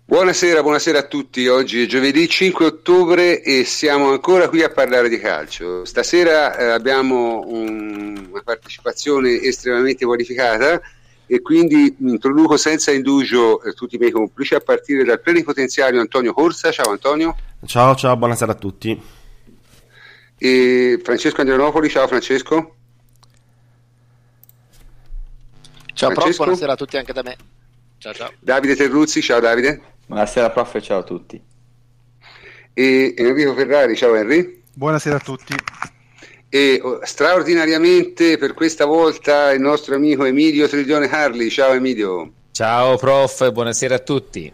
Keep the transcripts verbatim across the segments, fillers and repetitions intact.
Buonasera, buonasera a tutti. Oggi è giovedì cinque ottobre e siamo ancora qui a parlare di calcio. Stasera eh, abbiamo un, una partecipazione estremamente qualificata e quindi introduco senza indugio eh, tutti i miei complici, a partire dal plenipotenziario Antonio Corsa. Ciao Antonio. Ciao, ciao, buonasera a tutti. E Francesco Andrianopoli. Ciao Francesco. Ciao Francesco? Prof, buonasera a tutti anche da me. Ciao ciao. Davide Terruzzi. Ciao Davide. Buonasera prof e ciao a tutti. E Enrico Ferrari. Ciao Henry. Buonasera a tutti. E oh, straordinariamente per questa volta il nostro amico Emilio Triglione Carli. Ciao Emilio. Ciao prof, buonasera a tutti.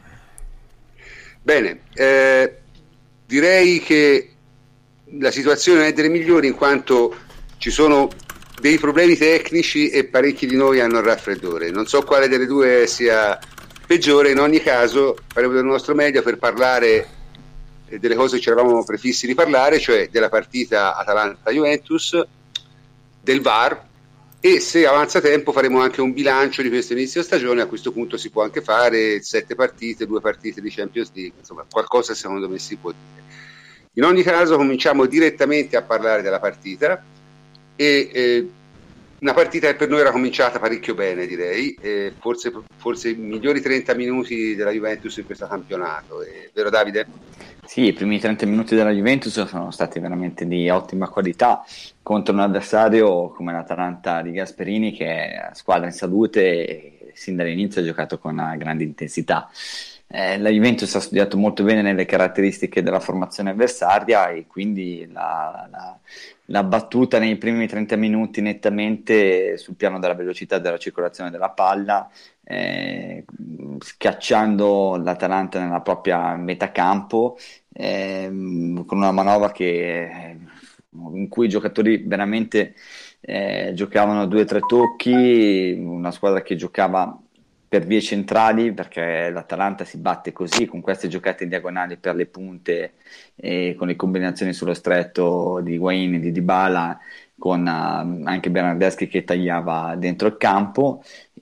Bene, eh, direi che la situazione è delle migliori in quanto ci sono dei problemi tecnici e parecchi di noi hanno il raffreddore. Non so quale delle due sia peggiore, in ogni caso faremo del nostro meglio per parlare delle cose che ci eravamo prefissi di parlare, cioè della partita Atalanta-Juventus, del V A R, e se avanza tempo faremo anche un bilancio di questo inizio stagione. A questo punto si può anche fare sette partite, due partite di Champions League, insomma qualcosa secondo me si può dire. In ogni caso cominciamo direttamente a parlare della partita e eh, una partita che per noi era cominciata parecchio bene, direi, eh, forse, forse i migliori trenta minuti della Juventus in questo campionato, eh, vero Davide? Sì, i primi trenta minuti della Juventus sono stati veramente di ottima qualità contro un avversario come l'Atalanta di Gasperini, che è squadra in salute e sin dall'inizio ha giocato con una grande intensità. Eh, la Juventus ha studiato molto bene nelle caratteristiche della formazione avversaria e quindi l'ha, l'ha, l'ha battuta nei primi trenta minuti nettamente sul piano della velocità della circolazione della palla, eh, schiacciando l'Atalanta nella propria metà campo, eh, con una manovra che, in cui i giocatori veramente eh, giocavano due o tre tocchi, una squadra che giocava per vie centrali, perché l'Atalanta si batte così, con queste giocate in diagonali per le punte e con le combinazioni sullo stretto di Higuaín e di Dybala, con uh, anche Bernardeschi che tagliava dentro il campo,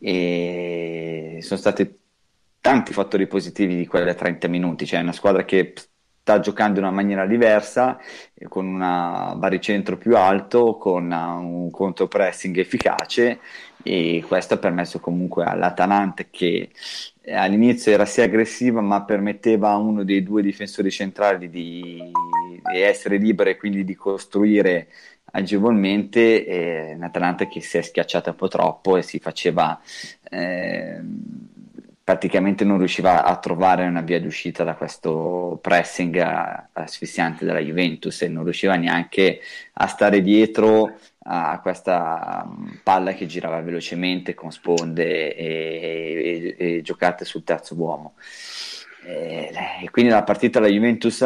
e sono stati tanti fattori positivi di quelle trenta minuti. Cioè una squadra che sta giocando in una maniera diversa, con un baricentro più alto, con un contropressing efficace, e questo ha permesso comunque all'Atalanta, che all'inizio era sì aggressiva ma permetteva a uno dei due difensori centrali di, di essere libero e quindi di costruire agevolmente, e l'Atalanta che si è schiacciata un po' troppo e si faceva eh, praticamente non riusciva a trovare una via d'uscita da questo pressing asfissiante della Juventus, e non riusciva neanche a stare dietro a questa palla che girava velocemente con sponde e, e, e giocate sul terzo uomo. E, e quindi la partita la Juventus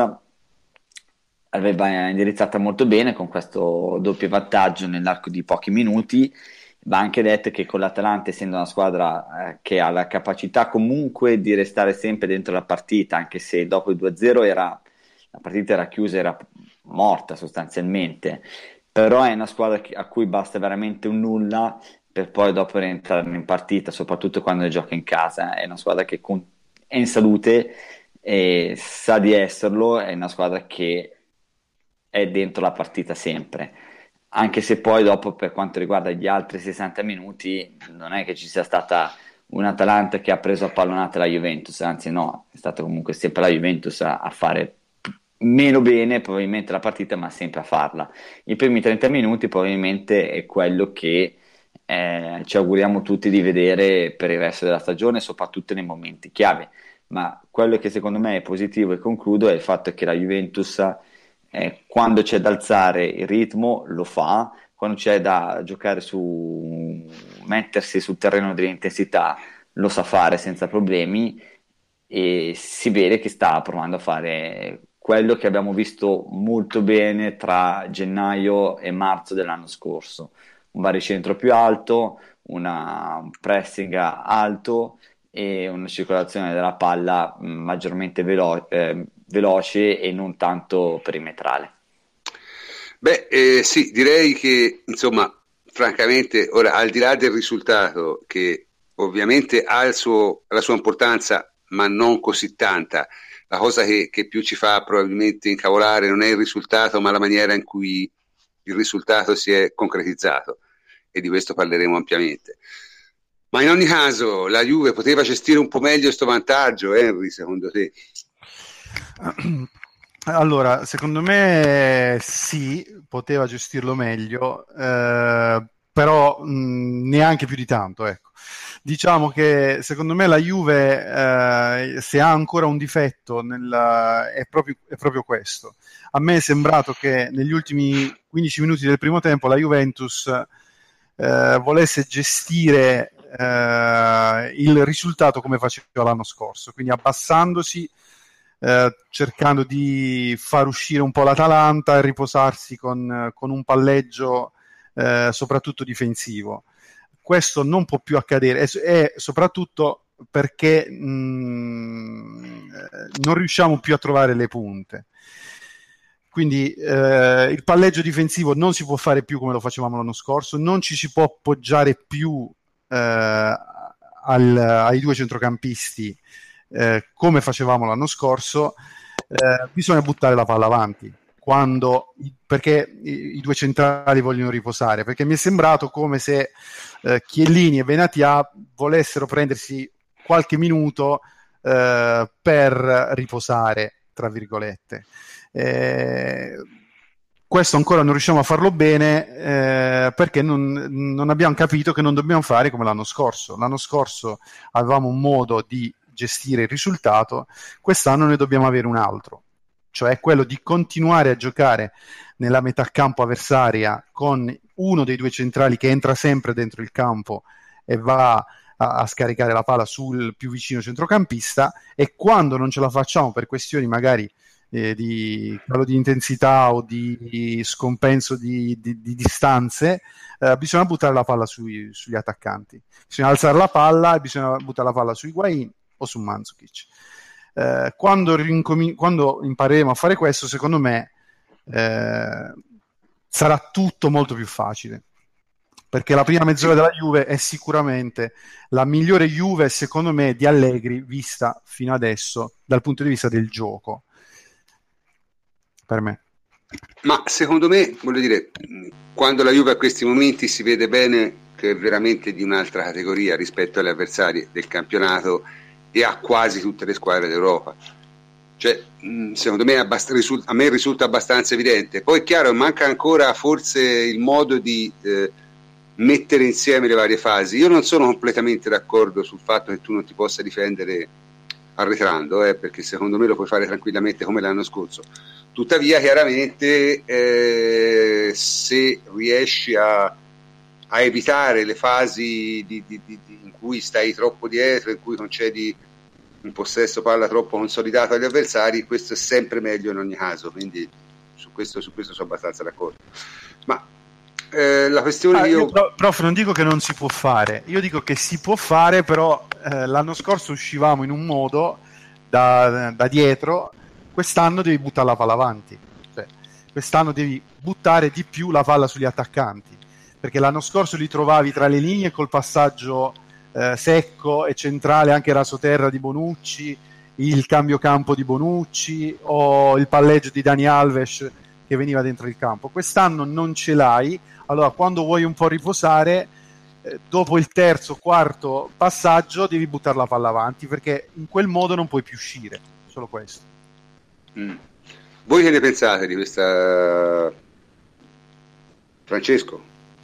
aveva indirizzata molto bene con questo doppio vantaggio nell'arco di pochi minuti. Va anche detto che con l'Atalanta, essendo una squadra eh, che ha la capacità comunque di restare sempre dentro la partita, anche se dopo il due a zero era, la partita era chiusa, era morta sostanzialmente, però è una squadra a cui basta veramente un nulla per poi dopo rientrare in partita, soprattutto quando gioca in casa. È una squadra che con, è in salute e sa di esserlo, è una squadra che è dentro la partita sempre, anche se poi dopo, per quanto riguarda gli altri sessanta minuti, non è che ci sia stata un'Atalanta che ha preso a pallonate la Juventus, anzi no, è stata comunque sempre la Juventus a, a fare meno bene probabilmente la partita, ma sempre a farla. I primi trenta minuti probabilmente è quello che eh, ci auguriamo tutti di vedere per il resto della stagione, soprattutto nei momenti chiave. Ma quello che secondo me è positivo, e concludo, è il fatto che la Juventus eh, quando c'è da alzare il ritmo lo fa, quando c'è da giocare su mettersi sul terreno dell'intensità lo sa fare senza problemi, e si vede che sta provando a fare quello che abbiamo visto molto bene tra gennaio e marzo dell'anno scorso: un baricentro più alto, una, un pressing alto e una circolazione della palla maggiormente velo- eh, veloce e non tanto perimetrale. Beh, eh, sì, direi che insomma, francamente, ora al di là del risultato, che ovviamente ha il suo, la sua importanza ma non così tanta. La cosa che, che più ci fa probabilmente incavolare non è il risultato, ma la maniera in cui il risultato si è concretizzato, e di questo parleremo ampiamente. Ma in ogni caso la Juve poteva gestire un po' meglio sto vantaggio, Henry, secondo te? Allora, secondo me sì, poteva gestirlo meglio, eh, però mh, neanche più di tanto, ecco. Diciamo che secondo me la Juve, eh, se ha ancora un difetto, nel, è, proprio, è proprio questo. A me è sembrato che negli ultimi quindici minuti del primo tempo la Juventus eh, volesse gestire eh, il risultato come faceva l'anno scorso, quindi abbassandosi, eh, cercando di far uscire un po' l'Atalanta e riposarsi con, con un palleggio eh, soprattutto difensivo. Questo non può più accadere, e, e soprattutto perché mh, non riusciamo più a trovare le punte. Quindi eh, il palleggio difensivo non si può fare più come lo facevamo l'anno scorso, non ci si può appoggiare più eh, al, ai due centrocampisti eh, come facevamo l'anno scorso, eh, bisogna buttare la palla avanti. Quando, perché i, i due centrali vogliono riposare, perché mi è sembrato come se eh, Chiellini e Benatia volessero prendersi qualche minuto eh, per riposare, tra virgolette. Eh, questo ancora non riusciamo a farlo bene eh, perché non, non abbiamo capito che non dobbiamo fare come l'anno scorso. L'anno scorso avevamo un modo di gestire il risultato, quest'anno ne dobbiamo avere un altro, cioè quello di continuare a giocare nella metà campo avversaria con uno dei due centrali che entra sempre dentro il campo e va a, a scaricare la palla sul più vicino centrocampista, e quando non ce la facciamo per questioni magari eh, di calo di intensità o di scompenso di, di, di distanze, eh, bisogna buttare la palla sui, sugli attaccanti, bisogna alzare la palla e bisogna buttare la palla su Higuain o su Mandzukic. Eh, quando, rincomin- quando impareremo a fare questo, secondo me eh, sarà tutto molto più facile, perché la prima mezz'ora della Juve è sicuramente la migliore Juve, secondo me, di Allegri vista fino adesso dal punto di vista del gioco, per me. Ma secondo me, voglio dire, quando la Juve a questi momenti si vede bene che è veramente di un'altra categoria rispetto agli avversari del campionato e a quasi tutte le squadre d'Europa. Cioè, secondo me abbast- risulta, a me risulta abbastanza evidente. Poi è chiaro, manca ancora forse il modo di eh, mettere insieme le varie fasi. Io non sono completamente d'accordo sul fatto che tu non ti possa difendere arretrando, eh, perché secondo me lo puoi fare tranquillamente come l'anno scorso. Tuttavia, chiaramente, eh, se riesci a, a evitare le fasi di, di, di, di, in cui stai troppo dietro, in cui concedi un possesso palla troppo consolidato agli avversari, questo è sempre meglio in ogni caso, quindi su questo, su questo sono abbastanza d'accordo. Ma eh, la questione ah, io... io prof, non dico che non si può fare, io dico che si può fare, però eh, l'anno scorso uscivamo in un modo da, da dietro, quest'anno devi buttare la palla avanti, cioè, quest'anno devi buttare di più la palla sugli attaccanti, perché l'anno scorso li trovavi tra le linee col passaggio eh, secco e centrale, anche rasoterra di Bonucci, il cambio campo di Bonucci o il palleggio di Dani Alves che veniva dentro il campo. Quest'anno non ce l'hai, allora quando vuoi un po' riposare, eh, dopo il terzo, quarto passaggio devi buttare la palla avanti, perché in quel modo non puoi più uscire, solo questo. Mm. Voi che ne pensate di questa, Francesco?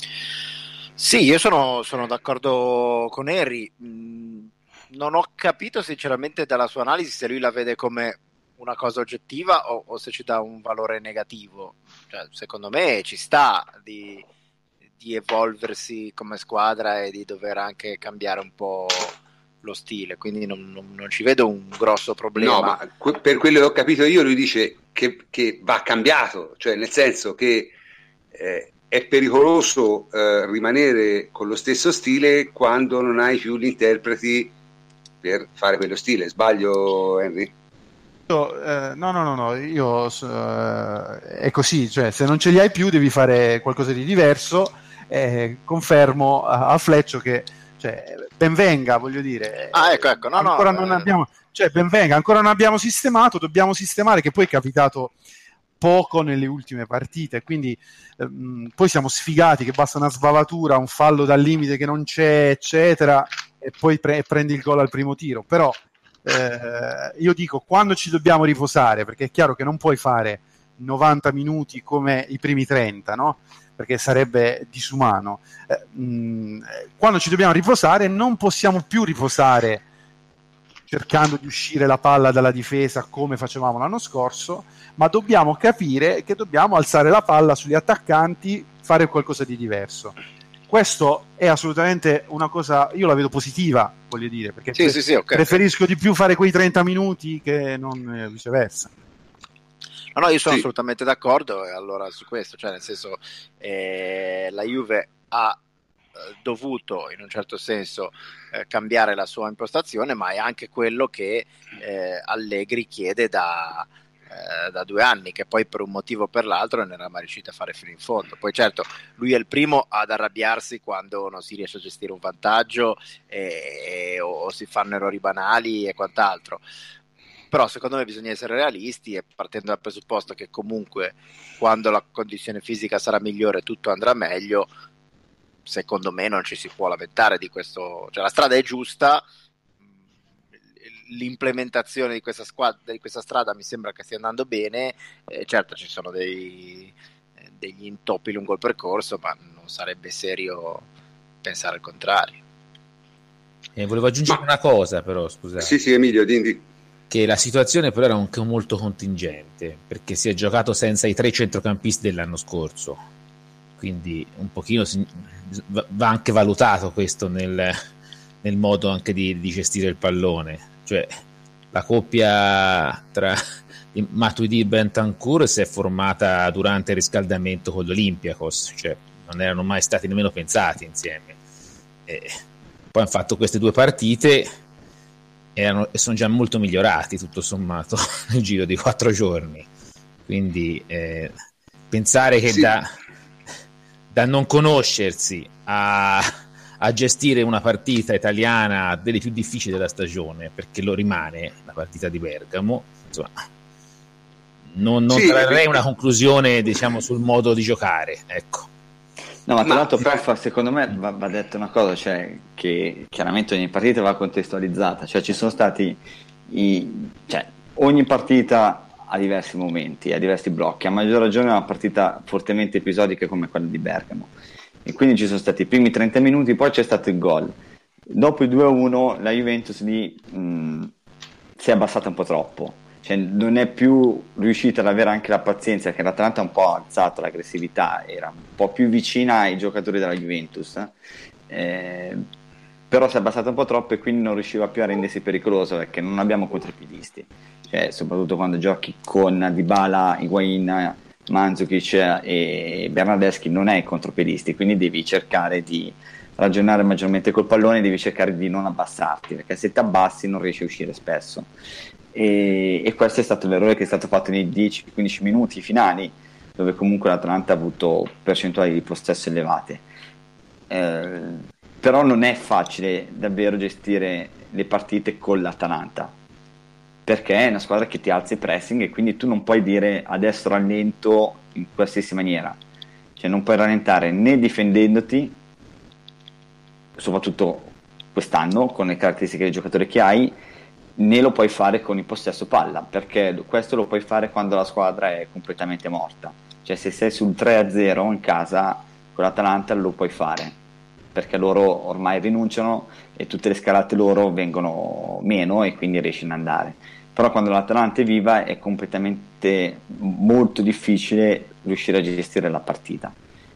Sì, io sono, sono d'accordo con Henry. Mm, non ho capito sinceramente dalla sua analisi se lui la vede come una cosa oggettiva o, o se ci dà un valore negativo. Cioè, secondo me ci sta di, di evolversi come squadra e di dover anche cambiare un po' lo stile, quindi non, non, non ci vedo un grosso problema. No, ma que- per quello che ho capito io, lui dice che, che va cambiato, cioè nel senso che eh, è pericoloso eh, rimanere con lo stesso stile quando non hai più gli interpreti per fare quello stile. Sbaglio, Henry? Io, eh, no, no, no, no, io eh, è così, cioè se non ce li hai più devi fare qualcosa di diverso. Eh, confermo a, a Fleccio che cioè, ben venga, voglio dire. Ah, ecco, ecco, no, ancora no, non eh. abbiamo, cioè ben venga, ancora non abbiamo sistemato, dobbiamo sistemare, che poi è capitato poco nelle ultime partite, quindi ehm, poi siamo sfigati che basta una sbavatura, un fallo dal limite che non c'è, eccetera, e poi pre- prendi il gol al primo tiro. Però eh, io dico, quando ci dobbiamo riposare, perché è chiaro che non puoi fare novanta minuti come i primi trenta, no? Perché sarebbe disumano. Eh, mh, quando ci dobbiamo riposare non possiamo più riposare cercando di uscire la palla dalla difesa come facevamo l'anno scorso, ma dobbiamo capire che dobbiamo alzare la palla sugli attaccanti, fare qualcosa di diverso. Questo è assolutamente una cosa, io la vedo positiva, voglio dire, perché sì, pre- sì, sì, okay. preferisco di più fare quei trenta minuti che non eh, viceversa. No, no, io sono sì. assolutamente d'accordo, e allora su questo, cioè nel senso eh, la Juve ha eh, dovuto in un certo senso eh, cambiare la sua impostazione, ma è anche quello che eh, Allegri chiede da, eh, da due anni, che poi per un motivo o per l'altro non era mai riuscito a fare fino in fondo. Poi certo, lui è il primo ad arrabbiarsi quando non si riesce a gestire un vantaggio e, e, o, o si fanno errori banali e quant'altro. Però secondo me bisogna essere realisti, e partendo dal presupposto che comunque quando la condizione fisica sarà migliore tutto andrà meglio, secondo me non ci si può lamentare di questo, cioè la strada è giusta, l'implementazione di questa, squadra, di questa strada mi sembra che stia andando bene, eh, certo ci sono dei, degli intoppi lungo il percorso, ma non sarebbe serio pensare il contrario. E volevo aggiungere ma... una cosa però, scusate. Sì, sì, Emilio, dimmi. Che la situazione però era anche molto contingente, perché si è giocato senza i tre centrocampisti dell'anno scorso, quindi un pochino si, va anche valutato questo nel, nel modo anche di, di gestire il pallone, cioè la coppia tra Matuidi e Bentancur si è formata durante il riscaldamento con l'Olympiakos, cioè non erano mai stati nemmeno pensati insieme, e poi hanno fatto queste due partite erano, e sono già molto migliorati tutto sommato nel giro di quattro giorni, quindi eh, pensare che sì. da, da non conoscersi a, a gestire una partita italiana delle più difficili della stagione, perché lo rimane la partita di Bergamo, insomma non, non sì, trarrei una conclusione diciamo sul modo di giocare, ecco. No, ma tra l'altro prof, secondo me va, va detto una cosa, cioè che chiaramente ogni partita va contestualizzata, cioè ci sono stati i, cioè, ogni partita ha diversi momenti, ha diversi blocchi, a maggior ragione una partita fortemente episodica come quella di Bergamo, e quindi ci sono stati i primi trenta minuti, poi c'è stato il gol, dopo il due a uno la Juventus lì mh, si è abbassata un po' troppo, cioè non è più riuscita ad avere anche la pazienza, che l'Atalanta ha un po' alzato l'aggressività, era un po' più vicina ai giocatori della Juventus, eh, però si è abbassata un po' troppo e quindi non riusciva più a rendersi pericoloso, perché non abbiamo contropiedisti, cioè, soprattutto quando giochi con Dybala, Higuain, Mandzukic e Bernardeschi non hai contropiedisti, quindi devi cercare di ragionare maggiormente col pallone, devi cercare di non abbassarti, perché se ti abbassi non riesci a uscire spesso. E, e questo è stato l'errore che è stato fatto nei dieci quindici minuti finali, dove comunque l'Atalanta ha avuto percentuali di possesso elevate, eh, però non è facile davvero gestire le partite con l'Atalanta, perché è una squadra che ti alza i pressing e quindi tu non puoi dire adesso rallento in qualsiasi maniera, cioè non puoi rallentare né difendendoti, soprattutto quest'anno con le caratteristiche del giocatore che hai, né lo puoi fare con il possesso palla, perché questo lo puoi fare quando la squadra è completamente morta, cioè se sei sul tre a zero in casa con l'Atalanta lo puoi fare, perché loro ormai rinunciano e tutte le scalate loro vengono meno e quindi riesci ad andare, però quando l'Atalanta è viva è completamente molto difficile riuscire a gestire la partita,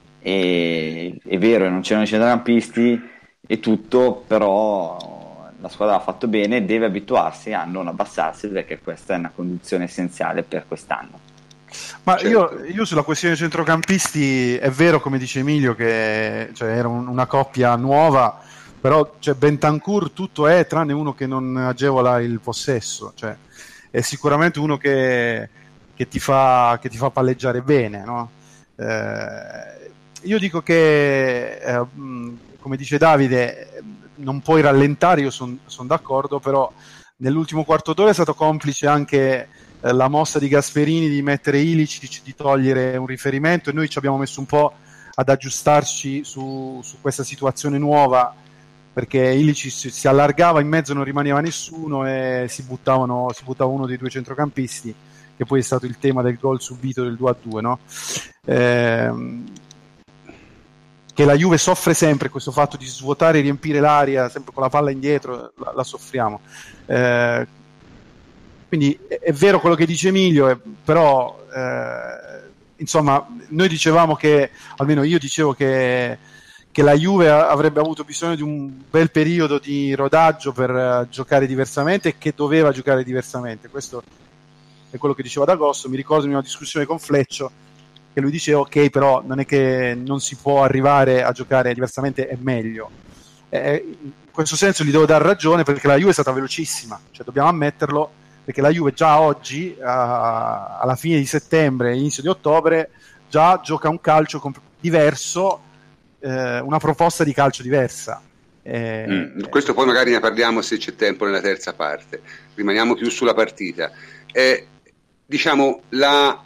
e, è vero, non c'erano i centrocampisti e tutto, però la squadra ha fatto bene, deve abituarsi a non abbassarsi, perché questa è una condizione essenziale per quest'anno. Ma certo. io, io sulla questione dei centrocampisti è vero, come dice Emilio, che cioè, era un, una coppia nuova, però cioè, Bentancur tutto è tranne uno che non agevola il possesso, cioè, è sicuramente uno che, che, ti fa, che ti fa palleggiare bene, no? Eh, io dico che eh, come dice Davide, non puoi rallentare, io sono son d'accordo, però nell'ultimo quarto d'ora è stato complice anche eh, la mossa di Gasperini di mettere Ilicic, di togliere un riferimento, e noi ci abbiamo messo un po' ad aggiustarci su, su questa situazione nuova, perché Ilicic si allargava, in mezzo non rimaneva nessuno e si buttavano, si buttava uno dei due centrocampisti, che poi è stato il tema del gol subito del due a due, no? Ehm, che la Juve soffre sempre questo fatto di svuotare e riempire l'area sempre con la palla indietro, la, la soffriamo. Eh, quindi è, è vero quello che dice Emilio, eh, però eh, insomma noi dicevamo che, almeno io dicevo che, che la Juve avrebbe avuto bisogno di un bel periodo di rodaggio per uh, giocare diversamente, e che doveva giocare diversamente. Questo è quello che diceva ad agosto. Mi ricordo in una discussione con Fleccio che lui diceva ok, però non è che non si può arrivare a giocare diversamente, è meglio. Eh, in questo senso gli devo dare ragione, perché la Juve è stata velocissima, cioè dobbiamo ammetterlo, perché la Juve già oggi, uh, alla fine di settembre, inizio di ottobre, già gioca un calcio comp- diverso, eh, una proposta di calcio diversa. Eh, mm, questo poi magari ne parliamo se c'è tempo nella terza parte, rimaniamo più sulla partita. Eh, diciamo, la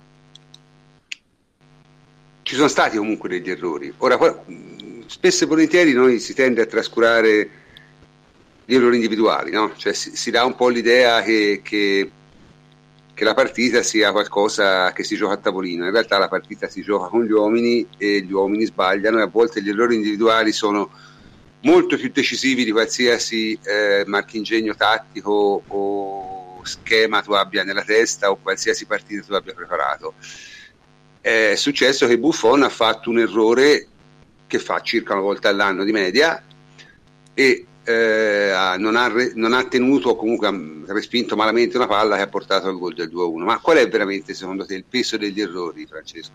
ci sono stati comunque degli errori. Ora, spesso e volentieri noi si tende a trascurare gli errori individuali, no? Cioè si, si dà un po' l'idea che, che, che la partita sia qualcosa che si gioca a tavolino. In realtà la partita si gioca con gli uomini, e gli uomini sbagliano, e a volte gli errori individuali sono molto più decisivi di qualsiasi eh, marchingegno tattico o schema tu abbia nella testa, o qualsiasi partita tu abbia preparato. È successo che Buffon ha fatto un errore che fa circa una volta all'anno di media, e eh, non, ha re, non ha tenuto, o comunque ha respinto malamente una palla che ha portato al gol del due a uno. Ma qual è veramente secondo te il peso degli errori, Francesco?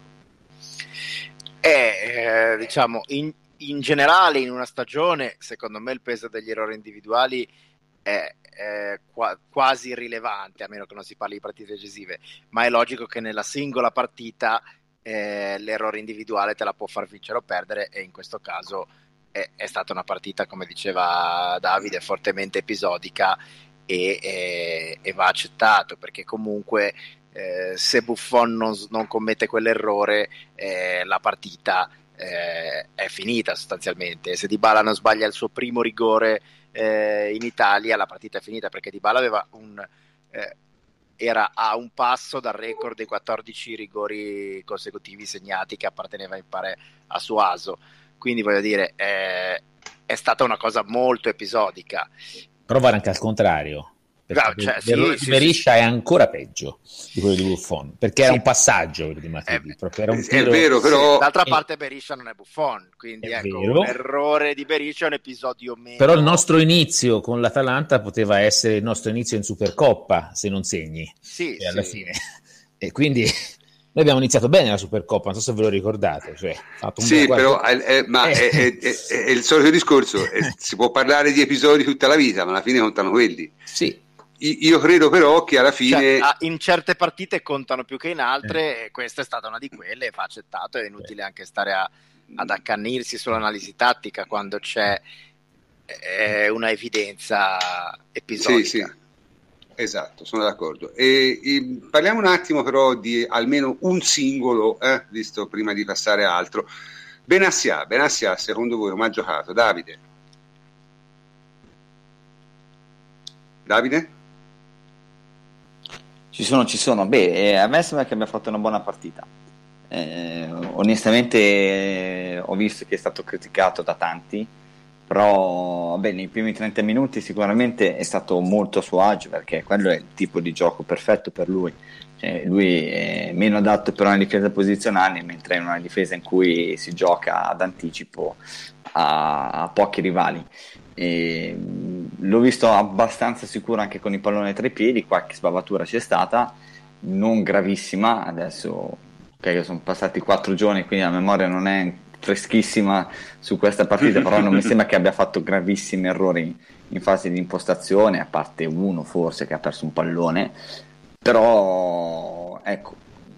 Eh, eh, diciamo in, in generale in una stagione, secondo me il peso degli errori individuali è, è qua, quasi irrilevante, a meno che non si parli di partite decisive, ma è logico che nella singola partita Eh, l'errore individuale te la può far vincere o perdere, e in questo caso è, è stata una partita, come diceva Davide, fortemente episodica, e, e, e va accettato, perché comunque eh, se Buffon non, non commette quell'errore eh, la partita eh, è finita sostanzialmente. Se Dybala non sbaglia il suo primo rigore eh, in Italia, la partita è finita, perché Dybala aveva un eh, era a un passo dal record dei quattordici rigori consecutivi segnati, che apparteneva in pare a Suaso. Quindi voglio dire, è, è stata una cosa molto episodica. Però vale anche al contrario, perché no, cioè, l'errore sì, di Beriscia sì, è ancora peggio di quello di Buffon, perché era sì. un passaggio quello di Matuidi, È, proprio era un è tiro... vero, però sì, d'altra parte Beriscia non è Buffon, quindi è ecco, vero. un errore di Beriscia è un episodio meno. Però il nostro inizio con l'Atalanta poteva essere il nostro inizio in Supercoppa, se non segni, sì, cioè, alla sì. fine. E quindi noi abbiamo iniziato bene la Supercoppa, non so se ve lo ricordate, cioè, fatto un sì, bel però quarto... è, è, ma eh. è, è, è, è il solito discorso. È, si può parlare di episodi tutta la vita, ma alla fine contano quelli. Sì. Io credo però che alla fine cioè, in certe partite contano più che in altre, eh. e questa è stata una di quelle, va accettato. È inutile eh. anche stare a, ad accannirsi sull'analisi tattica quando c'è eh, una evidenza episodica. Sì, sì. Esatto, sono d'accordo. E, e parliamo un attimo però di almeno un singolo, eh, visto prima di passare a altro. Benassia, Benassia, secondo voi come ha giocato? Davide? Davide? Ci sono, ci sono. Beh, a me sembra che abbia fatto una buona partita. Eh, onestamente eh, ho visto che è stato criticato da tanti, però beh, nei primi trenta minuti sicuramente è stato molto a suo agio, perché quello è il tipo di gioco perfetto per lui. Cioè, lui è meno adatto per una difesa posizionale, mentre in una difesa in cui si gioca ad anticipo a, a pochi rivali. E l'ho visto abbastanza sicuro anche con il pallone tra i piedi, qualche sbavatura c'è stata, non gravissima. Adesso okay, sono passati quattro giorni, quindi la memoria non è freschissima su questa partita, però non mi sembra che abbia fatto gravissimi errori in fase di impostazione, a parte uno forse che ha perso un pallone. Però ecco,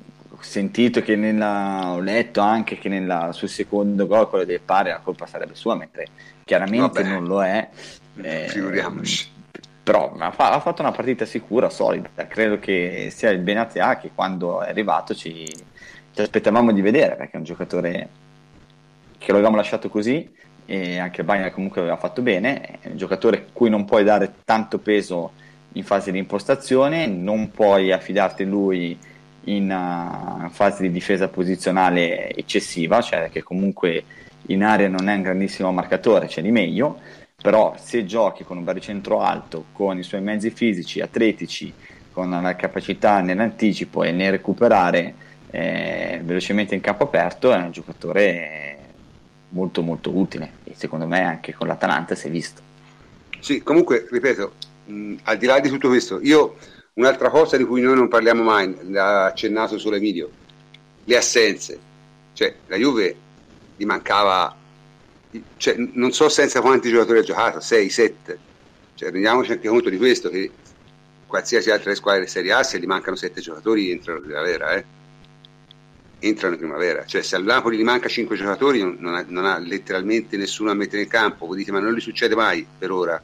sentito che nella, ho letto anche che nella, sul secondo gol, quello del pari, la colpa sarebbe sua, mentre chiaramente Vabbè, non lo è. Eh, figuriamoci. Però ha, fa, ha fatto una partita sicura, solida. Credo che sia il Benatia che quando è arrivato ci, ci aspettavamo di vedere, perché è un giocatore che lo avevamo lasciato così, e anche il Bayern comunque aveva fatto bene. È un giocatore a cui non puoi dare tanto peso in fase di impostazione, non puoi affidarti lui in uh, fase di difesa posizionale eccessiva, cioè che comunque in area non è un grandissimo marcatore, c'è di meglio, però se giochi con un baricentro alto, con i suoi mezzi fisici, atletici, con la capacità nell'anticipo e nel recuperare eh, velocemente in campo aperto, è un giocatore molto molto utile, e secondo me anche con l'Atalanta si è visto. Sì, comunque, ripeto, mh, al di là di tutto questo, io un'altra cosa di cui noi non parliamo mai, l'ha accennato solo Emilio, le assenze. Cioè, la Juve gli mancava, cioè, non so senza quanti giocatori ha giocato, sei, sette. Cioè, rendiamoci anche conto di questo, che qualsiasi altra squadra di Serie A, se gli mancano sette giocatori, entrano in primavera, eh. Entrano in primavera. Cioè, se al Napoli gli manca cinque giocatori, non ha, non ha letteralmente nessuno a mettere in campo. Voi dite, ma non gli succede mai per ora.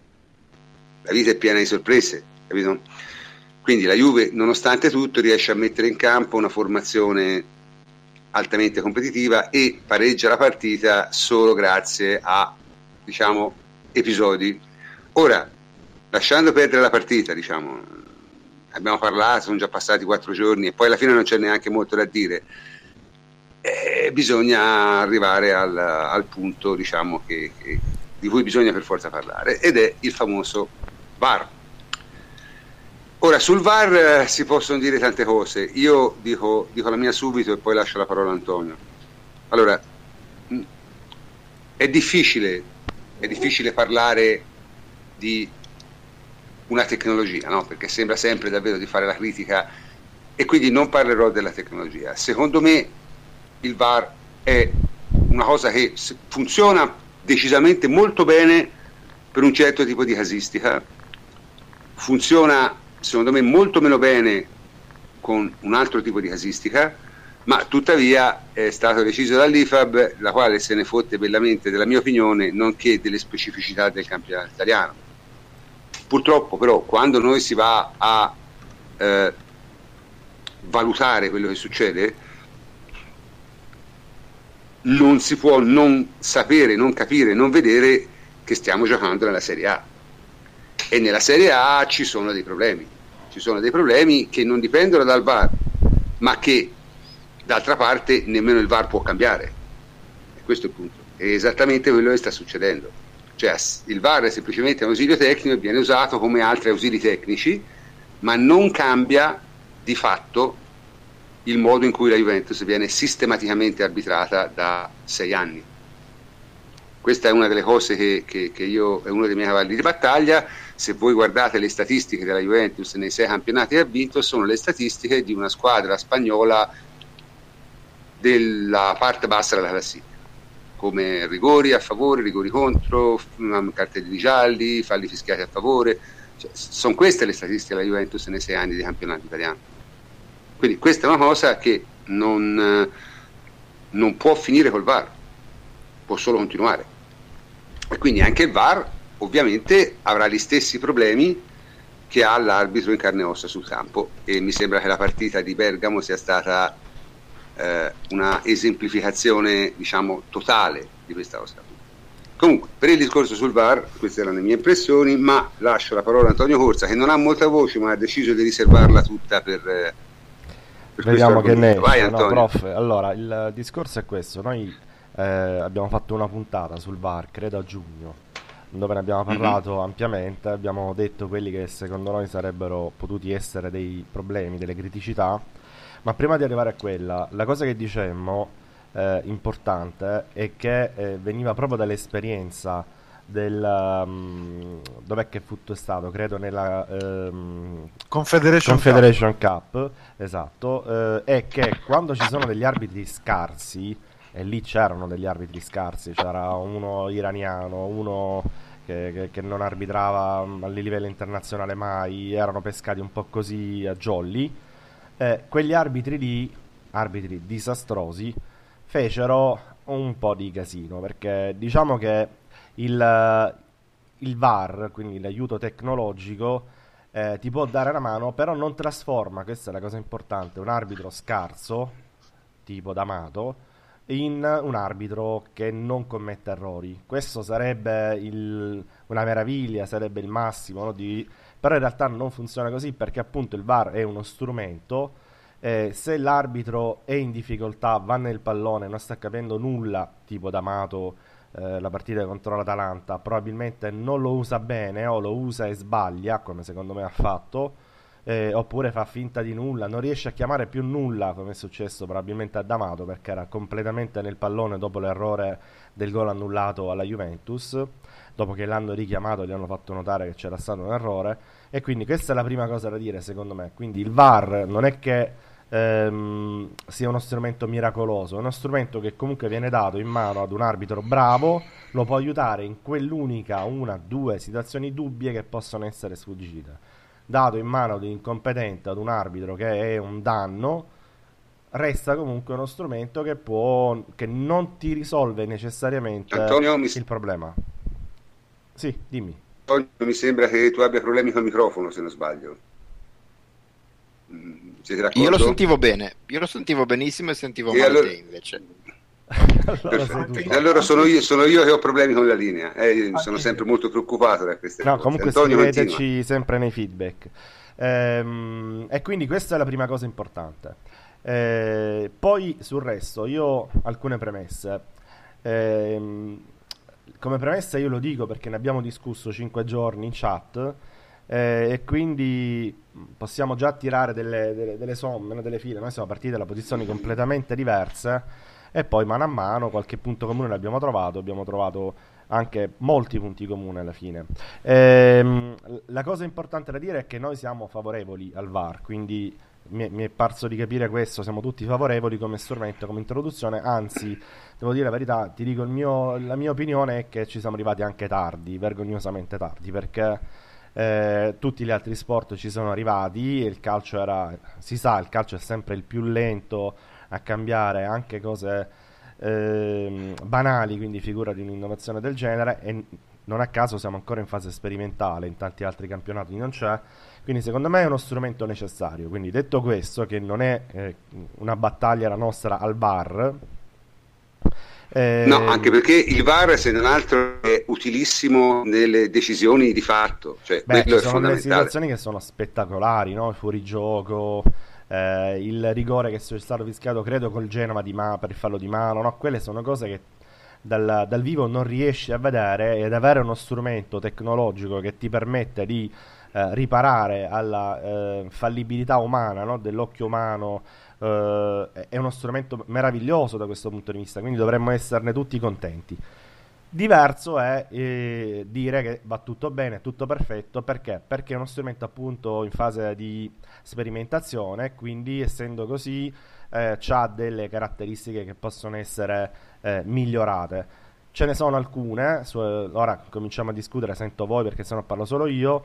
La vita è piena di sorprese, capito? Quindi la Juve, nonostante tutto, riesce a mettere in campo una formazione altamente competitiva e pareggia la partita solo grazie a, diciamo, episodi. Ora, lasciando perdere la partita, diciamo, abbiamo parlato, sono già passati quattro giorni e poi alla fine non c'è neanche molto da dire. Eh, bisogna arrivare al, al punto, diciamo, che, che, di cui bisogna per forza parlare, ed è il famoso V A R. Ora, sul V A R eh, si possono dire tante cose. Io dico, dico la mia subito e poi lascio la parola a Antonio. Allora, mh, è difficile, è difficile parlare di una tecnologia, no? Perché sembra sempre davvero di fare la critica, e quindi non parlerò della tecnologia. Secondo me il V A R è una cosa che funziona decisamente molto bene per un certo tipo di casistica, funziona secondo me molto meno bene con un altro tipo di casistica, ma tuttavia è stato deciso dall'I F A B, la quale se ne fotte bellamente della mia opinione, nonché delle specificità del campionato italiano. Purtroppo però quando noi si va a eh, valutare quello che succede, non si può non sapere, non capire, non vedere che stiamo giocando nella Serie A. E nella Serie A ci sono dei problemi, ci sono dei problemi che non dipendono dal V A R, ma che d'altra parte nemmeno il V A R può cambiare. E questo è il punto, è esattamente quello che sta succedendo. Cioè il V A R è semplicemente un ausilio tecnico e viene usato come altri ausili tecnici, ma non cambia di fatto il modo in cui la Juventus viene sistematicamente arbitrata da sei anni. Questa è una delle cose che, che, che io, è uno dei miei cavalli di battaglia. Se voi guardate le statistiche della Juventus nei sei campionati che ha vinto, sono le statistiche di una squadra spagnola della parte bassa della classifica, come rigori a favore, rigori contro, cartelli gialli, falli fischiati a favore. Cioè, sono queste le statistiche della Juventus nei sei anni di campionato italiano. Quindi questa è una cosa che non, non può finire col V A R, può solo continuare. E quindi anche il V A R ovviamente avrà gli stessi problemi che ha l'arbitro in carne e ossa sul campo, e mi sembra che la partita di Bergamo sia stata eh, una esemplificazione, diciamo, totale di questa cosa. Comunque, per il discorso sul V A R, queste erano le mie impressioni, ma lascio la parola a Antonio Corsa, che non ha molta voce ma ha deciso di riservarla tutta per, per vediamo che ne Vai, no, prof. Allora, il discorso è questo: noi eh, abbiamo fatto una puntata sul V A R, credo a giugno, dove ne abbiamo parlato mm-hmm. ampiamente, abbiamo detto quelli che secondo noi sarebbero potuti essere dei problemi, delle criticità, ma prima di arrivare a quella, la cosa che dicemmo eh, importante è che eh, veniva proprio dall'esperienza del um, dov'è che fu stato? Credo nella um, Confederation, Confederation Cup. Cup, esatto, eh, è che quando ci sono degli arbitri scarsi, e lì c'erano degli arbitri scarsi, c'era uno iraniano, uno che, che, che non arbitrava a livello internazionale mai, erano pescati un po' così a jolly, eh, quegli arbitri lì arbitri disastrosi, fecero un po' di casino, perché diciamo che il, il V A R, quindi l'aiuto tecnologico, eh, ti può dare una mano, però non trasforma, questa è la cosa importante, un arbitro scarso, tipo D'Amato, in un arbitro che non commette errori. Questo sarebbe il, una meraviglia, sarebbe il massimo, no, di, però in realtà non funziona così, perché appunto il V A R è uno strumento. Eh, se l'arbitro è in difficoltà, va nel pallone, non sta capendo nulla, tipo D'Amato, eh, la partita contro l'Atalanta, probabilmente non lo usa bene o lo usa e sbaglia, come secondo me ha fatto, eh, oppure fa finta di nulla, non riesce a chiamare più nulla, come è successo probabilmente a D'Amato, perché era completamente nel pallone dopo l'errore del gol annullato alla Juventus, dopo che l'hanno richiamato, gli hanno fatto notare che c'era stato un errore, e quindi questa è la prima cosa da dire secondo me. Quindi il V A R non è che ehm, sia uno strumento miracoloso, è uno strumento che comunque viene dato in mano ad un arbitro bravo, lo può aiutare in quell'unica, una, due situazioni dubbie che possono essere sfuggite. Dato in mano di incompetente ad un arbitro che è un danno, resta comunque uno strumento che può, che non ti risolve necessariamente Antonio, mi... il problema. Sì, dimmi. Antonio, mi sembra che tu abbia problemi col microfono, se non sbaglio. Siete d'accordo? Io lo sentivo bene, io lo sentivo benissimo e sentivo e male allora... te invece. Allora, allora sono io, sono io che ho problemi con la linea, eh, sono sempre molto preoccupato da queste no, cose. comunque Antonio, scriveteci continua. sempre nei feedback. Ehm, e quindi questa è la prima cosa importante. Eh, poi sul resto io alcune premesse. Ehm, come premessa io lo dico perché ne abbiamo discusso cinque giorni in chat, eh, e quindi possiamo già tirare delle, delle, delle somme, no, delle file. Noi siamo partiti da posizioni completamente diverse e poi mano a mano qualche punto comune l'abbiamo trovato, abbiamo trovato anche molti punti comuni alla fine. Ehm, la cosa importante da dire è che noi siamo favorevoli al V A R, quindi mi è, mi è parso di capire questo, siamo tutti favorevoli come strumento, come introduzione, anzi, devo dire la verità, ti dico il mio, la mia opinione è che ci siamo arrivati anche tardi, vergognosamente tardi, perché eh, tutti gli altri sport ci sono arrivati e il calcio era, si sa, il calcio è sempre il più lento a cambiare anche cose eh, banali, quindi figura di un'innovazione del genere, e non a caso siamo ancora in fase sperimentale, in tanti altri campionati non c'è, quindi secondo me è uno strumento necessario. Quindi detto questo, che non è eh, una battaglia la nostra al V A R, eh, no, anche perché il V A R, se non altro, è utilissimo nelle decisioni di fatto, cioè beh, quello ci è sono delle fondamentale. situazioni che sono spettacolari, no? Il fuorigioco, eh, il rigore che è stato fischiato credo col Genova di ma- per il fallo di mano, no? Quelle sono cose che dal, dal vivo non riesci a vedere, ed avere uno strumento tecnologico che ti permette di eh, riparare alla eh, fallibilità umana, no? Dell'occhio umano, eh, è uno strumento meraviglioso da questo punto di vista, quindi dovremmo esserne tutti contenti. Diverso è eh, dire che va tutto bene, tutto perfetto, perché? Perché è uno strumento appunto in fase di sperimentazione, quindi essendo così eh, ha delle caratteristiche che possono essere eh, migliorate. Ce ne sono alcune, su, ora cominciamo a discutere, sento voi perché sennò parlo solo io.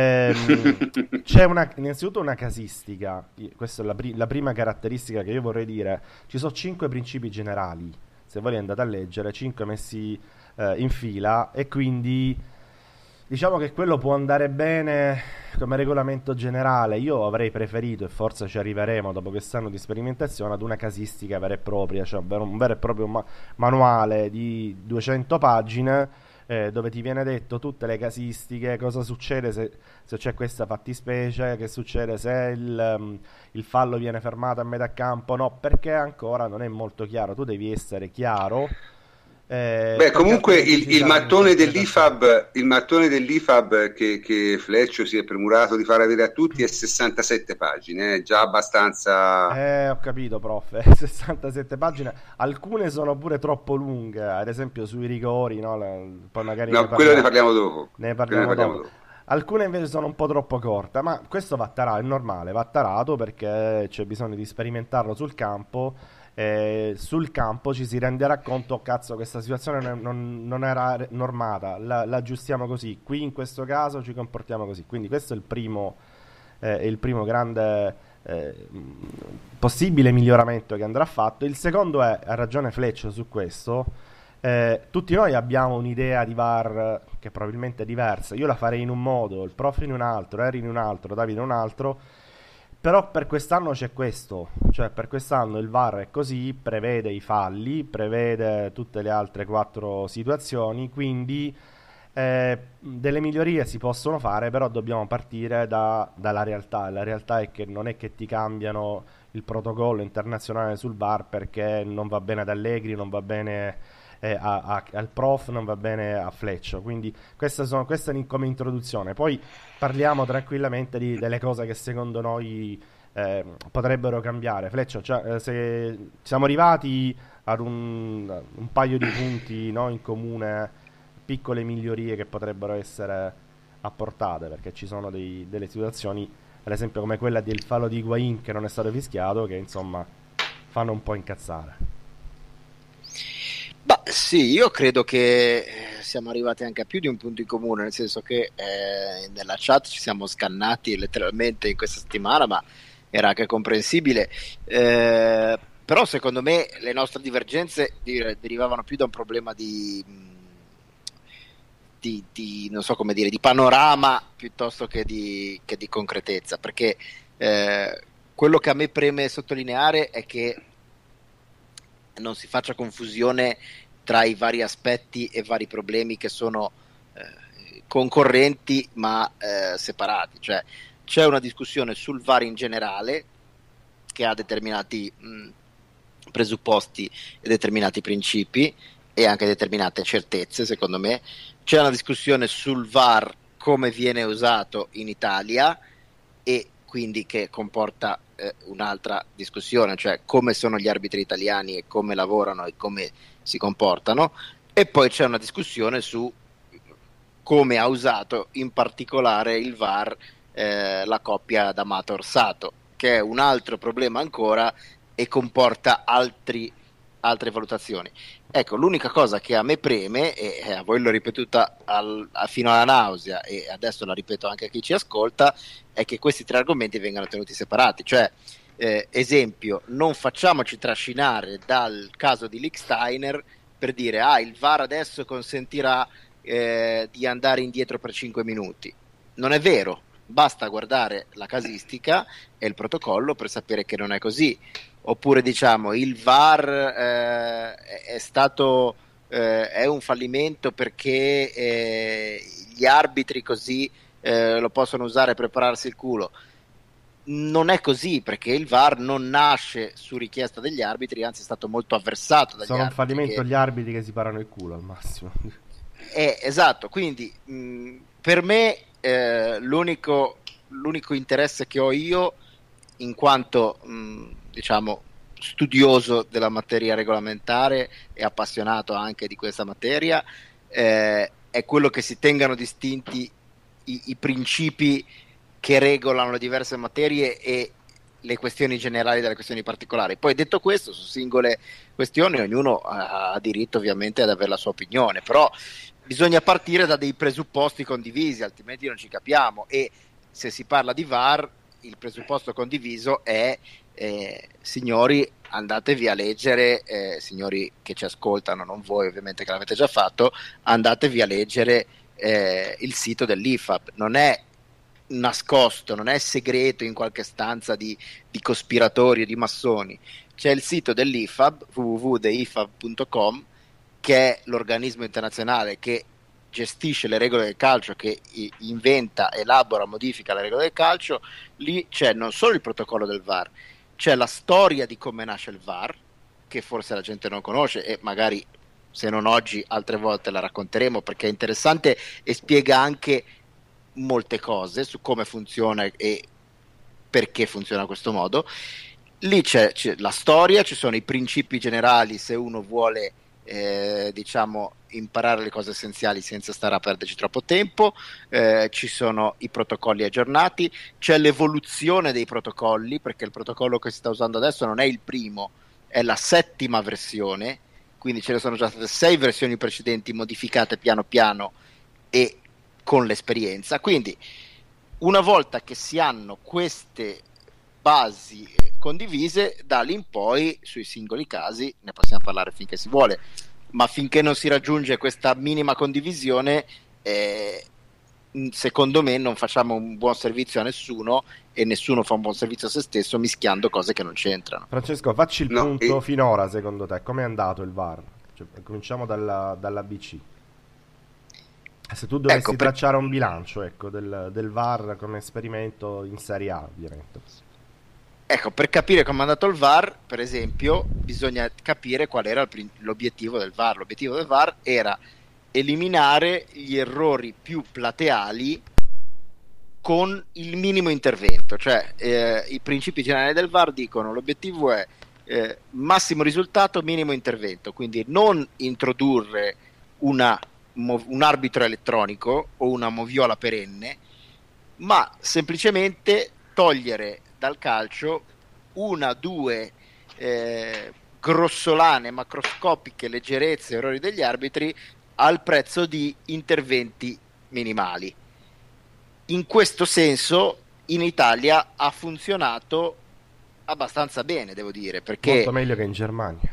Ehm, c'è una, innanzitutto una casistica, questa è la, pri- la prima caratteristica che io vorrei dire. Ci sono cinque principi generali, se voi li andate a leggere, cinque messi eh, in fila, e quindi diciamo che quello può andare bene come regolamento generale. Io avrei preferito, e forse ci arriveremo dopo quest'anno di sperimentazione, ad una casistica vera e propria, cioè un vero e proprio ma- manuale di duecento pagine, eh, dove ti viene detto tutte le casistiche, cosa succede se, se c'è questa fattispecie, che succede se il, um, il fallo viene fermato a metà campo, no, perché ancora non è molto chiaro. Tu devi essere chiaro. Eh, Beh, comunque altrimenti il, ci il sarà mattone un'interpretazione. dell'I F A B, il mattone dell'I F A B che, che Fleccio si è premurato di far avere a tutti è sessantasette pagine, eh, già abbastanza. Eh, ho capito, prof. sessantasette pagine, alcune sono pure troppo lunghe, ad esempio sui rigori, no? La- poi magari No, ne quello ne parliamo, parliamo dopo. ne Quello ne parliamo parliamo dopo. dopo. Alcune invece sono un po' troppo corte, ma questo va tarato, è normale, va tarato perché c'è bisogno di sperimentarlo sul campo. Eh, sul campo ci si renderà conto, oh, cazzo, questa situazione non, non- non era re- normata, la, la aggiustiamo così, qui in questo caso ci comportiamo così. Quindi questo è il primo, eh, è il primo grande eh, possibile miglioramento che andrà fatto. Il secondo è, ha ragione Fleccio su questo, eh, tutti noi abbiamo un'idea di V A R che probabilmente è diversa. Io la farei in un modo, il prof in un altro, Eri in un altro, Davide in un altro, però per quest'anno c'è questo, cioè per quest'anno il V A R è così, prevede i falli, prevede tutte le altre quattro situazioni, quindi eh, delle migliorie si possono fare, però dobbiamo partire da, dalla realtà. La realtà è che non è che ti cambiano il protocollo internazionale sul V A R perché non va bene ad Allegri, non va bene eh, a, a, al prof, non va bene a Fleccio, quindi queste sono, questa è come introduzione. Poi parliamo tranquillamente di, delle cose che secondo noi eh, potrebbero cambiare. Fleccio, cioè, eh, se siamo arrivati ad un, un paio di punti, no, in comune, piccole migliorie che potrebbero essere apportate, perché ci sono dei, delle situazioni, ad esempio come quella del fallo di Higuaín che non è stato fischiato, che insomma fanno un po' incazzare. Bah, sì, io credo che siamo arrivati anche a più di un punto in comune, nel senso che eh, nella chat ci siamo scannati letteralmente in questa settimana, ma era anche comprensibile. Eh, però secondo me le nostre divergenze derivavano più da un problema di, di, di non so come dire, di panorama piuttosto che di, che di concretezza, perché eh, quello che a me preme sottolineare è che non si faccia confusione tra i vari aspetti e vari problemi che sono eh, concorrenti ma eh, separati. Cioè c'è una discussione sul V A R in generale che ha determinati mh, presupposti e determinati principi e anche determinate certezze, secondo me. C'è una discussione sul V A R come viene usato in Italia e quindi che comporta eh, un'altra discussione, cioè come sono gli arbitri italiani e come lavorano e come si comportano, e poi c'è una discussione su come ha usato in particolare il V A R eh, la coppia D'Amato-Orsato, che è un altro problema ancora e comporta altri, altre valutazioni. Ecco, l'unica cosa che a me preme, e eh, a voi l'ho ripetuta al, a, fino alla nausea e adesso la ripeto anche a chi ci ascolta, è che questi tre argomenti vengano tenuti separati. Cioè, eh, esempio, non facciamoci trascinare dal caso di Lichtsteiner per dire ah, il V A R adesso consentirà eh, di andare indietro per cinque minuti. Non è vero, basta guardare la casistica e il protocollo per sapere che non è così. Oppure diciamo il V A R eh, è stato eh, è un fallimento perché eh, gli arbitri così eh, lo possono usare per prepararsi il culo. Non è così, perché il V A R non nasce su richiesta degli arbitri, anzi è stato molto avversato dagli sono arbitri. Sono un fallimento che... gli arbitri che si parano il culo al massimo. Eh, esatto, quindi mh, per me eh, l'unico, l'unico interesse che ho io in quanto mh, diciamo studioso della materia regolamentare e appassionato anche di questa materia eh, è quello che si tengano distinti i, i principi che regolano le diverse materie e le questioni generali dalle questioni particolari. Poi detto questo, su singole questioni ognuno ha, ha diritto ovviamente ad avere la sua opinione, però bisogna partire da dei presupposti condivisi, altrimenti non ci capiamo. E se si parla di V A R il presupposto condiviso è eh, signori, andatevi a leggere, eh, signori che ci ascoltano, non voi ovviamente che l'avete già fatto, andatevi a leggere eh, il sito dell'I F A B. Non è nascosto, non è segreto in qualche stanza di, di cospiratori o di massoni. C'è il sito dell'I F A B, w w w punto i f a b punto com, che è l'organismo internazionale che gestisce le regole del calcio, che inventa, elabora, modifica le regole del calcio. Lì c'è non solo il protocollo del V A R, c'è la storia di come nasce il V A R, che forse la gente non conosce e magari se non oggi altre volte la racconteremo perché è interessante e spiega anche molte cose su come funziona e perché funziona in questo modo. Lì c'è, c'è la storia, ci sono i principi generali se uno vuole eh, diciamo imparare le cose essenziali senza stare a perderci troppo tempo, eh, ci sono i protocolli aggiornati, c'è l'evoluzione dei protocolli, perché il protocollo che si sta usando adesso non è il primo, è la settima versione, quindi ce ne sono già state sei versioni precedenti modificate piano piano e con l'esperienza. Quindi una volta che si hanno queste basi condivise, da lì in poi sui singoli casi ne possiamo parlare finché si vuole, ma finché non si raggiunge questa minima condivisione, eh, secondo me non facciamo un buon servizio a nessuno e nessuno fa un buon servizio a se stesso mischiando cose che non c'entrano. Francesco, facci il No, punto e... finora, secondo te, com'è andato il V A R? Cioè, cominciamo dalla, dalla B C. Se tu dovessi Ecco, per- tracciare un bilancio, ecco, del, del V A R come esperimento in Serie A, ovviamente. Ecco, per capire come è andato il V A R, per esempio, bisogna capire qual era il prin- l'obiettivo del V A R. L'obiettivo del V A R era eliminare gli errori più plateali con il minimo intervento, cioè eh, i principi generali del V A R dicono l'obiettivo è eh, massimo risultato, minimo intervento, quindi non introdurre una, un arbitro elettronico o una moviola perenne, ma semplicemente togliere dal calcio una, due eh, grossolane, macroscopiche leggerezze, errori degli arbitri al prezzo di interventi minimali. In questo senso in Italia ha funzionato abbastanza bene, devo dire, perché molto meglio che in Germania.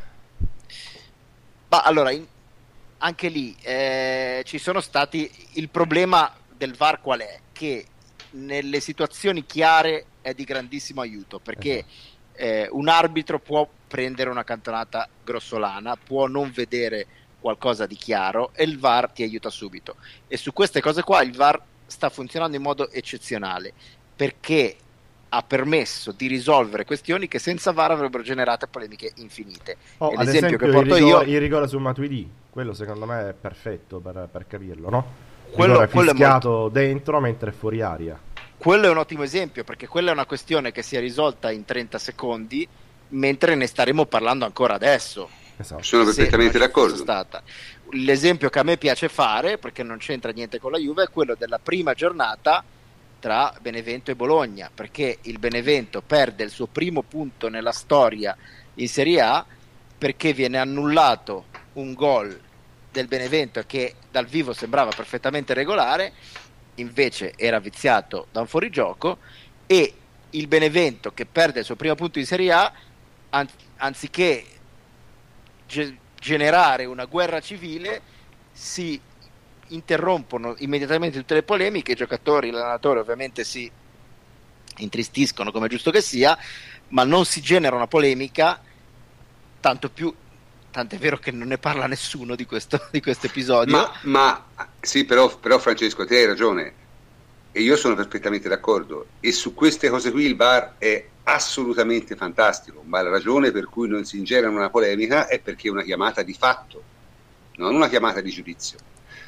ma allora in, anche lì eh, ci sono stati, il problema del V A R qual è? Che nelle situazioni chiare è di grandissimo aiuto, perché eh, un arbitro può prendere una cantonata grossolana, può non vedere qualcosa di chiaro e il V A R ti aiuta subito, e su queste cose qua il V A R sta funzionando in modo eccezionale, perché ha permesso di risolvere questioni che senza V A R avrebbero generato polemiche infinite. Oh, e ad l'esempio esempio che porto il rigore, io il rigore su Matuidi, quello secondo me è perfetto per, per capirlo, no? Il Quello- rigore quello è fischiato molto... dentro mentre è fuori aria. quello è un ottimo esempio, perché quella è una questione che si è risolta in trenta secondi, mentre ne staremo parlando ancora adesso. Esatto. Sono perfettamente se non ci fosse d'accordo. stata. L'esempio che a me piace fare, perché non c'entra niente con la Juve, è quello della prima giornata tra Benevento e Bologna, perché il Benevento perde il suo primo punto nella storia in Serie A perché viene annullato un gol del Benevento che dal vivo sembrava perfettamente regolare, invece era viziato da un fuorigioco, e il Benevento che perde il suo primo punto in Serie A, an- anziché ge- generare una guerra civile, si interrompono immediatamente tutte le polemiche, i giocatori, l'allenatore ovviamente si intristiscono come è giusto che sia, ma non si genera una polemica, tanto più, tant'è vero che non ne parla nessuno di questo di questo episodio. Ma, ma sì, però, però Francesco, te hai ragione e io sono perfettamente d'accordo, e su queste cose qui il V A R è assolutamente fantastico, ma la ragione per cui non si ingenera una polemica è perché è una chiamata di fatto, non una chiamata di giudizio.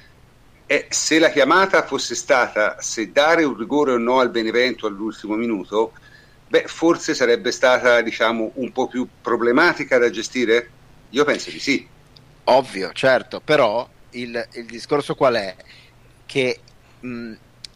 E se la chiamata fosse stata se dare un rigore o no al Benevento all'ultimo minuto, beh, forse sarebbe stata, diciamo, un po' più problematica da gestire? Io penso di sì. Ovvio, certo, però il, il discorso qual è? Che mh,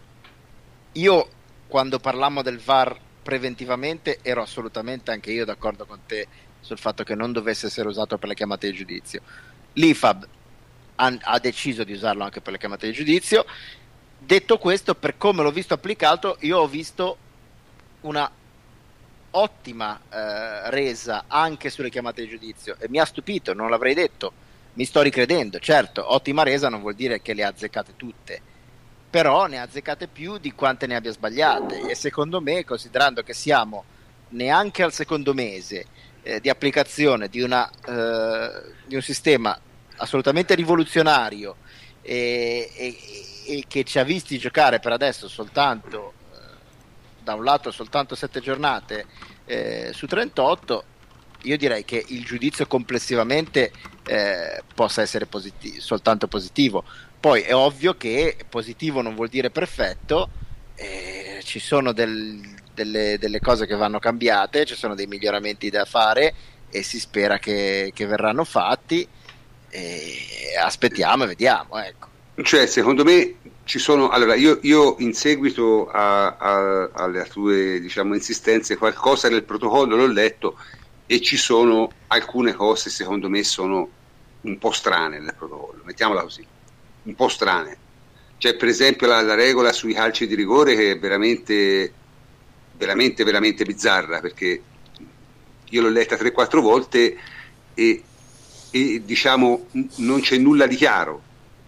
io quando parlammo del V A R preventivamente ero assolutamente anche io d'accordo con te sul fatto che non dovesse essere usato per le chiamate di giudizio. L'I F A B ha, ha deciso di usarlo anche per le chiamate di giudizio. Detto questo, per come l'ho visto applicato, io ho visto una ottima eh, resa anche sulle chiamate di giudizio e mi ha stupito, non l'avrei detto, mi sto ricredendo. Certo, ottima resa non vuol dire che le ha azzeccate tutte, però ne ha azzeccate più di quante ne abbia sbagliate, e secondo me, considerando che siamo neanche al secondo mese eh, di applicazione di, una, eh, di un sistema assolutamente rivoluzionario e, e, e che ci ha visti giocare per adesso soltanto da un lato soltanto sette giornate eh, su trentotto, io direi che il giudizio complessivamente eh, possa essere positivo, soltanto positivo. Poi è ovvio che positivo non vuol dire perfetto, eh, ci sono del, delle, delle cose che vanno cambiate, ci sono dei miglioramenti da fare e si spera che, che verranno fatti, e aspettiamo e vediamo, ecco. Cioè, secondo me ci sono, allora io, io in seguito a, a, alle tue, diciamo, insistenze, qualcosa nel protocollo l'ho letto e ci sono alcune cose secondo me sono un po' strane nel protocollo, mettiamola così, un po' strane. Cioè, per esempio la, la regola sui calci di rigore, che è veramente veramente veramente bizzarra, perché io l'ho letta tre quattro volte e, e diciamo non c'è nulla di chiaro,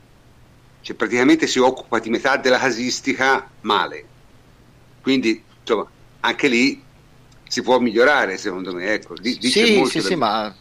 cioè praticamente si occupa di metà della casistica male, quindi insomma anche lì si può migliorare, secondo me, ecco. Lì, lì c'è Sì, molto sì, da... sì, ma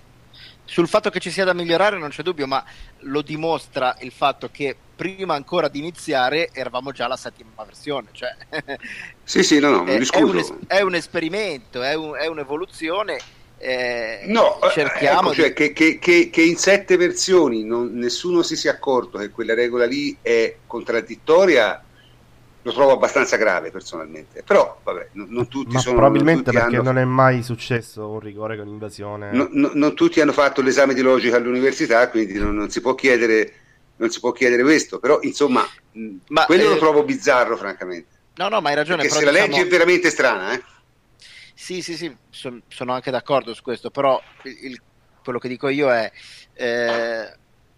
sul fatto che ci sia da migliorare non c'è dubbio, ma lo dimostra il fatto che prima ancora di iniziare eravamo già alla settima versione, cioè Sì, sì, no, no, non è, è, discuto. un, es- è un esperimento, è, un- è un'evoluzione. eh, No, eh, cerchiamo ecco, cioè di... che, che- che- che in sette versioni non- nessuno si sia accorto che quella regola lì è contraddittoria, lo trovo abbastanza grave personalmente. Però, vabbè, non, non tutti Ma sono... probabilmente non tutti perché hanno, non è mai successo un rigore con invasione. no- no- non tutti hanno fatto l'esame di logica all'università, quindi non, non si può chiedere, non si può chiedere questo. Però, insomma, mh, Ma, quello eh, lo trovo bizzarro, francamente. No, no, ma hai ragione. Perché Però se la diciamo... legge è veramente strana, eh? Sì, sì, sì, son- sono anche d'accordo su questo, però il- il- quello che dico io è eh,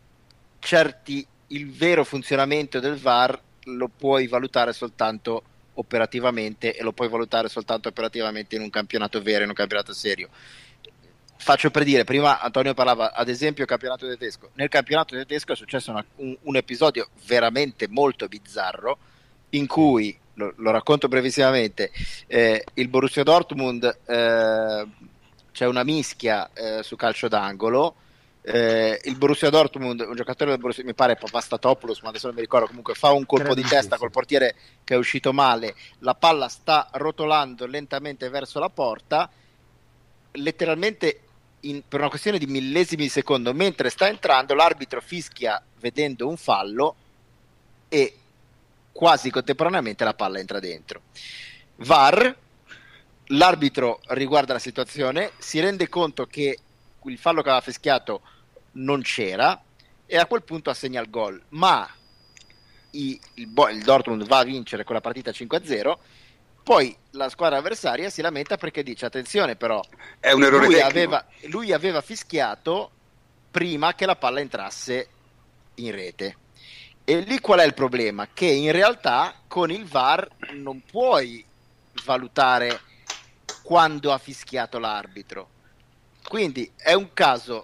certi il vero funzionamento del V A R lo puoi valutare soltanto operativamente, e lo puoi valutare soltanto operativamente in un campionato vero, in un campionato serio. Faccio per dire, prima Antonio parlava ad esempio del campionato tedesco. Nel campionato tedesco è successo una- un, un episodio veramente molto bizzarro in cui, lo, lo racconto brevissimamente, eh, il Borussia Dortmund, eh, c'è una mischia eh, su calcio d'angolo, eh, il Borussia Dortmund, un giocatore del Borussia, mi pare Papastatopoulos, ma adesso non mi ricordo, comunque fa un colpo Credo di di testa sì, col sì. portiere che è uscito male, la palla sta rotolando lentamente verso la porta, letteralmente in- per una questione di millesimi di secondo, mentre sta entrando l'arbitro fischia vedendo un fallo e quasi contemporaneamente la palla entra dentro. V A R, l'arbitro riguarda la situazione, si rende conto che il fallo che aveva fischiato non c'era e a quel punto assegna il gol, ma i- il, Bo- il Dortmund va a vincere quella partita cinque a zero. Poi la squadra avversaria si lamenta perché dice: attenzione, però È un errore lui tecnico. aveva, lui aveva fischiato prima che la palla entrasse in rete. E lì qual è il problema? Che in realtà con il V A R non puoi valutare quando ha fischiato l'arbitro. Quindi è un caso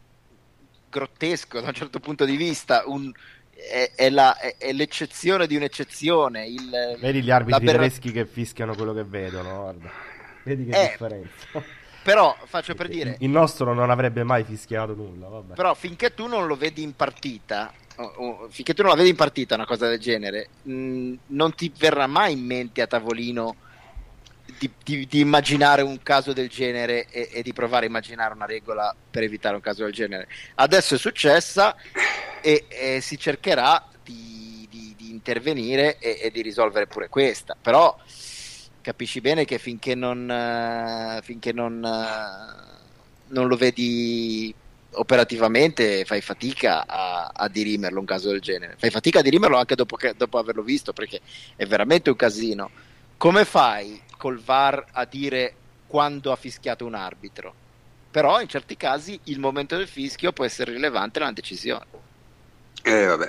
grottesco da un certo punto di vista, un, è, è, la, è, è l'eccezione di un'eccezione. Il, Vedi gli arbitri l'aberra- tedeschi che fischiano quello che vedono, guarda. Vedi che Eh, differenza. Però faccio per dire, Il nostro non avrebbe mai fischiato nulla, vabbè. però finché tu non lo vedi in partita, o- o- finché tu non la vedi in partita una cosa del genere, mh, non ti verrà mai in mente a tavolino di, di- di immaginare un caso del genere e, e di provare a immaginare una regola per evitare un caso del genere. Adesso è successa e, e si cercherà di, di- di intervenire e, e di risolvere pure questa, però capisci bene che finché non, eh, finché non, eh, non lo vedi operativamente fai fatica a, a dirimerlo un caso del genere, fai fatica a dirimerlo anche dopo, che, dopo averlo visto, perché è veramente un casino. Come fai col V A R a dire quando ha fischiato un arbitro? Però in certi casi il momento del fischio può essere rilevante nella decisione. Eh, vabbè.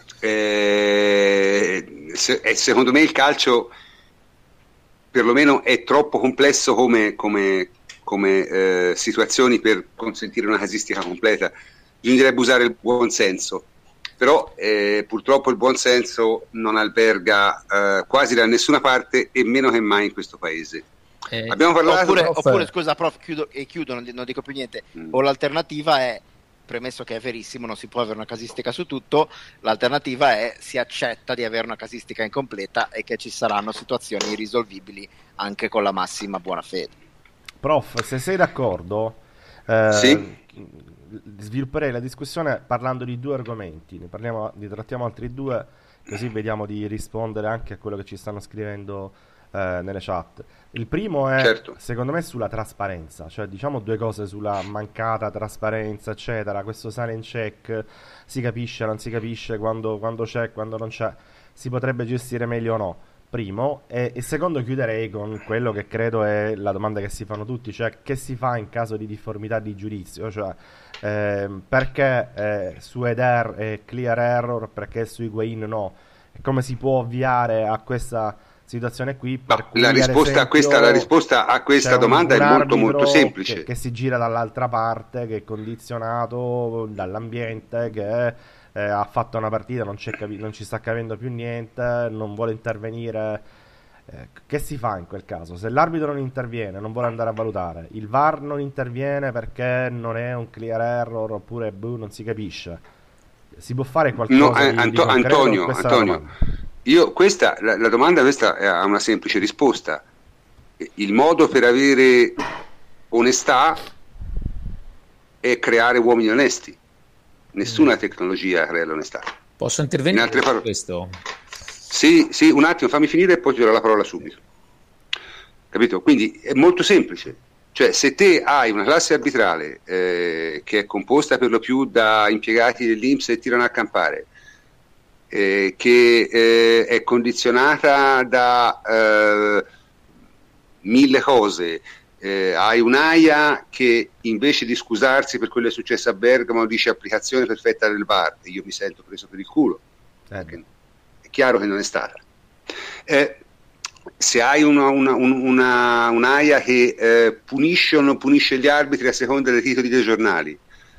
Eh, se- eh, secondo me il calcio perlomeno è troppo complesso come, come, come eh, situazioni per consentire una casistica completa. Bisognerebbe usare il buon senso, però eh, purtroppo il buon senso non alberga eh, quasi da nessuna parte e meno che mai in questo paese. Eh, Abbiamo parlato Oppure, prof. oppure scusa prof, chiudo, e chiudo, non, non dico più niente. Mm. O l'alternativa è, premesso che è verissimo, non si può avere una casistica su tutto, l'alternativa è si accetta di avere una casistica incompleta e che ci saranno situazioni irrisolvibili anche con la massima buona fede. Prof, se sei d'accordo, eh, Sì. svilupperei la discussione parlando di due argomenti. Ne parliamo, ne trattiamo altri due, così vediamo di rispondere anche a quello che ci stanno scrivendo eh, nelle chat. Il primo è, Certo. secondo me, sulla trasparenza, cioè diciamo due cose sulla mancata trasparenza, eccetera. Questo silent check, si capisce, non si capisce, quando, quando c'è, quando non c'è, si potrebbe gestire meglio o no. Primo, e, e secondo chiuderei con quello che credo è la domanda che si fanno tutti, cioè che si fa in caso di difformità di giudizio, cioè ehm, perché eh, su Eder è clear error, perché su Higuain no, e come si può ovviare a questa situazione qui. Per cui, la, risposta esempio, a questa, la risposta a questa domanda è molto molto semplice. Che, che si gira dall'altra parte, che è condizionato dall'ambiente, che eh, ha fatto una partita, non, c'è capi- non ci sta capendo più niente, non vuole intervenire. Eh, che si fa in quel caso? Se l'arbitro non interviene, non vuole andare a valutare, il V A R non interviene perché non è un clear error oppure boh, non si capisce, si può fare qualcosa no, di, Anto- di concreto? Antonio, Questa Antonio io questa la, la domanda questa ha una semplice risposta: il modo per avere onestà è creare uomini onesti. Nessuna mm. tecnologia crea l'onestà. Posso intervenire in altre parole, questo? Sì, sì, un attimo, fammi finire e poi ti do la parola subito. Capito? Quindi è molto semplice. Cioè, se te hai una classe arbitrale eh, che è composta per lo più da impiegati dell'I N P S e tirano a campare, eh, che eh, è condizionata da eh, mille cose, eh, hai un'AIA che invece di scusarsi per quello che è successo a Bergamo dice applicazione perfetta del V A R, e io mi sento preso per il culo. Eh. Chiaro che non è stata. Eh, se hai una, una, una, un'AIA che eh, punisce o non punisce gli arbitri a seconda dei titoli dei giornali,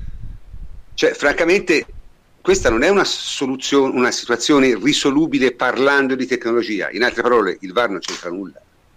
cioè francamente questa non è una soluzione, una situazione risolubile parlando di tecnologia. In altre parole, il V A R non c'entra nulla,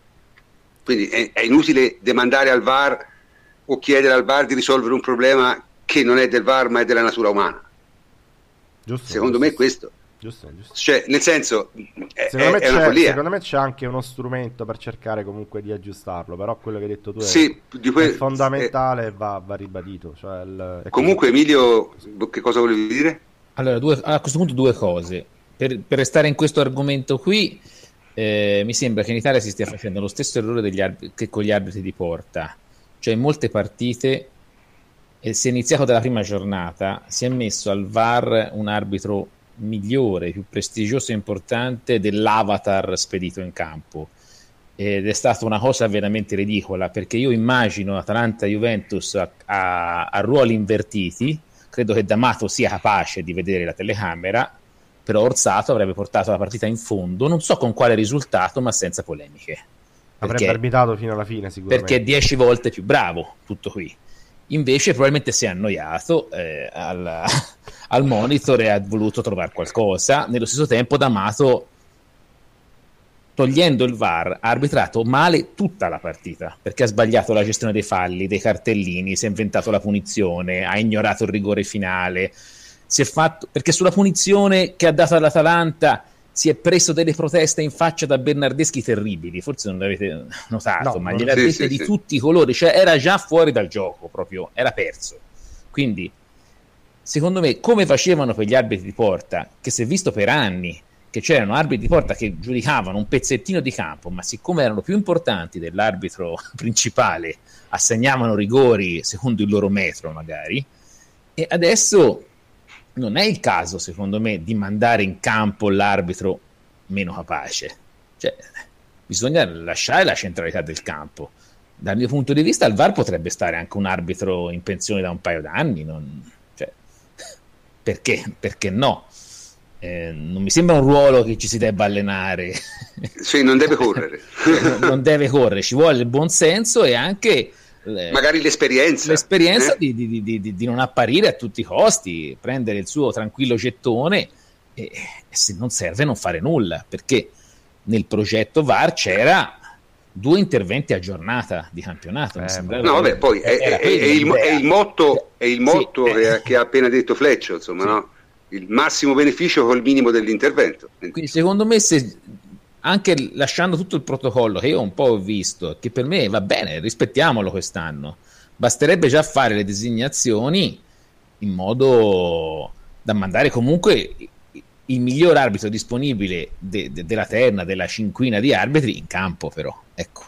quindi è, è inutile demandare al V A R o chiedere al V A R di risolvere un problema che non è del V A R ma è della natura umana. Giusto, secondo giusto. me questo Giusto, giusto. Cioè, nel senso, è, secondo, è, me è una follia. Secondo me c'è anche uno strumento per cercare comunque di aggiustarlo, però quello che hai detto tu è, sì, di que- è fondamentale e va, va ribadito. Cioè il, comunque, così. Emilio, che cosa volevi dire? Allora, due, a questo punto due cose. Per, per restare in questo argomento qui, eh, mi sembra che in Italia si stia facendo lo stesso errore degli arbitri, che con gli arbitri di porta. Cioè, in molte partite, eh, si è iniziato dalla prima giornata, si è messo al V A R un arbitro migliore, più prestigioso e importante dell'avatar spedito in campo, ed è stata una cosa veramente ridicola, perché io immagino Atalanta-Juventus a, a, a ruoli invertiti. Credo che D'Amato sia capace di vedere la telecamera, però Orsato avrebbe portato la partita in fondo, non so con quale risultato, ma senza polemiche, avrebbe arbitrato fino alla fine sicuramente, perché è dieci volte più bravo, tutto qui. Invece probabilmente si è annoiato eh, al, al monitor e ha voluto trovare qualcosa. Nello stesso tempo D'Amato, togliendo il V A R, ha arbitrato male tutta la partita, perché ha sbagliato la gestione dei falli, dei cartellini, si è inventato la punizione, ha ignorato il rigore finale, si è fatto, perché sulla punizione che ha dato all'Atalanta si è preso delle proteste in faccia da Bernardeschi terribili, forse non l'avete notato, no, ma gliele ha dette sì, di sì. tutti i colori, cioè era già fuori dal gioco, proprio era perso. Quindi secondo me, come facevano per gli arbitri di porta, che si è visto per anni che c'erano arbitri di porta che giudicavano un pezzettino di campo, ma siccome erano più importanti dell'arbitro principale assegnavano rigori secondo il loro metro magari, e adesso non è il caso, secondo me, di mandare in campo l'arbitro meno capace. Cioè, bisogna lasciare la centralità del campo. Dal mio punto di vista, al V A R potrebbe stare anche un arbitro in pensione da un paio d'anni. Non, cioè, perché? Perché no? Eh, non mi sembra un ruolo che ci si debba allenare. Sì, non deve correre. Non deve correre, ci vuole il buon senso e anche magari l'esperienza l'esperienza eh? di, di, di, di non apparire a tutti i costi, prendere il suo tranquillo gettone e, e se non serve non fare nulla, perché nel progetto V A R c'era due interventi a giornata di campionato. Eh, mi no, vabbè, poi è, è, è, il, è il motto, è il motto sì, che, eh. che ha appena detto Fleccio, insomma, sì. No? Il massimo beneficio col minimo dell'intervento. Quindi secondo me, se anche lasciando tutto il protocollo che io un po' ho visto, che per me va bene, rispettiamolo quest'anno, basterebbe già fare le designazioni in modo da mandare comunque il miglior arbitro disponibile de- de- della terna, della cinquina di arbitri in campo, però ecco.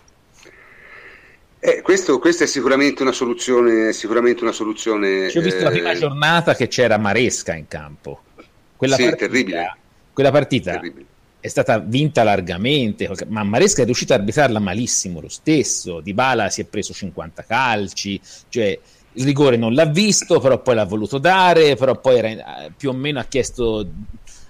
Eh, questo, questa è sicuramente una soluzione, sicuramente una soluzione. Ci ho visto eh... la prima giornata che c'era Maresca in campo, quella sì, partita, terribile. Quella partita terribile. È stata vinta largamente, ma Maresca è riuscito a arbitrarla malissimo lo stesso. Dybala si è preso cinquanta calci, cioè il rigore non l'ha visto, però poi l'ha voluto dare, però poi era, più o meno ha chiesto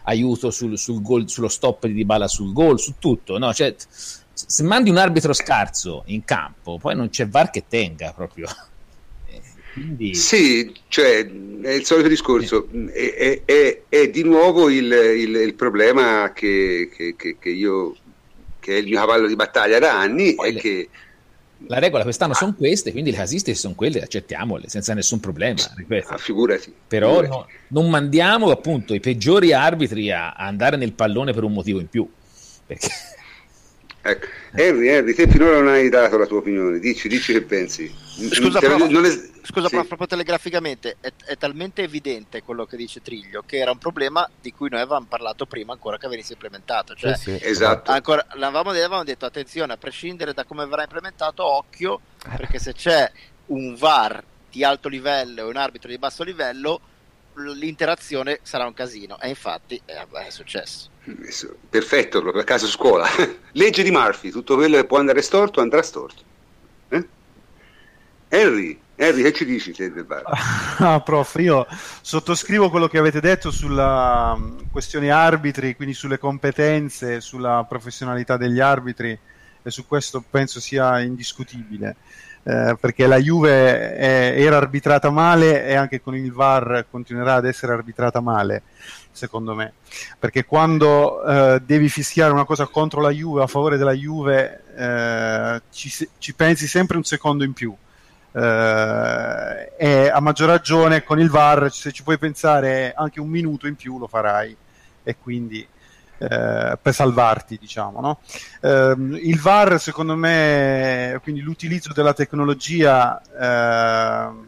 aiuto sul, sul gol, sullo stop di Dybala sul gol, su tutto, no? Cioè, se mandi un arbitro scarso in campo, poi non c'è V A R che tenga proprio. Quindi... Sì, cioè è il solito discorso, è, è, è, è di nuovo il, il, il problema che, che, che, che io che è il mio cavallo di battaglia da anni, è le, che la regola quest'anno ah, sono queste, quindi le casistiche sono quelle, accettiamole senza nessun problema, ripeto. Ah, figurati, però figurati. No, non mandiamo appunto i peggiori arbitri a, a andare nel pallone per un motivo in più, perché ecco. Henry, Henry, te finora non hai dato la tua opinione, dici, dici che pensi. Scusa, provo, non è... scusa sì. provo, proprio telegraficamente, è, è talmente evidente quello che dice Triglio che era un problema di cui noi avevamo parlato prima ancora che venisse implementato, cioè, sì, sì. Esatto. Ancora, l'avevamo, avevamo detto attenzione, a prescindere da come verrà implementato, occhio, perché se c'è un V A R di alto livello e un arbitro di basso livello, l'interazione sarà un casino, e infatti è, è successo. Perfetto, proprio a caso scuola. Legge di Murphy, tutto quello che può andare storto andrà storto. eh? Henry, Henry, che ci dici te del V A R? Ah, prof, io sottoscrivo quello che avete detto sulla questione arbitri, quindi sulle competenze, sulla professionalità degli arbitri, e su questo penso sia indiscutibile, eh, perché la Juve è, era arbitrata male e anche con il V A R continuerà ad essere arbitrata male, secondo me, perché quando eh, devi fischiare una cosa contro la Juve, a favore della Juve, eh, ci, ci pensi sempre un secondo in più. Uh, e a maggior ragione con il V A R, se ci puoi pensare anche un minuto in più lo farai, e quindi uh, per salvarti, diciamo, no? Uh, il V A R, secondo me, quindi l'utilizzo della tecnologia, uh,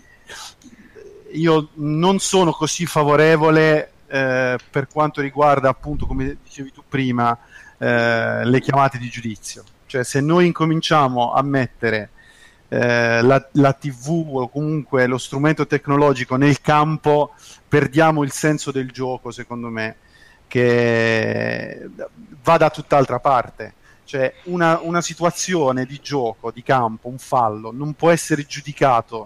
io non sono così favorevole uh, per quanto riguarda, appunto, come dicevi tu prima, uh, le chiamate di giudizio. Cioè, se noi incominciamo a mettere Eh, la, la tivù o comunque lo strumento tecnologico nel campo, perdiamo il senso del gioco, secondo me, che va da tutt'altra parte. Cioè una, una situazione di gioco, di campo, un fallo non può essere giudicato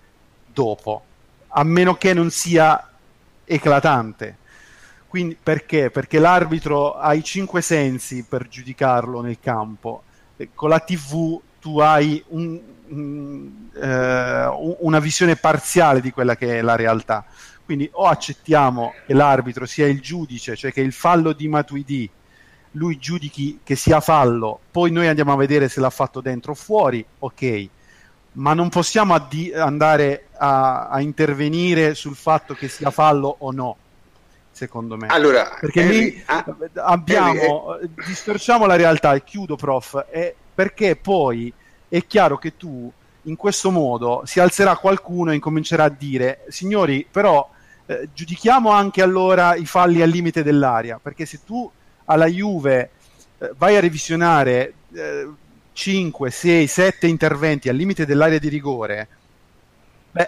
dopo, a meno che non sia eclatante. Quindi perché? Perché l'arbitro ha i cinque sensi per giudicarlo nel campo, e con la tivù tu hai un, un, eh, una visione parziale di quella che è la realtà. Quindi o accettiamo che l'arbitro sia il giudice, cioè che il fallo di Matuidi lui giudichi che sia fallo, poi noi andiamo a vedere se l'ha fatto dentro o fuori, ok, ma non possiamo addi- andare a, a intervenire sul fatto che sia fallo o no, secondo me. Allora, perché Henry, lì ah, abbiamo Henry, distorciamo la realtà, e chiudo, prof, e perché poi è chiaro che tu in questo modo si alzerà qualcuno e incomincerà a dire: signori, però eh, giudichiamo anche allora i falli al limite dell'area, perché se tu alla Juve eh, vai a revisionare eh, cinque, sei, sette interventi al limite dell'area di rigore, beh,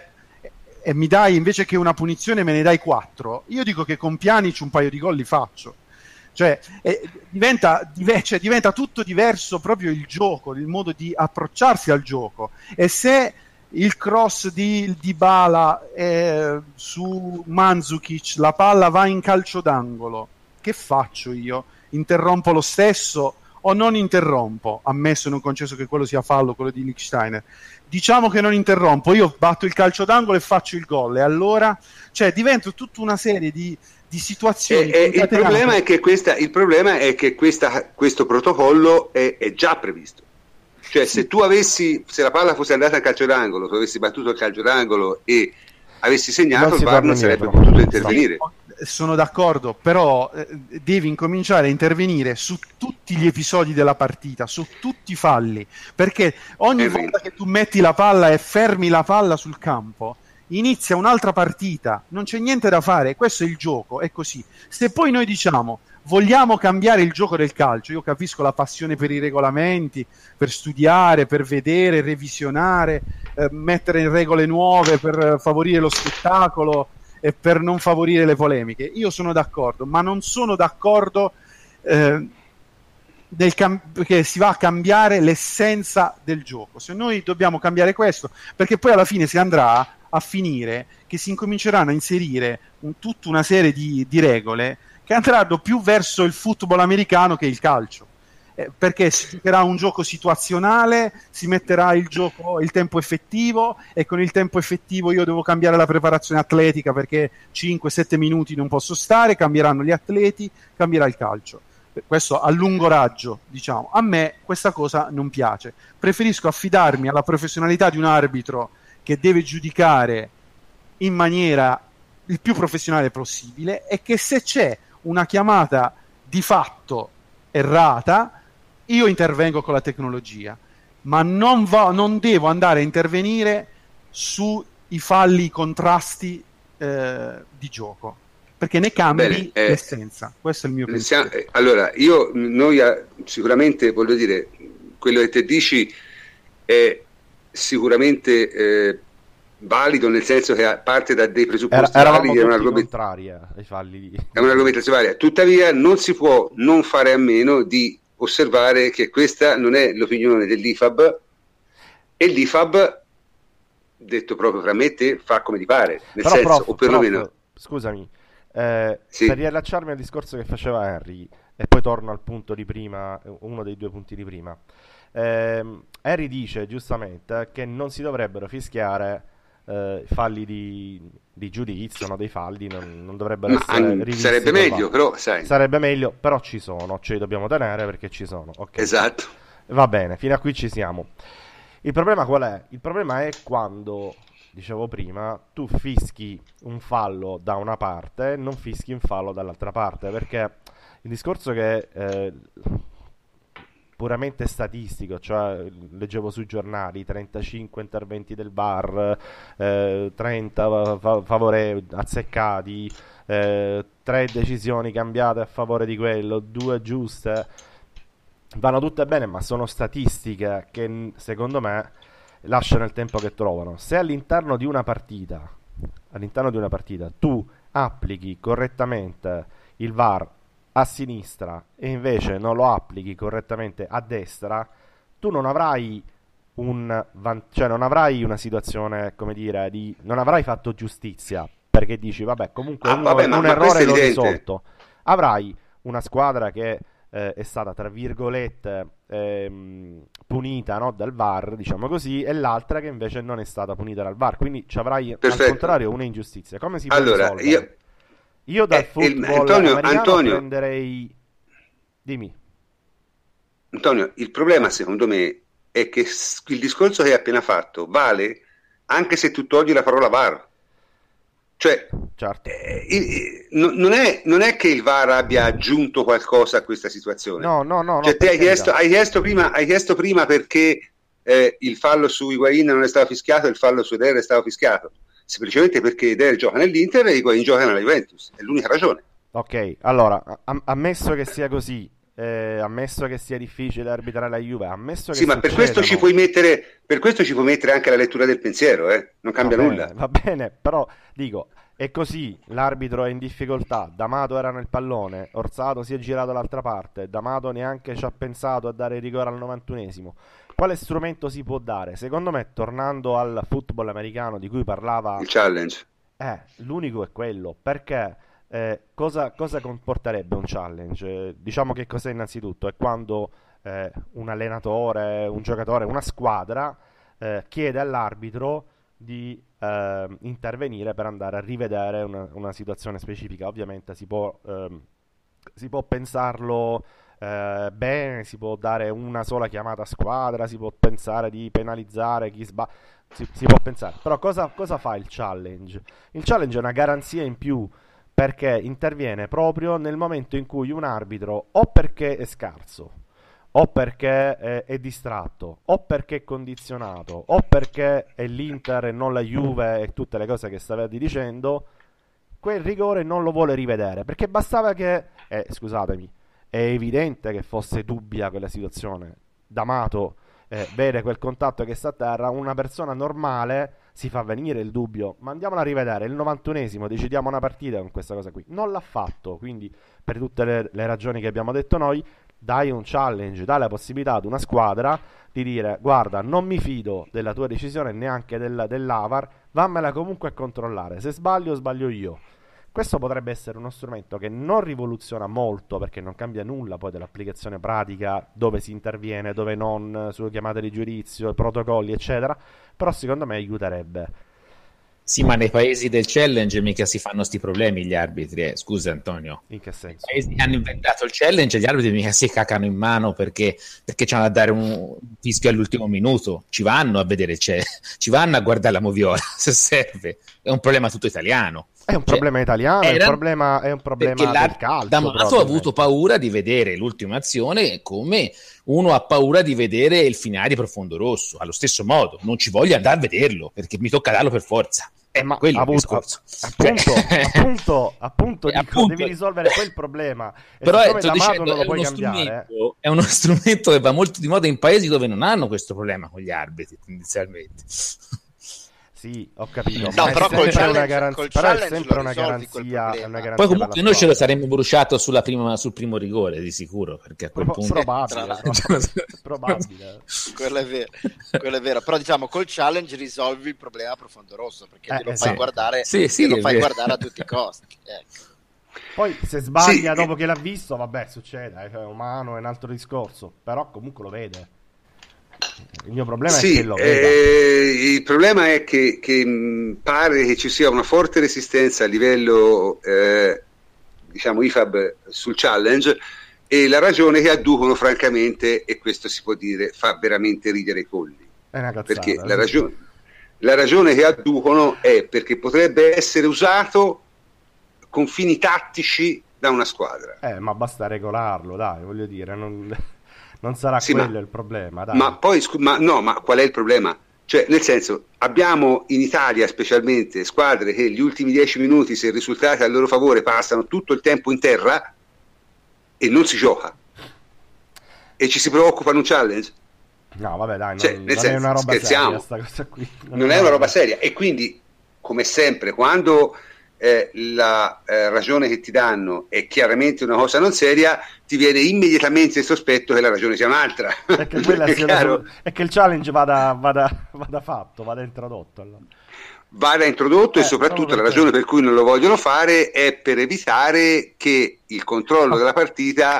e mi dai, invece che una punizione me ne dai quattro, io dico che con Pjanic un paio di gol li faccio. Cioè, eh, diventa, dive, cioè diventa tutto diverso proprio il gioco, il modo di approcciarsi al gioco. E se il cross di Dybala eh, su Mandzukic, la palla va in calcio d'angolo, che faccio io? Interrompo lo stesso o non interrompo? Ammesso e non concesso che quello sia fallo, quello di Lichtsteiner. Diciamo che non interrompo, io batto il calcio d'angolo e faccio il gol, e allora, cioè, diventa tutta una serie di di situazioni. E, e il problema è che questa il problema è che questa, questo protocollo è, è già previsto. Cioè, sì, se tu avessi, se la palla fosse andata al calcio d'angolo, tu avessi battuto il calcio d'angolo e avessi segnato, il V A R non sarebbe potuto intervenire. Sono d'accordo, però eh, devi incominciare a intervenire su tutti gli episodi della partita, su tutti i falli, perché ogni Henry. volta che tu metti la palla e fermi la palla sul campo, inizia un'altra partita, non c'è niente da fare, questo è il gioco, è così. Se poi noi diciamo vogliamo cambiare il gioco del calcio, io capisco la passione per i regolamenti, per studiare, per vedere, revisionare, eh, mettere in regole nuove per favorire lo spettacolo e per non favorire le polemiche, io sono d'accordo, ma non sono d'accordo eh, del cam- che si va a cambiare l'essenza del gioco. Se noi dobbiamo cambiare questo, perché poi alla fine si andrà a finire che si incominceranno a inserire un, tutta una serie di, di regole che andranno più verso il football americano che il calcio. Eh, perché si giocherà un gioco situazionale, si metterà il gioco, il tempo effettivo, e con il tempo effettivo io devo cambiare la preparazione atletica perché cinque sette minuti non posso stare, cambieranno gli atleti, cambierà il calcio. Questo a lungo raggio, diciamo. A me questa cosa non piace. Preferisco affidarmi alla professionalità di un arbitro che deve giudicare in maniera il più professionale possibile, e che se c'è una chiamata di fatto errata io intervengo con la tecnologia, ma non, va, non devo andare a intervenire sui falli, i contrasti eh, di gioco, perché ne cambi Bene, eh, l'essenza. Questo è il mio pensiero. Siamo, allora, io noi sicuramente, voglio dire, quello che te dici è sicuramente eh, valido, nel senso che parte da dei presupposti Era, validi, è un argomento contraria ai falli di... è un'argomentazione varia. Tuttavia non si può non fare a meno di osservare che questa non è l'opinione dell'I F A B, e l'I F A B, detto proprio tra me e te, fa come ti pare, nel però, senso, prof, o perlomeno prof, scusami, eh, sì. per riallacciarmi al discorso che faceva Henry, e poi torno al punto di prima, uno dei due punti di prima. eh, Henry dice giustamente che non si dovrebbero fischiare eh, falli di, di giudizio, no, dei falli non, non dovrebbero Ma essere an- rivisti. sarebbe meglio, però sai, sarebbe meglio, però ci sono, ce li dobbiamo tenere perché ci sono. Okay. Esatto. Va bene, fino a qui ci siamo. Il problema qual è? Il problema è quando, dicevo prima, tu fischi un fallo da una parte e non fischi un fallo dall'altra parte, perché il discorso che è puramente statistico, cioè leggevo sui giornali trentacinque interventi del V A R, eh, trenta fa- favore azzeccati, eh, tre decisioni cambiate a favore di quello, due giuste, vanno tutte bene, ma sono statistiche che secondo me lasciano il tempo che trovano. Se all'interno di una partita, all'interno di una partita tu applichi correttamente il V A R a sinistra e invece non lo applichi correttamente a destra, tu non avrai un van- cioè non avrai una situazione, come dire, di non avrai fatto giustizia, perché dici vabbè, comunque ah, uno, vabbè, ma, un ma errore l'ho evidente. risolto. Avrai una squadra che eh, è stata tra virgolette ehm, punita, no, dal V A R, diciamo così, e l'altra che invece non è stata punita dal V A R, quindi ci avrai Perfetto. al contrario una ingiustizia. Come si può allora, risolvere? io Io dal eh, football il, Antonio, americano Antonio, prenderei... Dimmi. Antonio, il problema secondo me è che il discorso che hai appena fatto vale anche se tu togli la parola V A R. Cioè, certo. eh, il, non, è, non è che il V A R abbia aggiunto qualcosa a questa situazione. No, no, no. Cioè, no, te hai chiesto, hai, chiesto prima, hai chiesto prima perché eh, il fallo su Higuain non è stato fischiato e il fallo su Eder è stato fischiato. Semplicemente perché Eder gioca nell'Inter e Higuain gioca nella Juventus. È l'unica ragione. Ok, allora, am- ammesso che sia così, eh, ammesso che sia difficile arbitrare la Juve, ammesso che sì, ma per questo ci puoi mettere per questo ci puoi mettere anche la lettura del pensiero, eh? Non cambia va nulla. Bene, va bene, però dico, è così, l'arbitro è in difficoltà, D'Amato era nel pallone, Orsato si è girato dall'altra parte, D'Amato neanche ci ha pensato a dare il rigore al novantunesimo. Quale strumento si può dare? Secondo me, tornando al football americano di cui parlava... Il challenge. Eh, l'unico è quello, perché eh, cosa, cosa comporterebbe un challenge? Eh, diciamo che cos'è innanzitutto? È quando eh, un allenatore, un giocatore, una squadra eh, chiede all'arbitro di eh, intervenire per andare a rivedere una, una situazione specifica. Ovviamente si può, ehm, si può pensarlo eh, bene, si può dare una sola chiamata a squadra, si può pensare di penalizzare chi sbaglia, si, si può pensare. Però cosa, cosa fa il challenge? Il challenge è una garanzia in più, perché interviene proprio nel momento in cui un arbitro, o perché è scarso, o perché è, è distratto, o perché è condizionato, o perché è l'Inter e non la Juve e tutte le cose che stavate dicendo, quel rigore non lo vuole rivedere, perché bastava che, eh, scusatemi, è evidente che fosse dubbia quella situazione. D'Amato eh, vede quel contatto che sta a terra, una persona normale si fa venire il dubbio, ma andiamola a rivedere, il novantunesimo decidiamo una partita con questa cosa qui. Non l'ha fatto, quindi per tutte le, le ragioni che abbiamo detto noi, dai un challenge, dai la possibilità ad una squadra di dire guarda, non mi fido della tua decisione, neanche del, dell'A V A R, vammela comunque a controllare, se sbaglio sbaglio io. Questo potrebbe essere uno strumento che non rivoluziona molto, perché non cambia nulla poi dell'applicazione pratica, dove si interviene, dove non, sulle chiamate di giudizio, i protocolli, eccetera, però secondo me aiuterebbe. Sì, ma nei paesi del challenge mica si fanno sti problemi gli arbitri, eh. Scusa Antonio. In che senso? I paesi che hanno inventato il challenge, gli arbitri mica si cacano in mano perché, perché c'hanno da dare un fischio all'ultimo minuto. Ci vanno a vedere il challenge, ci vanno a guardare la moviola, se serve. È un problema tutto italiano. È un Cioè, problema italiano, era... è un problema, è un problema perché del calcio. D'Amato ha avuto paura di vedere l'ultima azione come uno ha paura di vedere il finale di Profondo Rosso. Allo stesso modo, non ci voglio andare a vederlo perché mi tocca darlo per forza. Eh, ma quello avuto, è il discorso. Appunto, Cioè... appunto, appunto, dico, appunto, devi risolvere quel problema. E però è, dicendo, non lo è, puoi uno cambiare. è uno strumento che va molto di moda in paesi dove non hanno questo problema con gli arbitri, tendenzialmente. Sì, ho capito. No, ma però è sempre challenge, una garanzia, però è sempre una garanzia, è una garanzia. Poi comunque noi ce lo saremmo bruciato sulla prima, sul primo rigore di sicuro, perché a quel Pro- punto probabile, probabile, probabile. Quello è vero, quello è vero. Però diciamo col challenge risolvi il problema a Profondo Rosso, perché eh, te lo esatto. fai guardare, sì, sì, te lo fai vero. guardare a tutti i costi. Ecco. Poi se sbaglia sì, dopo che l'ha visto, vabbè, succede, è umano, è un altro discorso, però comunque lo vede. Il mio problema sì, è che lo veda. Eh, il problema è che, che mh, pare che ci sia una forte resistenza a livello eh, diciamo I F A B sul challenge, e la ragione che adducono francamente, e questo si può dire, fa veramente ridere i polli. È una cazzata, perché eh. la ragione, la ragione che adducono è perché potrebbe essere usato con fini tattici da una squadra. Eh, ma basta regolarlo, dai, voglio dire, non... Non sarà sì, quello ma, il problema, dai. Ma poi, ma no, ma qual è il problema? Cioè, nel senso, abbiamo in Italia specialmente squadre che gli ultimi dieci minuti, se il risultato è a loro favore, passano tutto il tempo in terra e non si gioca. E ci si preoccupa in un challenge? No, vabbè, dai, non, cioè, non senso, è una roba scherziamo. seria sta cosa qui. Non, non è una roba seria. E quindi, come sempre, quando eh, la eh, ragione che ti danno è chiaramente una cosa non seria, ti viene immediatamente il sospetto che la ragione sia un'altra. È che, quella è, sia da, è che il challenge vada, vada, vada fatto, vada introdotto. Allora. Vada introdotto eh, e soprattutto la ragione per cui non lo vogliono fare è per evitare che il controllo della partita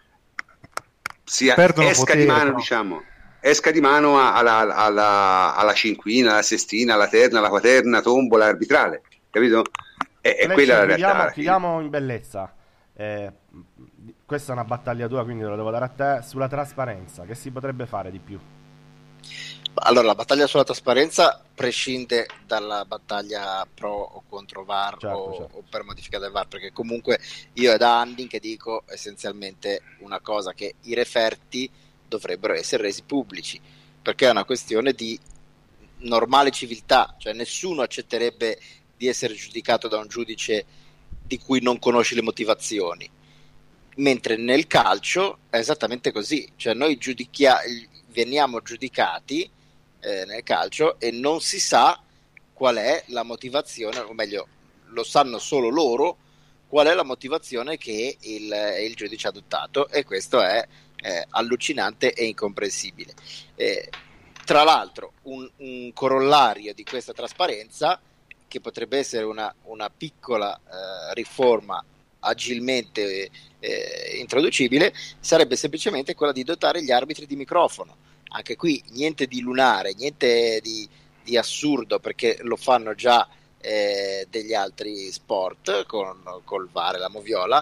sia, esca potere, di mano, però. diciamo, esca di mano alla, alla, alla cinquina, alla sestina, alla terna, alla quaterna, tombola arbitrale, capito? È, è quella la realtà. Chiudiamo, chiudiamo in bellezza. Eh, questa è una battaglia tua, quindi lo devo dare a te. Sulla trasparenza, che si potrebbe fare di più? Allora, la battaglia sulla trasparenza prescinde dalla battaglia pro o contro V A R, certo, o, certo. o per modifica del V A R, perché comunque io è da anni che dico essenzialmente una cosa, che i referti dovrebbero essere resi pubblici, perché è una questione di normale civiltà, cioè nessuno accetterebbe di essere giudicato da un giudice di cui non conosci le motivazioni, mentre nel calcio è esattamente così, cioè noi giudichia- veniamo giudicati eh, nel calcio e non si sa qual è la motivazione, o meglio lo sanno solo loro qual è la motivazione che il, il giudice ha adottato, e questo è eh, allucinante e incomprensibile. Eh, tra l'altro un, un corollario di questa trasparenza, che potrebbe essere una, una piccola eh, riforma agilmente eh, introducibile, sarebbe semplicemente quella di dotare gli arbitri di microfono. Anche qui niente di lunare, niente di, di assurdo, perché lo fanno già eh, degli altri sport con col V A R e la moviola,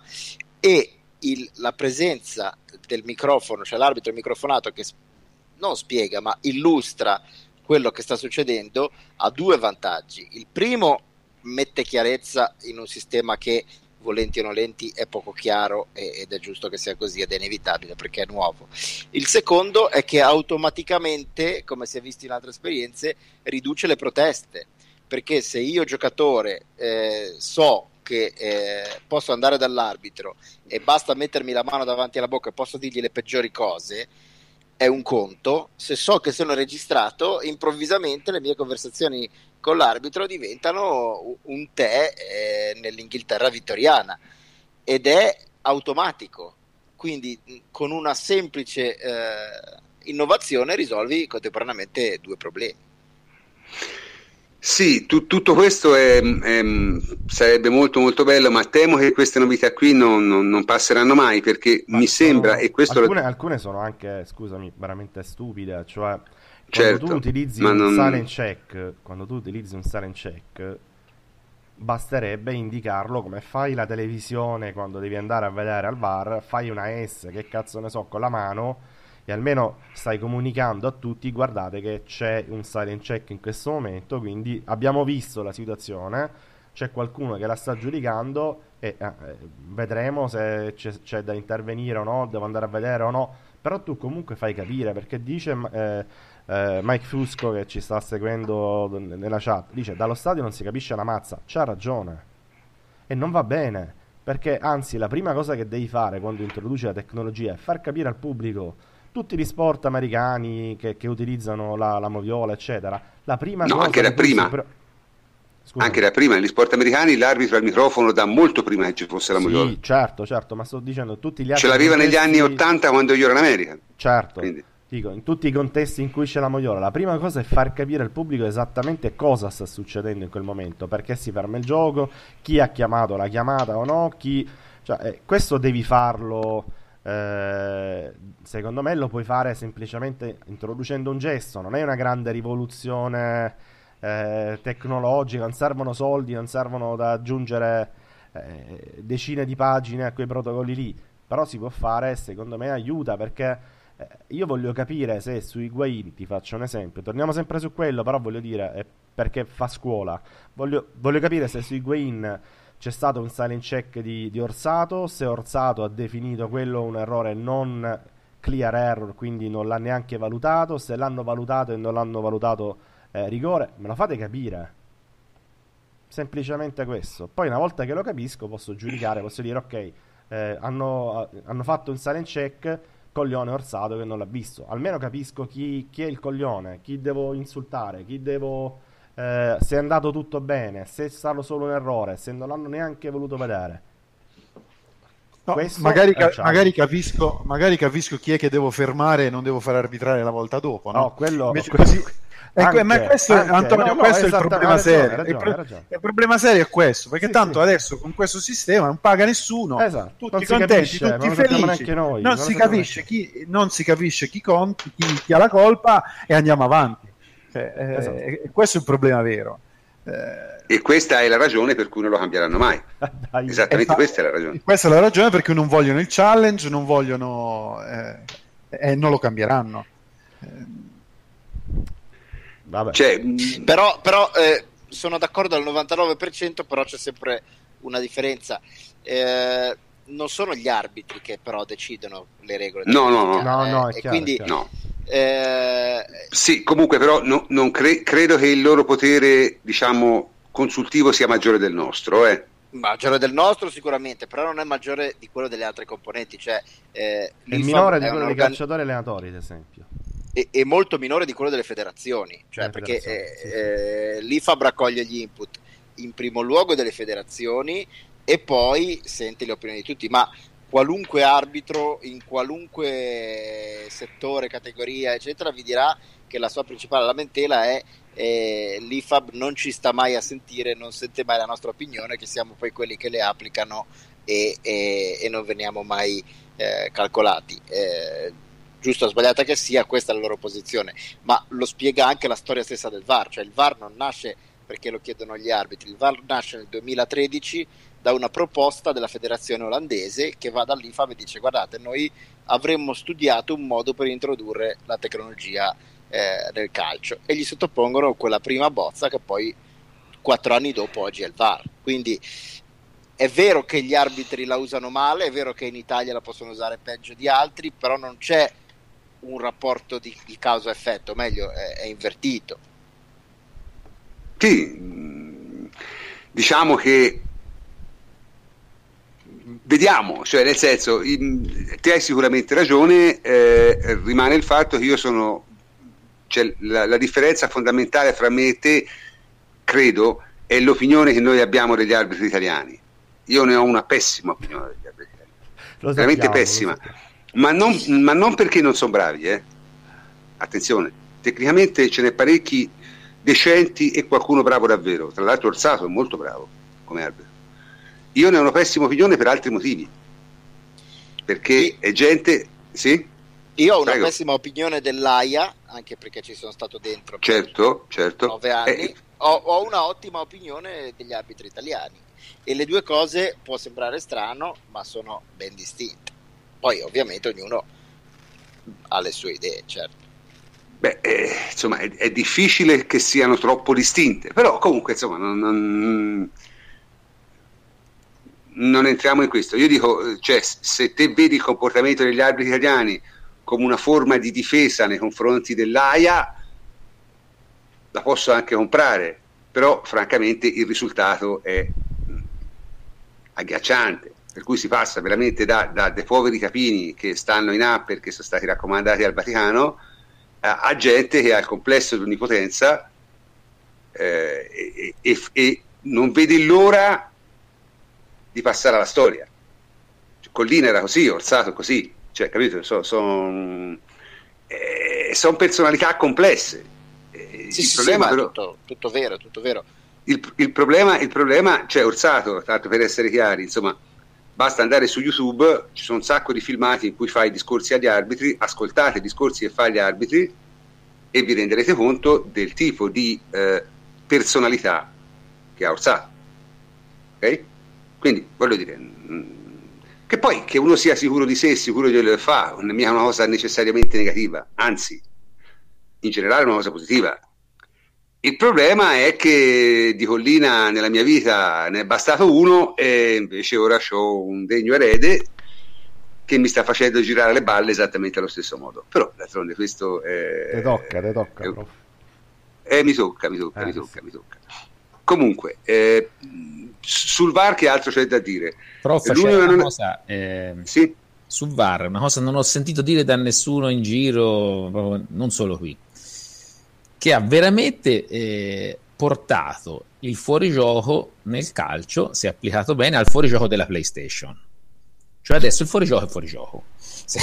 e il, la presenza del microfono, cioè l'arbitro microfonato che non spiega ma illustra quello che sta succedendo, ha due vantaggi. Il primo, mette chiarezza in un sistema che, volenti o nolenti, è poco chiaro, ed è giusto che sia così, ed è inevitabile perché è nuovo. Il secondo è che automaticamente, come si è visto in altre esperienze, riduce le proteste, perché se io giocatore eh, so che eh, posso andare dall'arbitro e basta mettermi la mano davanti alla bocca e posso dirgli le peggiori cose, è un conto. Se so che sono registrato, improvvisamente le mie conversazioni con l'arbitro diventano un tè eh, nell'Inghilterra vittoriana, ed è automatico, quindi con una semplice eh, innovazione risolvi contemporaneamente due problemi. Sì, tu, tutto questo è, è, sarebbe molto molto bello, ma temo che queste novità qui non, non, non passeranno mai, perché Ma mi sembra, sono- e questo alcune, lo, alcune sono anche, scusami, veramente stupide, cioè quando certo, tu utilizzi ma un non, silent check, quando tu utilizzi un silent check, basterebbe indicarlo come fai la televisione quando devi andare a vedere al V A R, fai una S, che cazzo ne so, con la mano e almeno stai comunicando a tutti, guardate che c'è un silent check in questo momento, quindi abbiamo visto la situazione, c'è qualcuno che la sta giudicando e eh, vedremo se c'è, c'è da intervenire o no, devo andare a vedere o no, però tu comunque fai capire, perché dice eh, eh, Mike Fusco che ci sta seguendo nella chat, dice dallo stadio non si capisce una mazza, c'ha ragione e non va bene, perché anzi la prima cosa che devi fare quando introduci la tecnologia è far capire al pubblico tutti gli sport americani che, che utilizzano la, la moviola eccetera, la prima no, cosa anche da che tu prima, si pre- Scusami. anche da prima, negli sport americani l'arbitro al microfono da molto prima che ci fosse la moviola, Sì, certo, certo, ma sto dicendo tutti gli altri ce l'aveva negli contesti- anni ottanta quando io ero in America, Certo, quindi dico, in tutti i contesti in cui c'è la moiola, la prima cosa è far capire al pubblico esattamente cosa sta succedendo in quel momento, perché si ferma il gioco, chi ha chiamato la chiamata o no, chi... Cioè, eh, questo devi farlo, eh, secondo me lo puoi fare semplicemente introducendo un gesto, non è una grande rivoluzione eh, tecnologica, non servono soldi, non servono da aggiungere eh, decine di pagine a quei protocolli lì, però si può fare e secondo me aiuta perché... Eh, io voglio capire se su Higuain, ti faccio un esempio, torniamo sempre su quello, però voglio dire, è perché fa scuola. Voglio, voglio capire se su Higuain c'è stato un silent check di, di Orsato, se Orsato ha definito quello un errore non clear error, quindi non l'ha neanche valutato, se l'hanno valutato e non l'hanno valutato eh, rigore, me lo fate capire. Semplicemente questo. Poi una volta che lo capisco posso giudicare, posso dire ok, eh, hanno, hanno fatto un silent check, coglione Orsato che non l'ha visto, almeno capisco chi, chi è il coglione, chi devo insultare, chi devo eh, se è andato tutto bene, se è stato solo un errore, se non l'hanno neanche voluto vedere. No, Questo magari, è ca- il challenge. magari capisco, magari capisco chi è che devo fermare e non devo far arbitrare la volta dopo, no? No, quello, Invece quello- così- e que- ma anche, questo, anche, Antonio, no, no, questo è il esatta- problema hai ragione, serio. hai ragione, il, pro- hai ragione. il problema serio è questo, perché Sì, tanto sì. adesso con questo sistema non paga nessuno, Esatto, tutti non si contenti, capisce, tutti non lo sappiamo felici. neanche noi, non, non lo si sappiamo capisce chi, non si capisce chi conti, chi, chi ha la colpa e andiamo avanti. Cioè, eh, Esatto. eh, questo è il problema vero. Eh, e questa è la ragione per cui non lo cambieranno mai, Dai. esattamente e fa- questa è la ragione. Questa è la ragione per cui non vogliono il challenge, non vogliono e eh, non lo cambieranno. Vabbè. Cioè, mh, Però, però eh, sono d'accordo al novantanove per cento, però c'è sempre una differenza. Eh, non sono gli arbitri che però decidono le regole. del No, no, no. mondiale, No, no, è eh, e chiaro, quindi è chiaro. no. eh, Sì, comunque però no- non cre- credo che il loro potere, diciamo, consultivo sia maggiore del nostro, eh. maggiore del nostro sicuramente, però non è maggiore di quello delle altre componenti, cioè eh, È l'I F A B minore di è quello un dei organ- calciatori allenatori, ad esempio. e, e molto minore di quello delle federazioni, cioè Delle perché federazioni, eh, sì, sì. eh, l'I F A B raccoglie gli input in primo luogo delle federazioni e poi sente le opinioni di tutti, ma qualunque arbitro in qualunque settore, categoria eccetera vi dirà che la sua principale lamentela è eh, l'I F A B non ci sta mai a sentire, non sente mai la nostra opinione, che siamo poi quelli che le applicano e, e, e non veniamo mai eh, calcolati. Eh, giusto o sbagliata che sia, questa è la loro posizione, ma lo spiega anche la storia stessa del V A R, cioè il V A R non nasce perché lo chiedono gli arbitri, il V A R nasce nel duemilatredici da una proposta della federazione olandese che va dall'I F A B e dice guardate, noi avremmo studiato un modo per introdurre la tecnologia eh, nel calcio, e gli sottopongono quella prima bozza che poi quattro anni dopo oggi è il V A R. Quindi è vero che gli arbitri la usano male, è vero che in Italia la possono usare peggio di altri, però non c'è un rapporto di, di causa-effetto, meglio è, è invertito. Sì, mh, diciamo che vediamo, cioè nel senso, in, te hai sicuramente ragione, eh, rimane il fatto che io sono, cioè la, la differenza fondamentale fra me e te, credo, è l'opinione che noi abbiamo degli arbitri italiani. Io ne ho una pessima opinione degli arbitri italiani, Lo veramente sappiamo, pessima, lo sappiamo. ma non, ma non perché non sono bravi, eh. Attenzione, tecnicamente ce n'è parecchi decenti e qualcuno bravo davvero. Tra l'altro Orsato è molto bravo come arbitro. Io ne ho una pessima opinione per altri motivi, perché è gente... Sì? Io ho una Prego. pessima opinione dell'Aia, anche perché ci sono stato dentro per Certo, certo. nove anni. Eh, Ho, ho una ottima opinione degli arbitri italiani, e le due cose può sembrare strano, ma sono ben distinte. Poi ovviamente ognuno ha le sue idee, certo. Beh, eh, insomma, è, è difficile che siano troppo distinte, però comunque, insomma, non, non, non entriamo in questo. Io dico, cioè, se te vedi il comportamento degli arbitri italiani come una forma di difesa nei confronti dell'Aia, la posso anche comprare, però francamente il risultato è agghiacciante, per cui si passa veramente da, da dei poveri capini che stanno in app perché sono stati raccomandati al Vaticano, a, a gente che ha il complesso di onnipotenza eh, e, e, e non vede l'ora di passare alla storia. Cioè, Collina era così, Orsato così, cioè, capito? Sono son, eh, son personalità complesse. Sì, il sì, problema sì, ma però, tutto, tutto vero, tutto vero. Il, il problema, il problema, cioè Orsato, tanto per essere chiari, insomma, basta andare su YouTube, ci sono un sacco di filmati in cui fa i discorsi agli arbitri, ascoltate i discorsi che fa agli arbitri e vi renderete conto del tipo di eh, personalità che ha Orsato. Ok? Quindi, voglio dire, mh, che poi che uno sia sicuro di sé, sicuro di quello che fa, non è mica una cosa necessariamente negativa, anzi, in generale è una cosa positiva. Il problema è che di Collina nella mia vita ne è bastato uno e invece ora ho un degno erede che mi sta facendo girare le balle esattamente allo stesso modo. Però d'altronde questo è... Te tocca, te tocca, è, prof. Eh, mi tocca, mi tocca, Eh, mi tocca, sì. mi tocca. Comunque, eh, sul V A R che altro c'è da dire? Prof, c'è L'unico che una non- cosa eh, Sì? sul V A R, una cosa che non ho sentito dire da nessuno in giro, proprio, non solo qui, che ha veramente eh, portato il fuorigioco nel calcio, si è applicato bene al fuorigioco della PlayStation. Cioè adesso il fuorigioco è fuorigioco. Se-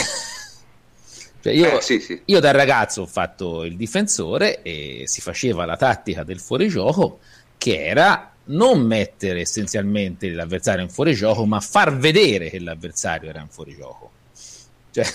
cioè io, Eh, sì, sì. io da ragazzo ho fatto il difensore e si faceva la tattica del fuorigioco, che era non mettere essenzialmente l'avversario in fuorigioco, ma far vedere che l'avversario era in fuorigioco. Cioè,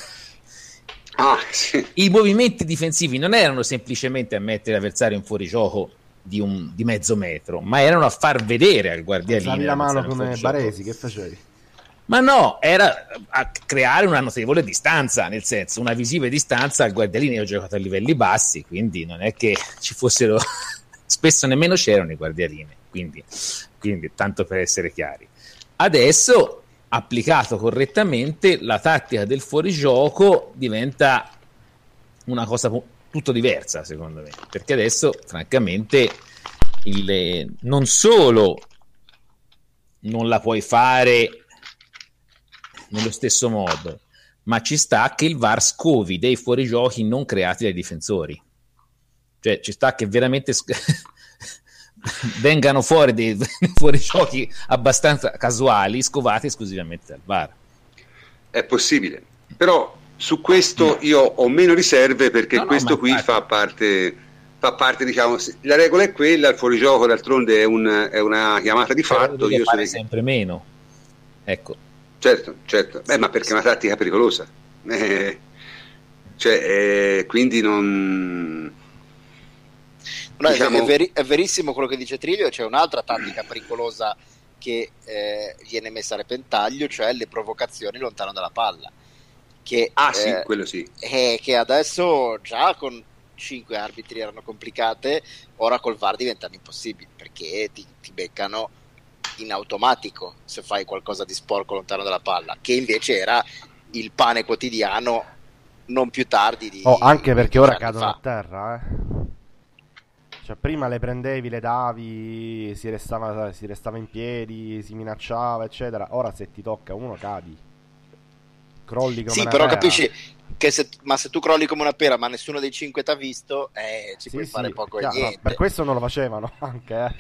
Ah, sì. i movimenti difensivi non erano semplicemente a mettere l'avversario in fuorigioco di, un, di mezzo metro, ma erano a far vedere al guardialine Alzavi la mano l'avversario in come fuorigioco. Baresi, che facevi? Ma no, era a creare una notevole distanza, nel senso una visibile distanza al guardialine. Io ho giocato a livelli bassi, quindi non è che ci fossero, spesso nemmeno c'erano i guardialine, quindi, quindi tanto per essere chiari. Adesso, applicato correttamente, la tattica del fuorigioco diventa una cosa pu- tutto diversa, secondo me, perché adesso, francamente, il, non solo non la puoi fare nello stesso modo, ma ci sta che il V A R scovi dei fuorigiochi non creati dai difensori. Cioè ci sta che veramente sc- vengano fuori dei fuorigiochi abbastanza casuali, scovati esclusivamente dal V A R. È possibile, però su questo io ho meno riserve perché No, no, questo ma qui infatti. fa parte, fa parte, diciamo, se- la regola è quella, il fuorigioco d'altronde è, un, è una chiamata di Però fatto. deve Io fare sono- sempre meno. Ecco. Certo, certo, Beh, ma perché è una tattica pericolosa. Eh, cioè, eh, quindi non... No, è- diciamo- è, veri- è verissimo quello che dice Triglio. C'è un'altra tattica pericolosa che eh, viene messa a repentaglio, cioè le provocazioni lontano dalla palla, che, Ah sì, eh, quello sì. eh, che adesso già con cinque arbitri erano complicate, ora col V A R diventano impossibili, perché ti, ti beccano in automatico se fai qualcosa di sporco lontano dalla palla, che invece era il pane quotidiano non più tardi di Oh, anche perché ora dieci anni cadono fa. a terra, eh. Cioè, prima le prendevi, le davi, si restava, si restava in piedi, si minacciava, eccetera. Ora se ti tocca uno cadi. Crolli come Sì, una però pera. capisci che se, ma se tu crolli come una pera ma nessuno dei cinque t'ha visto, eh, ci Sì, puoi sì, fare poco chiaro, e no, niente. per questo non lo facevano anche,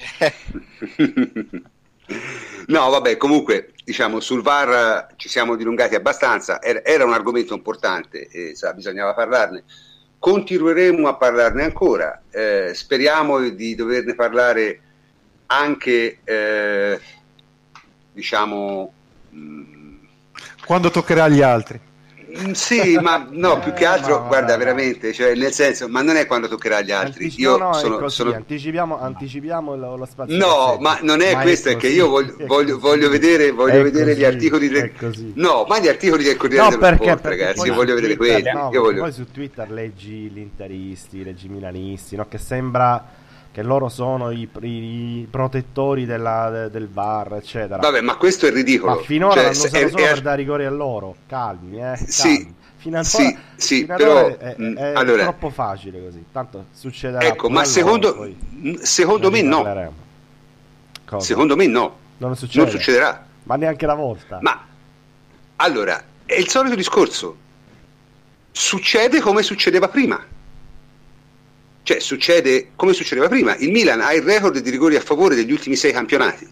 eh. No, vabbè, comunque, diciamo, sul V A R ci siamo dilungati abbastanza, era, era un argomento importante e sa, bisognava parlarne. continueremo a parlarne ancora, eh, speriamo di doverne parlare anche eh, diciamo mh, quando toccherà agli altri. Sì, ma no, più che altro, Eh, no, guarda, vabbè, veramente, cioè, nel senso, ma non è quando toccherà agli altri. Anticipi- Io no, no, sono, è così, sono... anticipiamo, anticipiamo lo, lo spazio. No, passeggio. ma non è Ma questo, è che così, io voglio, è voglio, così. voglio vedere, voglio È vedere così, gli articoli è del... così. No, ma gli articoli del Corriere No, dello perché, Sport, perché ragazzi, poi io su voglio vedere Twitter- quelli. no, io perché voglio... poi su Twitter leggi gli interisti, leggi i milanisti, no? Che sembra che loro sono i, i protettori della, de- del V A R, eccetera. Vabbè, ma questo è ridicolo. Ma finora Cioè, l'hanno se- usato è- solo è- per dare rigore a loro. Calmi, eh. Sì, calmi. Fino ad sì, ora, sì, fino ad però, ora è, mh, è allora- troppo facile così. Tanto succederà. Ecco, pure ma a loro, secondo, poi secondo me ne no. riparleremo. Cosa? Secondo me no. non succede. Non succederà. Ma neanche la volta. Ma allora, è il solito discorso. Succede come succedeva prima. Cioè, succede come succedeva prima. Il Milan ha il record di rigori a favore degli ultimi sei campionati.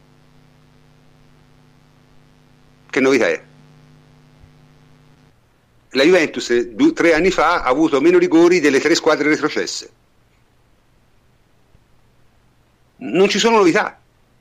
Che novità è? La Juventus due, tre anni fa ha avuto meno rigori delle tre squadre retrocesse. Non ci sono novità.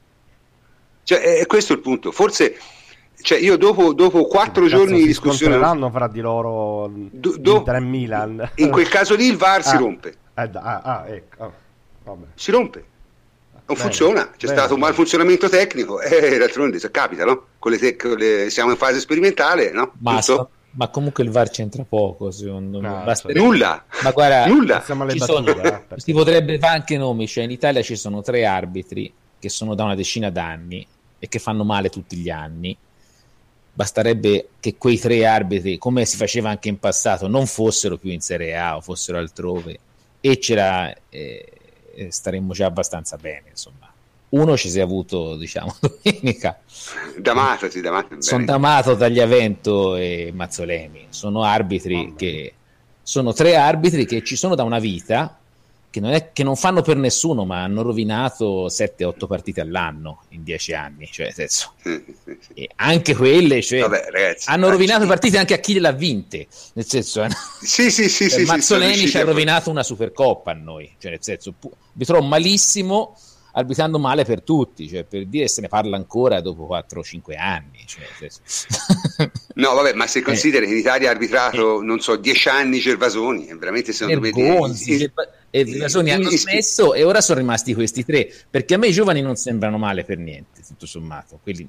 Cioè, è questo il punto. Forse, cioè, io dopo, dopo quattro Cazzo, giorni di si discussione, scontreranno fra di loro Do- do- Inter e Milan. in quel caso lì il V A R si Ah. rompe. Eh, da- ah, ah, ecco. Oh, vabbè. Si rompe. Non Bene, funziona, c'è bene, stato un bene. malfunzionamento tecnico e d'altronde se capita, no? Con le tec- con le- siamo in fase sperimentale, no? Ma, Giusto? ma comunque il V A R c'entra poco, secondo me. No, Basterebbe- Nulla, Ma guarda, nulla. Siamo alle ci battute, sono- eh, perché- si potrebbe fare anche nomi, cioè in Italia ci sono tre arbitri che sono da una decina d'anni e che fanno male tutti gli anni. Basterebbe che quei tre arbitri, come si faceva anche in passato, non fossero più in Serie A o fossero altrove e c'era eh, staremmo già abbastanza bene, insomma. Uno ci si è avuto, diciamo, domenica. D'Amato, sì, D'Amato. Sono bene. D'Amato, Tagliavento e Mazzolemi. Sono arbitri Mamma mia. che sono tre arbitri che ci sono da una vita, che non, è, che non fanno per nessuno, ma hanno rovinato sette otto partite all'anno in dieci anni. Cioè, nel senso, Sì, sì, sì. e anche quelle, cioè, Vabbè, ragazzi, hanno eh, rovinato ci- partite anche a chi le ha vinte. Nel senso, eh, Sì, sì, sì, sì, sì, sono Mazzolemi riusciti ci ha a- rovinato una Supercoppa a noi. Cioè, nel senso, pu- arbitrò malissimo, arbitrando male per tutti, cioè, per dire se ne parla ancora dopo quattro o cinque anni. Cioè, nel senso. No, vabbè, ma se Eh. consideri che in Italia ha arbitrato, non so, dieci anni Gervasoni, è veramente secondo me... Bergonzi, di- e Gervasoni hanno in- smesso e ora sono rimasti questi tre, perché a me i giovani non sembrano male per niente, tutto sommato. Quelli,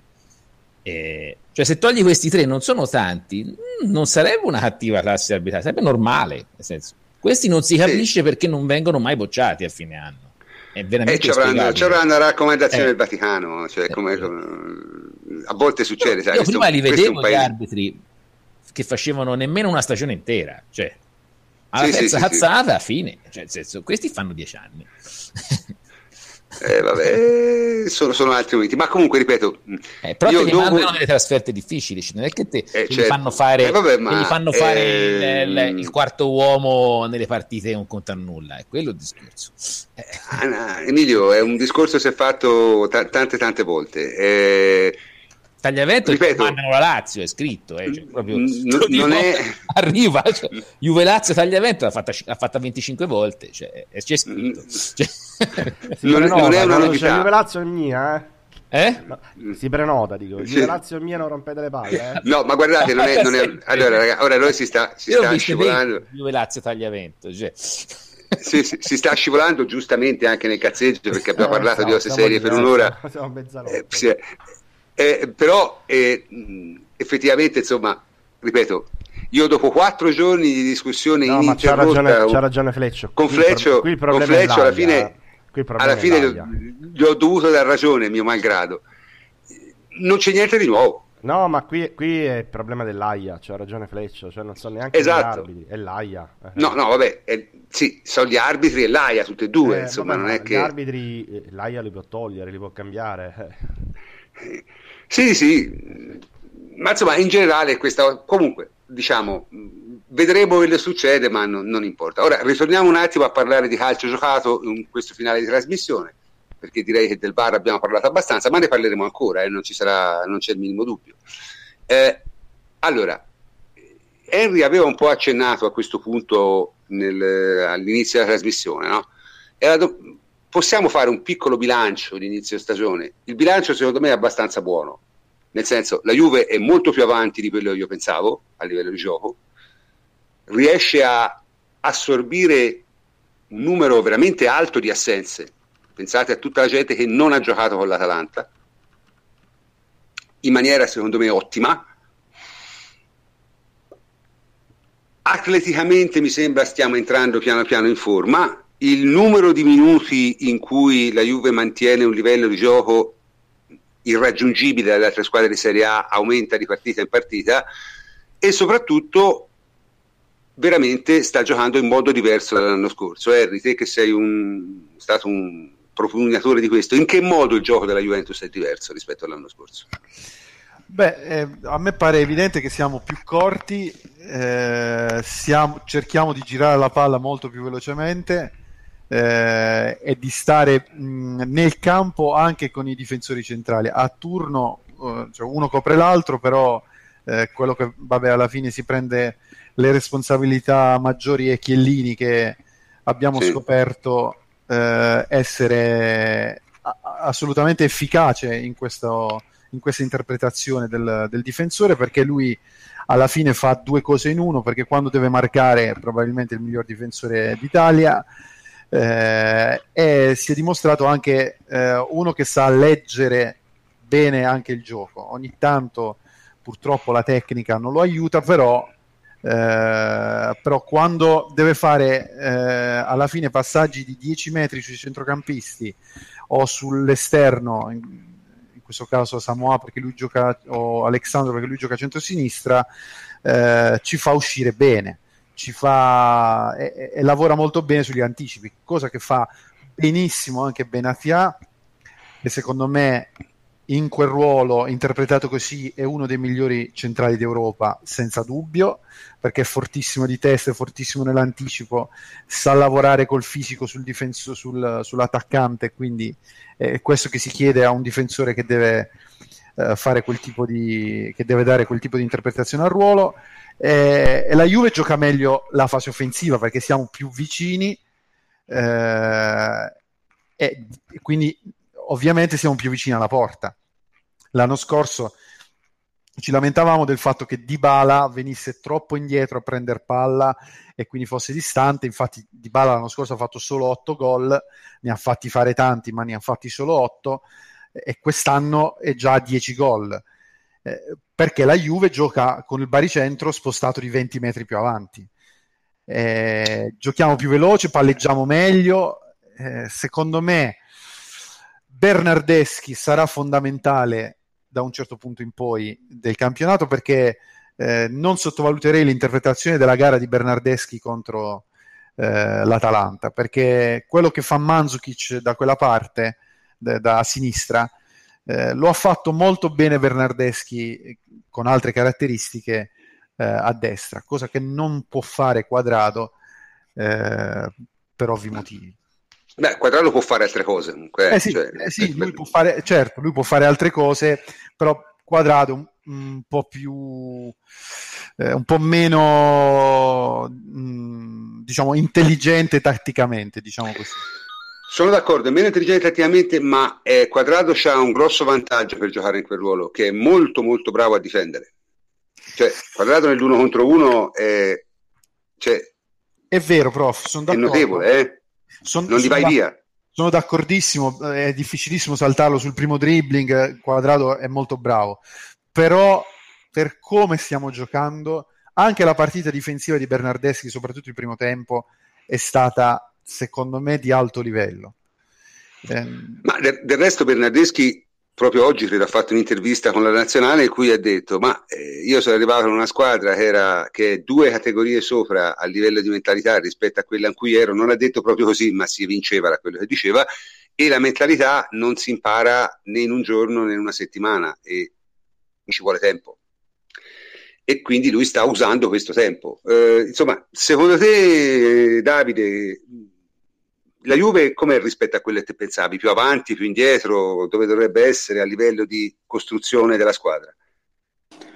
eh, cioè se togli questi tre, non sono tanti, mm, non sarebbe una cattiva classe arbitrale, sarebbe normale, nel senso, questi non si capisce perché non vengono mai bocciati a fine anno. È Eh, veramente ci avranno, inspiegabile. ci avranno una raccomandazione Eh. del Vaticano, cioè, come, Eh. come- a volte succede, sai, Io questo- prima li questo è un vedevo gli paese- arbitri che facevano nemmeno una stagione intera, cioè alla Sì, sì, terza sì, sì. cazzata, fine, cioè, nel senso, questi fanno dieci anni. Eh, vabbè, sono, sono altri momenti, ma comunque ripeto, Eh, però io te li dopo- mandano delle trasferte difficili, cioè, non è che te Eh, gli certo. fanno fare, Eh, vabbè, che ma, gli fanno fare ehm, il, il- il quarto uomo nelle partite e non conta nulla, è quello il discorso. Eh, Ah, Emilio, è un discorso che si è fatto ta- tante tante volte. Eh, Tagliavento ripeto, mandano la Lazio, è scritto, eh, cioè, proprio, n- lo dico, non è- arriva, cioè, Juve Lazio Tagliavento l'ha fatta, l'ha fatta venticinque volte, cioè, eh, c'è scritto. Cioè, Si non- prenota, non è una quando novità. c'è Juve Lazio è mia, eh? eh? No, si prenota, dico. Sì. Juve Lazio è mia, non rompete le palle, eh? no, ma guardate, non è, non è- Sempre. allora, raga, ora noi si sta, si Io ho sta visto scivolando. venti Juve Lazio Tagliavento, cioè. Sì, sì, si sta scivolando giustamente anche nel cazzeggio perché abbiamo Eh, parlato so, di cose siamo serie lì, per eh, un'ora. siamo a mezzanotte. Eh, sì, eh, però eh, mh, effettivamente, insomma, ripeto, io dopo quattro giorni di discussione No, ma c'ha ininterrotta ragione, con- c'ha ragione Fleccio. con Qui il pro- Fleccio, qui il con problema è Fleccio alla l'Aia, fine, eh. Qui il problema alla è fine l'Aia. gli ho dovuto dar ragione, mio malgrado. Non c'è niente di nuovo. No, ma qui, qui è il problema dell'Aia, c'ha ragione Fleccio, cioè non so neanche Esatto. gli arbitri, è l'Aia. Eh. No, no, vabbè, eh, sì, sono gli arbitri e l'Aia, tutte e due, Eh, insomma, vabbè, non ma è gli che... arbitri, eh, l'Aia li può togliere, li può cambiare. eh. Sì, sì, ma insomma, in generale questa... Comunque, diciamo, vedremo quello che succede, ma non, non importa. Ora, ritorniamo un attimo a parlare di calcio giocato in questo finale di trasmissione, perché direi che del V A R abbiamo parlato abbastanza, ma ne parleremo ancora, eh, non ci sarà, non c'è il minimo dubbio. Eh, allora, Henry aveva un po' accennato a questo punto nel, all'inizio della trasmissione, no? Era do- possiamo fare un piccolo bilancio di inizio stagione. Il bilancio secondo me è abbastanza buono, nel senso la Juve è molto più avanti di quello che io pensavo a livello di gioco, riesce a assorbire un numero veramente alto di assenze. Pensate a tutta la gente che non ha giocato con l'Atalanta in maniera secondo me ottima. Atleticamente mi sembra stiamo entrando piano piano in forma. Il numero di minuti in cui la Juve mantiene un livello di gioco irraggiungibile dalle altre squadre di Serie A aumenta di partita in partita, e soprattutto veramente sta giocando in modo diverso dall'anno scorso. Harry, te che sei un, stato un propugnatore di questo, in che modo il gioco della Juventus è diverso rispetto all'anno scorso? Beh, eh, a me pare evidente che siamo più corti, eh, siamo, cerchiamo di girare la palla molto più velocemente, eh, e di stare mh, nel campo anche con i difensori centrali a turno, eh, cioè uno copre l'altro, però eh, quello che vabbè alla fine si prende le responsabilità maggiori è Chiellini, che abbiamo sì. scoperto eh, essere a- assolutamente efficace in questo in questa interpretazione del, del difensore, perché lui alla fine fa due cose in uno, perché quando deve marcare è probabilmente il miglior difensore d'Italia, eh, e si è dimostrato anche eh, uno che sa leggere bene anche il gioco. Ogni tanto purtroppo la tecnica non lo aiuta, però eh, però quando deve fare eh, alla fine passaggi di dieci metri sui centrocampisti o sull'esterno, in, in questo caso Samoa perché lui gioca, o Alexandro perché lui gioca a centrosinistra, eh, ci fa uscire bene, ci fa e, e lavora molto bene sugli anticipi, cosa che fa benissimo anche Benatia, e secondo me in quel ruolo interpretato così è uno dei migliori centrali d'Europa senza dubbio, perché è fortissimo di testa, è fortissimo nell'anticipo, sa lavorare col fisico sul difenso, sul, sull'attaccante, quindi è questo che si chiede a un difensore che deve eh, fare quel tipo di che deve dare quel tipo di interpretazione al ruolo. E, e la Juve gioca meglio la fase offensiva perché siamo più vicini, eh, e quindi ovviamente siamo più vicini alla porta. L'anno scorso ci lamentavamo del fatto che Dybala venisse troppo indietro a prendere palla e quindi fosse distante. Infatti Dybala l'anno scorso ha fatto solo otto gol, ne ha fatti fare tanti ma ne ha fatti solo otto, e quest'anno è già a dieci gol, eh, perché la Juve gioca con il baricentro spostato di venti metri più avanti. Eh, giochiamo più veloce, palleggiamo meglio, eh, secondo me Bernardeschi sarà fondamentale da un certo punto in poi del campionato, perché eh, non sottovaluterei l'interpretazione della gara di Bernardeschi contro eh, l'Atalanta, perché quello che fa Mandzukic da quella parte, da, da sinistra, eh, lo ha fatto molto bene Bernardeschi con altre caratteristiche eh, a destra, cosa che non può fare Quadrado eh, per ovvi motivi. Beh, Quadrado può fare altre cose comunque. Eh sì, cioè, eh sì, lui può fare, certo, lui può fare altre cose, però Quadrado un, un po' più, eh, un po' meno, mh, diciamo, intelligente tatticamente, diciamo così. Sono d'accordo, è meno intelligente tatticamente, ma eh, Quadrado ha un grosso vantaggio per giocare in quel ruolo, che è molto molto bravo a difendere. Cioè, Quadrado nell'uno contro uno è, cioè, è vero, prof, sono d'accordo. È notevole, eh? Son, non ti vai da, via. Sono d'accordissimo, è difficilissimo saltarlo sul primo dribbling, Quadrado è molto bravo, però per come stiamo giocando, anche la partita difensiva di Bernardeschi, soprattutto il primo tempo, è stata, secondo me, di alto livello. Eh, Ma del, del resto Bernardeschi proprio oggi credo ha fatto un'intervista con la Nazionale in cui ha detto ma eh, io sono arrivato in una squadra che era che è due categorie sopra a livello di mentalità rispetto a quella in cui ero, non ha detto proprio così ma si vinceva da quello che diceva, e la mentalità non si impara né in un giorno né in una settimana e ci vuole tempo, e quindi lui sta usando questo tempo. Eh, insomma, secondo te, Davide, la Juve com'è rispetto a quello che te pensavi? Più avanti, più indietro? Dove dovrebbe essere a livello di costruzione della squadra?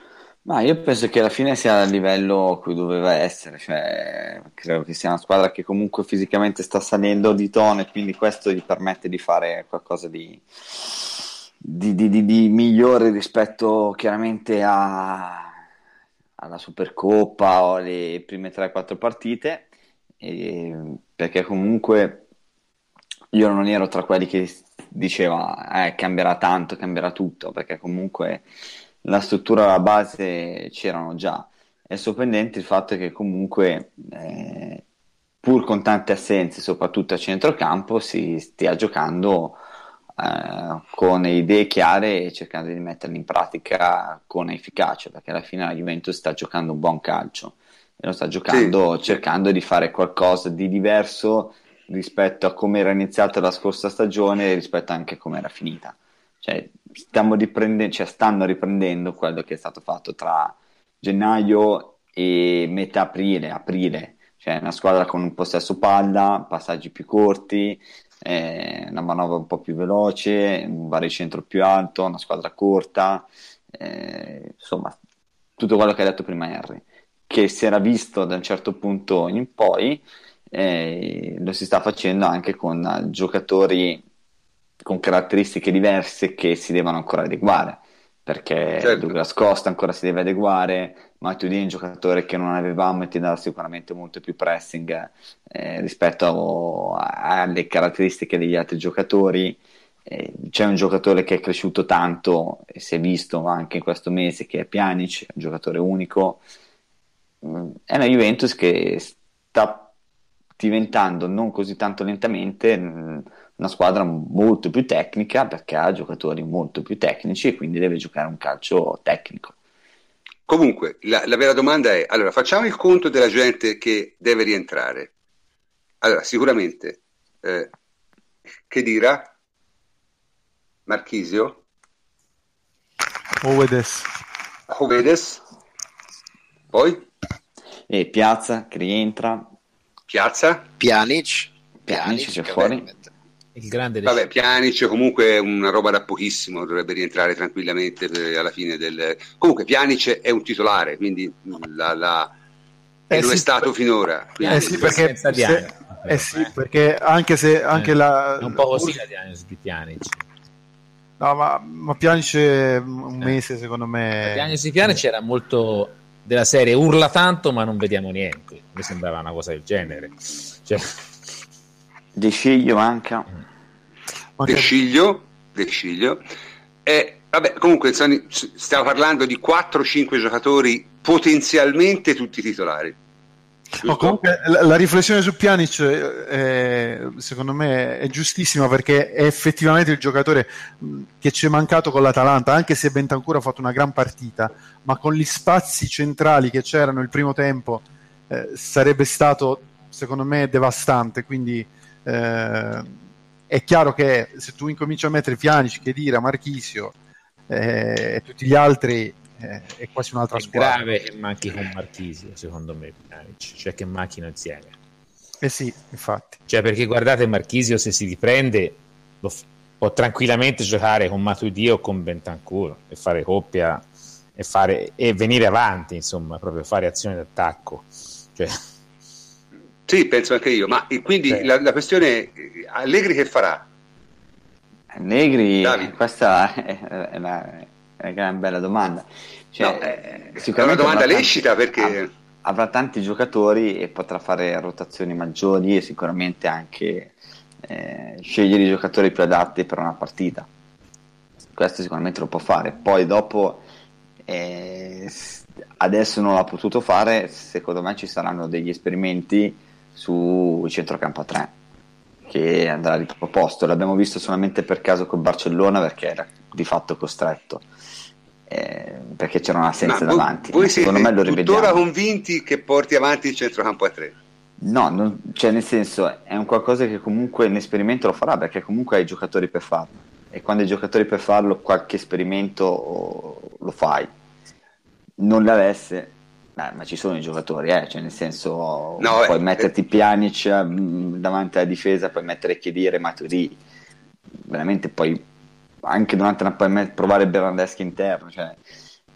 Ma io penso che alla fine sia al livello a cui doveva essere, cioè credo che sia una squadra che comunque fisicamente sta salendo di tono e quindi questo gli permette di fare qualcosa di, di, di, di, di migliore rispetto chiaramente a, alla Supercoppa o alle prime tre quattro partite, e, perché comunque io non ero tra quelli che diceva eh, cambierà tanto, cambierà tutto, perché comunque la struttura alla base c'erano già. È sorprendente il fatto che comunque eh, pur con tante assenze, soprattutto a centrocampo, si stia giocando eh, con idee chiare e cercando di metterle in pratica con efficacia, perché alla fine la Juventus sta giocando un buon calcio e lo sta giocando sì, cercando di fare qualcosa di diverso rispetto a come era iniziata la scorsa stagione e rispetto anche a come era finita. Cioè, stiamo riprendendo, cioè stanno riprendendo quello che è stato fatto tra gennaio e metà aprile, aprile, cioè una squadra con un possesso palla, passaggi più corti, eh, una manovra un po' più veloce, un baricentro più alto, una squadra corta, eh, insomma tutto quello che ha detto prima Henry, che si era visto da un certo punto in poi, eh, lo si sta facendo anche con giocatori con caratteristiche diverse che si devono ancora adeguare, perché certo. Douglas Costa ancora si deve adeguare, Matuidi è un giocatore che non avevamo e ti dà sicuramente molto più pressing eh, rispetto a, alle caratteristiche degli altri giocatori. Eh, c'è un giocatore che è cresciuto tanto e si è visto anche in questo mese, che è Pjanic, un giocatore unico. È una Juventus che sta diventando non così tanto lentamente una squadra molto più tecnica, perché ha giocatori molto più tecnici e quindi deve giocare un calcio tecnico. Comunque la, la vera domanda è, allora facciamo il conto della gente che deve rientrare. Allora sicuramente eh, Khedira, Marchisio, Ovedes Ovedes, poi e Piazza che rientra, Piazza, Pjanic, Pjanic c'è fuori. Il grande Vabbè, Pjanic comunque è una roba da pochissimo, dovrebbe rientrare tranquillamente per, alla fine del... Comunque Pjanic è un titolare, quindi la, la... Eh e lo sì, è stato finora. Eh sì, perché, se, Diagnosi, eh sì, eh. perché anche se anche eh, la... È un po' così la diagnosi di Pjanic. No, ma, ma Pjanic un mese eh. secondo me... La diagnosi di Pjanic era molto della serie urla tanto ma non vediamo niente. Mi sembrava una cosa del genere. Cioè... De Sciglio manca. De Sciglio, De Sciglio. E vabbè, comunque stiamo parlando di quattro cinque giocatori potenzialmente tutti titolari. No, comunque la, la riflessione su Pjanic eh, secondo me è giustissima, perché è effettivamente il giocatore che ci è mancato con l'Atalanta, anche se Bentancur ha fatto una gran partita, ma con gli spazi centrali che c'erano il primo tempo eh, sarebbe stato secondo me devastante. Quindi eh, è chiaro che se tu incominci a mettere Pjanic, Khedira, Marchisio eh, e tutti gli altri eh, è quasi un'altra è squadra. È grave che manchi con Marchisio, secondo me, Pjanic, cioè che manchino insieme. Eh sì, infatti. Cioè, perché guardate, Marchisio se si riprende lo f- può tranquillamente giocare con Matuidi o con Bentancur e fare coppia e, fare, e venire avanti, insomma, proprio fare azione d'attacco. Cioè... Sì, penso anche io, ma quindi sì. la, la questione è Allegri che farà? Allegri, Davide. Questa è una, è una bella domanda. Cioè, no, è, è una domanda lecita tanti, perché avrà tanti giocatori e potrà fare rotazioni maggiori e sicuramente anche eh, scegliere i giocatori più adatti per una partita. Questo sicuramente lo può fare. Poi dopo eh, adesso non l'ha potuto fare, secondo me ci saranno degli esperimenti su centrocampo a tre che andrà riproposto. L'abbiamo visto solamente per caso con Barcellona, perché era di fatto costretto eh, perché c'era un'assenza Ma davanti. voi, voi secondo me lo rivediamo. Tuttora convinti che porti avanti il centrocampo a tre? No, non, cioè nel senso è un qualcosa che comunque l'esperimento lo farà, perché comunque hai i giocatori per farlo, e quando hai i giocatori per farlo qualche esperimento lo fai. Non l'avesse, Beh, ma ci sono i giocatori, eh? Cioè nel senso no, puoi eh, metterti eh. Pjanic mh, davanti alla difesa, puoi mettere Khedira e Matuidi, veramente poi anche durante una puoi met- provare Bernardeschi interno, cioè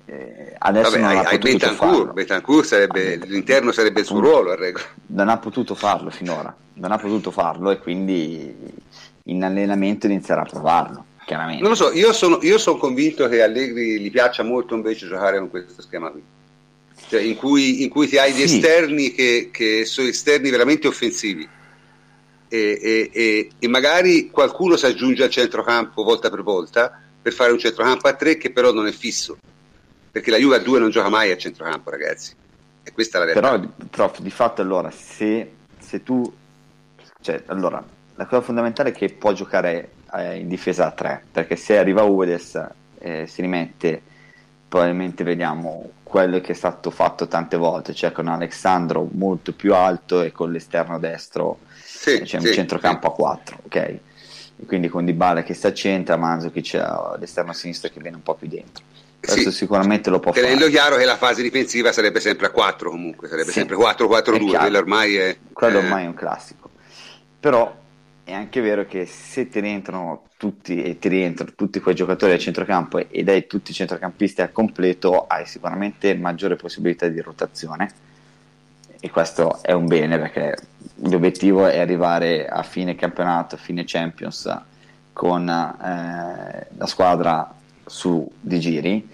Eh, adesso Vabbè, non hai, ha hai potuto Bentancur, farlo. Bentancur sarebbe, l'interno sarebbe il suo ruolo a regola. Non ha potuto farlo finora, non ha potuto farlo e quindi in allenamento inizierà a provarlo, chiaramente. Non lo so, io sono, io sono convinto che Allegri gli piaccia molto invece giocare con questo schema qui, cioè in cui, in cui ti hai gli Sì. esterni che, che sono esterni veramente offensivi e, e, e, e magari qualcuno si aggiunge al centrocampo volta per volta per fare un centrocampo a tre che però non è fisso, perché la Juve a due non gioca mai a centrocampo, ragazzi, e questa è la realtà. Però, prof, di fatto allora se, se tu, cioè allora la cosa fondamentale è che può giocare eh, in difesa a tre, perché se arriva Udes eh, si rimette, probabilmente vediamo quello che è stato fatto tante volte, cioè con Alexandro molto più alto e con l'esterno destro, Sì, c'è sì, un centrocampo sì. a quattro, ok? E quindi con Dybala che sta a centro, Mandzukic c'è l'esterno sinistro che viene un po' più dentro. Questo Sì, sicuramente lo può tenendo fare. chiaro che la fase difensiva sarebbe sempre a quattro, comunque sarebbe Sì, sempre quattro quattro è due, chiaro. quello ormai è Quello eh, ormai è un classico. Però è anche vero che se ti rientrano tutti e ti rientrano tutti quei giocatori al centrocampo ed hai tutti i centrocampisti al completo, hai sicuramente maggiore possibilità di rotazione, e questo è un bene, perché l'obiettivo è arrivare a fine campionato, a fine Champions con eh, la squadra su di giri,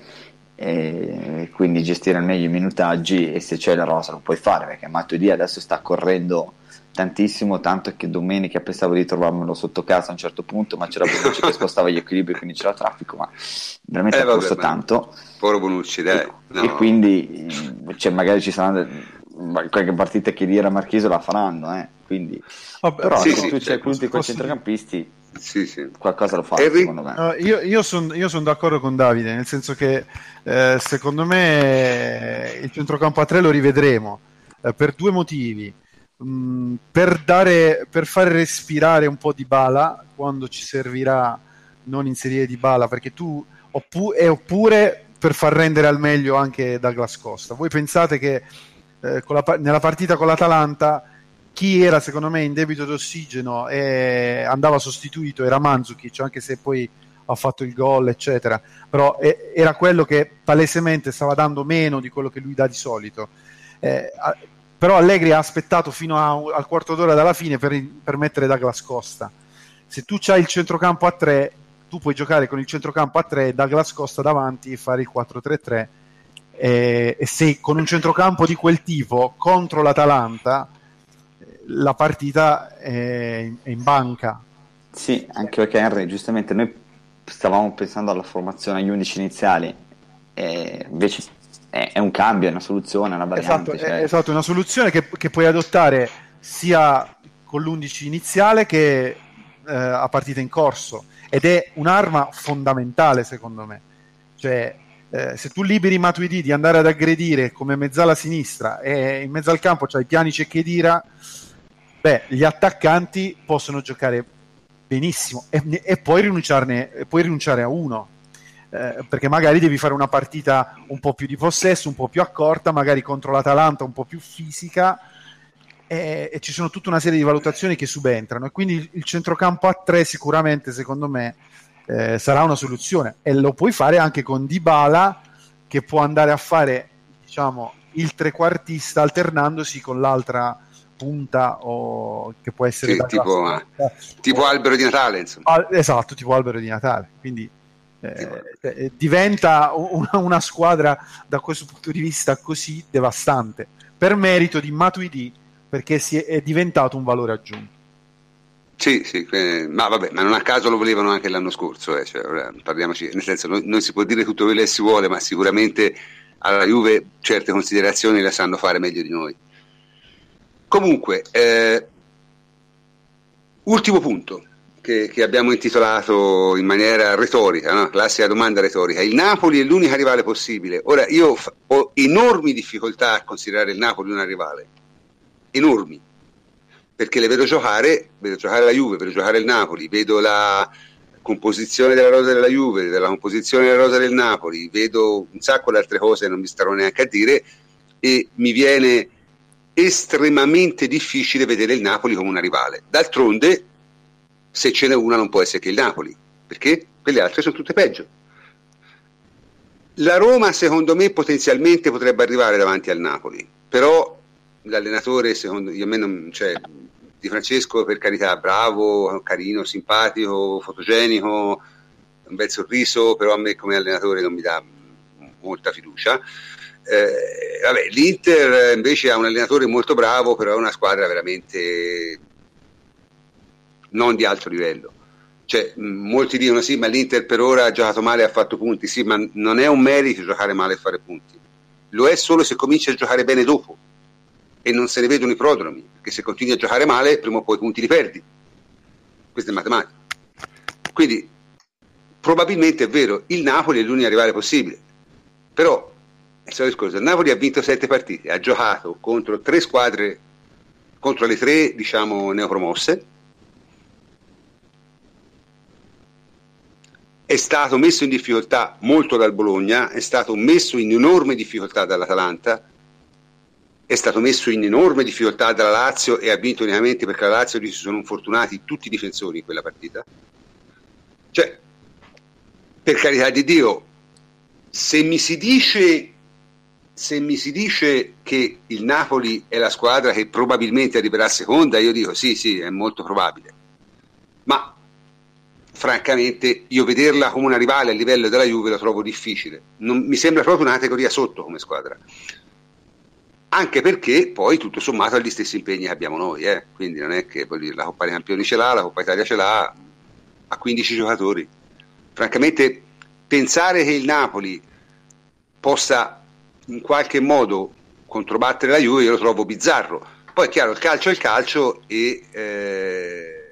e quindi gestire al meglio i minutaggi, e se c'è la rosa lo puoi fare, perché Matuidi adesso sta correndo tantissimo, tanto che domenica pensavo di trovarmelo sotto casa a un certo punto, ma c'era Bonucci che spostava gli equilibri, quindi c'era traffico, ma veramente eh, ha vabbè, corso ma- tanto. Povero Bonucci, dai. E, No. e quindi cioè, magari ci saranno de- qualche partita che Riera Marchese la faranno, eh, quindi Vabbè, però sì, se sì, tu c'è certo. tutti quei Posso dire- centrocampisti, Sì, sì. qualcosa lo fa, Henry? secondo me. Uh, io io sono son d'accordo con Davide, nel senso che eh, secondo me eh, il centrocampo a tre lo rivedremo eh, per due motivi. Mm, per, dare, per fare respirare un po' Dybala quando ci servirà non inserire Dybala, perché tu oppu- e oppure per far rendere al meglio anche Douglas Costa. Voi pensate che eh, con la, nella partita con l'Atalanta chi era secondo me in debito d'ossigeno e andava sostituito era Mandzukic, anche se poi ha fatto il gol eccetera, però eh, era quello che palesemente stava dando meno di quello che lui dà di solito. Eh, a, però Allegri ha aspettato fino a, al quarto d'ora dalla fine per, per mettere Douglas Costa. Se tu c'hai il centrocampo a tre, tu puoi giocare con il centrocampo a tre, Douglas Costa davanti e fare il quattro tre tre, e, e se con un centrocampo di quel tipo contro l'Atalanta la partita è, è in banca. Sì, anche perché Henry, giustamente noi stavamo pensando alla formazione agli undici iniziali, e invece è, è un cambio, è una soluzione, è una variante. Esatto, cioè... è, esatto, è una soluzione che, che puoi adottare sia con l'undici iniziale che eh, a partita in corso, ed è un'arma fondamentale secondo me. Cioè, eh, se tu liberi Matuidi di andare ad aggredire come mezzala sinistra e in mezzo al campo c'hai Pjanic e Khedira, beh, gli attaccanti possono giocare benissimo e, e puoi rinunciarne, puoi rinunciare a uno. Eh, perché magari devi fare una partita un po' più di possesso, un po' più accorta, magari contro l'Atalanta un po' più fisica, e, e ci sono tutta una serie di valutazioni che subentrano, e quindi il, il centrocampo a tre sicuramente secondo me eh, sarà una soluzione, e lo puoi fare anche con Dybala che può andare a fare, diciamo, il trequartista alternandosi con l'altra punta, o che può essere Sì, da tipo, classe, tipo o, albero di Natale, insomma. al, esatto, tipo albero di Natale, quindi Eh, eh, diventa una, una squadra da questo punto di vista così devastante per merito di Matuidi, perché si è, è diventato un valore aggiunto. Sì, sì, eh, ma vabbè, ma non a caso lo volevano anche l'anno scorso, eh, cioè, ora, parliamoci, nel senso, non, non si può dire tutto quello che si vuole, ma sicuramente alla Juve certe considerazioni le sanno fare meglio di noi. Comunque, eh, ultimo punto che, che abbiamo intitolato in maniera retorica, no? Classica domanda retorica: il Napoli è l'unica rivale possibile. Ora, io f- ho enormi difficoltà a considerare il Napoli una rivale, enormi, perché le vedo giocare, vedo giocare la Juve, vedo giocare il Napoli, vedo la composizione della rosa della Juve, della composizione della rosa del Napoli, vedo un sacco di altre cose che non mi starò neanche a dire, e mi viene estremamente difficile vedere il Napoli come una rivale. D'altronde, se ce n'è una non può essere che il Napoli, perché quelle altre sono tutte peggio. La Roma secondo me potenzialmente potrebbe arrivare davanti al Napoli, però l'allenatore secondo io, a me non, cioè, Di Francesco per carità bravo, carino, simpatico, fotogenico, un bel sorriso, però a me come allenatore non mi dà molta fiducia. Eh, vabbè, l'Inter invece ha un allenatore molto bravo, però è una squadra veramente non di alto livello. Cioè, molti dicono sì, ma l'Inter per ora ha giocato male e ha fatto punti. Sì, ma non è un merito giocare male e fare punti. Lo è solo se cominci a giocare bene dopo e non se ne vedono i prodromi, perché se continui a giocare male prima o poi i punti li perdi. Questo è matematica. Quindi probabilmente è vero, il Napoli è l'unico rivale possibile, però è il solito discorso. Il Napoli ha vinto sette partite, ha giocato contro tre squadre, contro le tre diciamo neopromosse, è stato messo in difficoltà molto dal Bologna, è stato messo in enorme difficoltà dall'Atalanta, è stato messo in enorme difficoltà dalla Lazio e ha vinto unicamente perché la Lazio si sono infortunati tutti i difensori in quella partita. Cioè, per carità di Dio, se mi si dice se mi si dice che il Napoli è la squadra che probabilmente arriverà a seconda, io dico sì, sì, è molto probabile. Ma francamente io vederla come una rivale a livello della Juve lo trovo difficile. Non, mi sembra proprio una categoria sotto come squadra. Anche perché poi tutto sommato ha gli stessi impegni che abbiamo noi, eh? Quindi non è che voglio dire, la Coppa dei Campioni ce l'ha, la Coppa Italia ce l'ha, ha quindici giocatori. Francamente pensare che il Napoli possa in qualche modo controbattere la Juve io lo trovo bizzarro. Poi è chiaro, il calcio è il calcio e eh,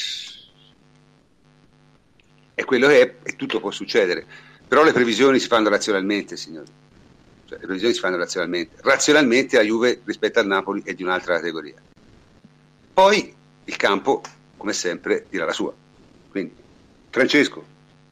è quello che è e tutto può succedere. Però le previsioni si fanno razionalmente, signori. Le previsioni si fanno razionalmente. Razionalmente la Juve rispetto al Napoli è di un'altra categoria. Poi il campo, come sempre, dirà la sua. Quindi, Francesco.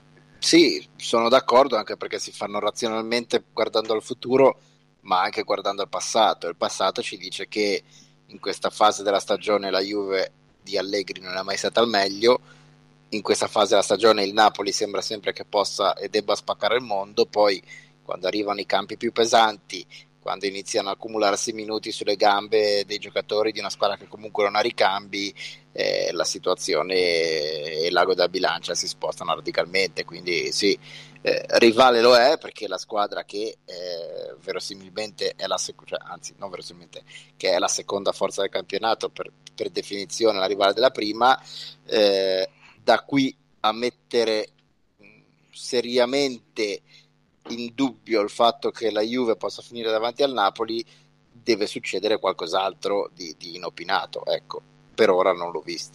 Sì, sono d'accordo, anche perché si fanno razionalmente guardando al futuro, ma anche guardando al passato. Il passato ci dice che in questa fase della stagione la Juve di Allegri non è mai stata al meglio. In questa fase della stagione il Napoli sembra sempre che possa e debba spaccare il mondo, poi quando arrivano i campi più pesanti, quando iniziano a accumularsi minuti sulle gambe dei giocatori di una squadra che comunque non ha ricambi, eh, la situazione e il lago della bilancia si spostano radicalmente. Quindi sì, eh, rivale lo è, perché la squadra che eh, verosimilmente è la sec- cioè, anzi non verosimilmente, che è la seconda forza del campionato, per, per definizione la rivale della prima, eh, da qui a mettere mh, seriamente in dubbio il fatto che la Juve possa finire davanti al Napoli, deve succedere qualcos'altro di, di inopinato. Ecco, per ora non l'ho visto.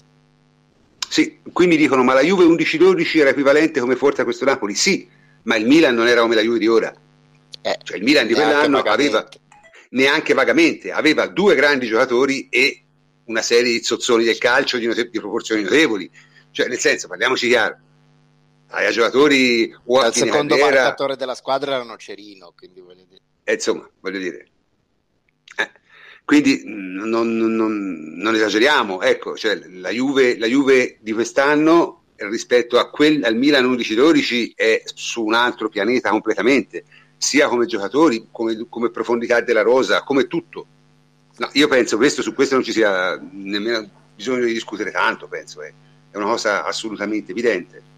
Sì, qui mi dicono ma la Juve undici dodici era equivalente come forza a questo Napoli? Sì, ma il Milan non era come la Juve di ora. Eh, cioè il Milan di quell'anno aveva neanche vagamente, aveva due grandi giocatori e una serie di zozzoni del calcio di, note- di proporzioni notevoli. Cioè nel senso, parliamoci chiaro, ai giocatori il secondo Herrera, marcatore della squadra era Nocerino, quindi voglio dire. Eh, insomma, voglio dire. Eh, quindi non, non, non esageriamo, ecco, cioè la Juve, la Juve di quest'anno rispetto a quel, al Milan undici dodici è su un altro pianeta completamente, sia come giocatori, come, come profondità della rosa, come tutto. No, io penso questo, su questo non ci sia nemmeno bisogno di discutere tanto, penso, eh. È una cosa assolutamente evidente.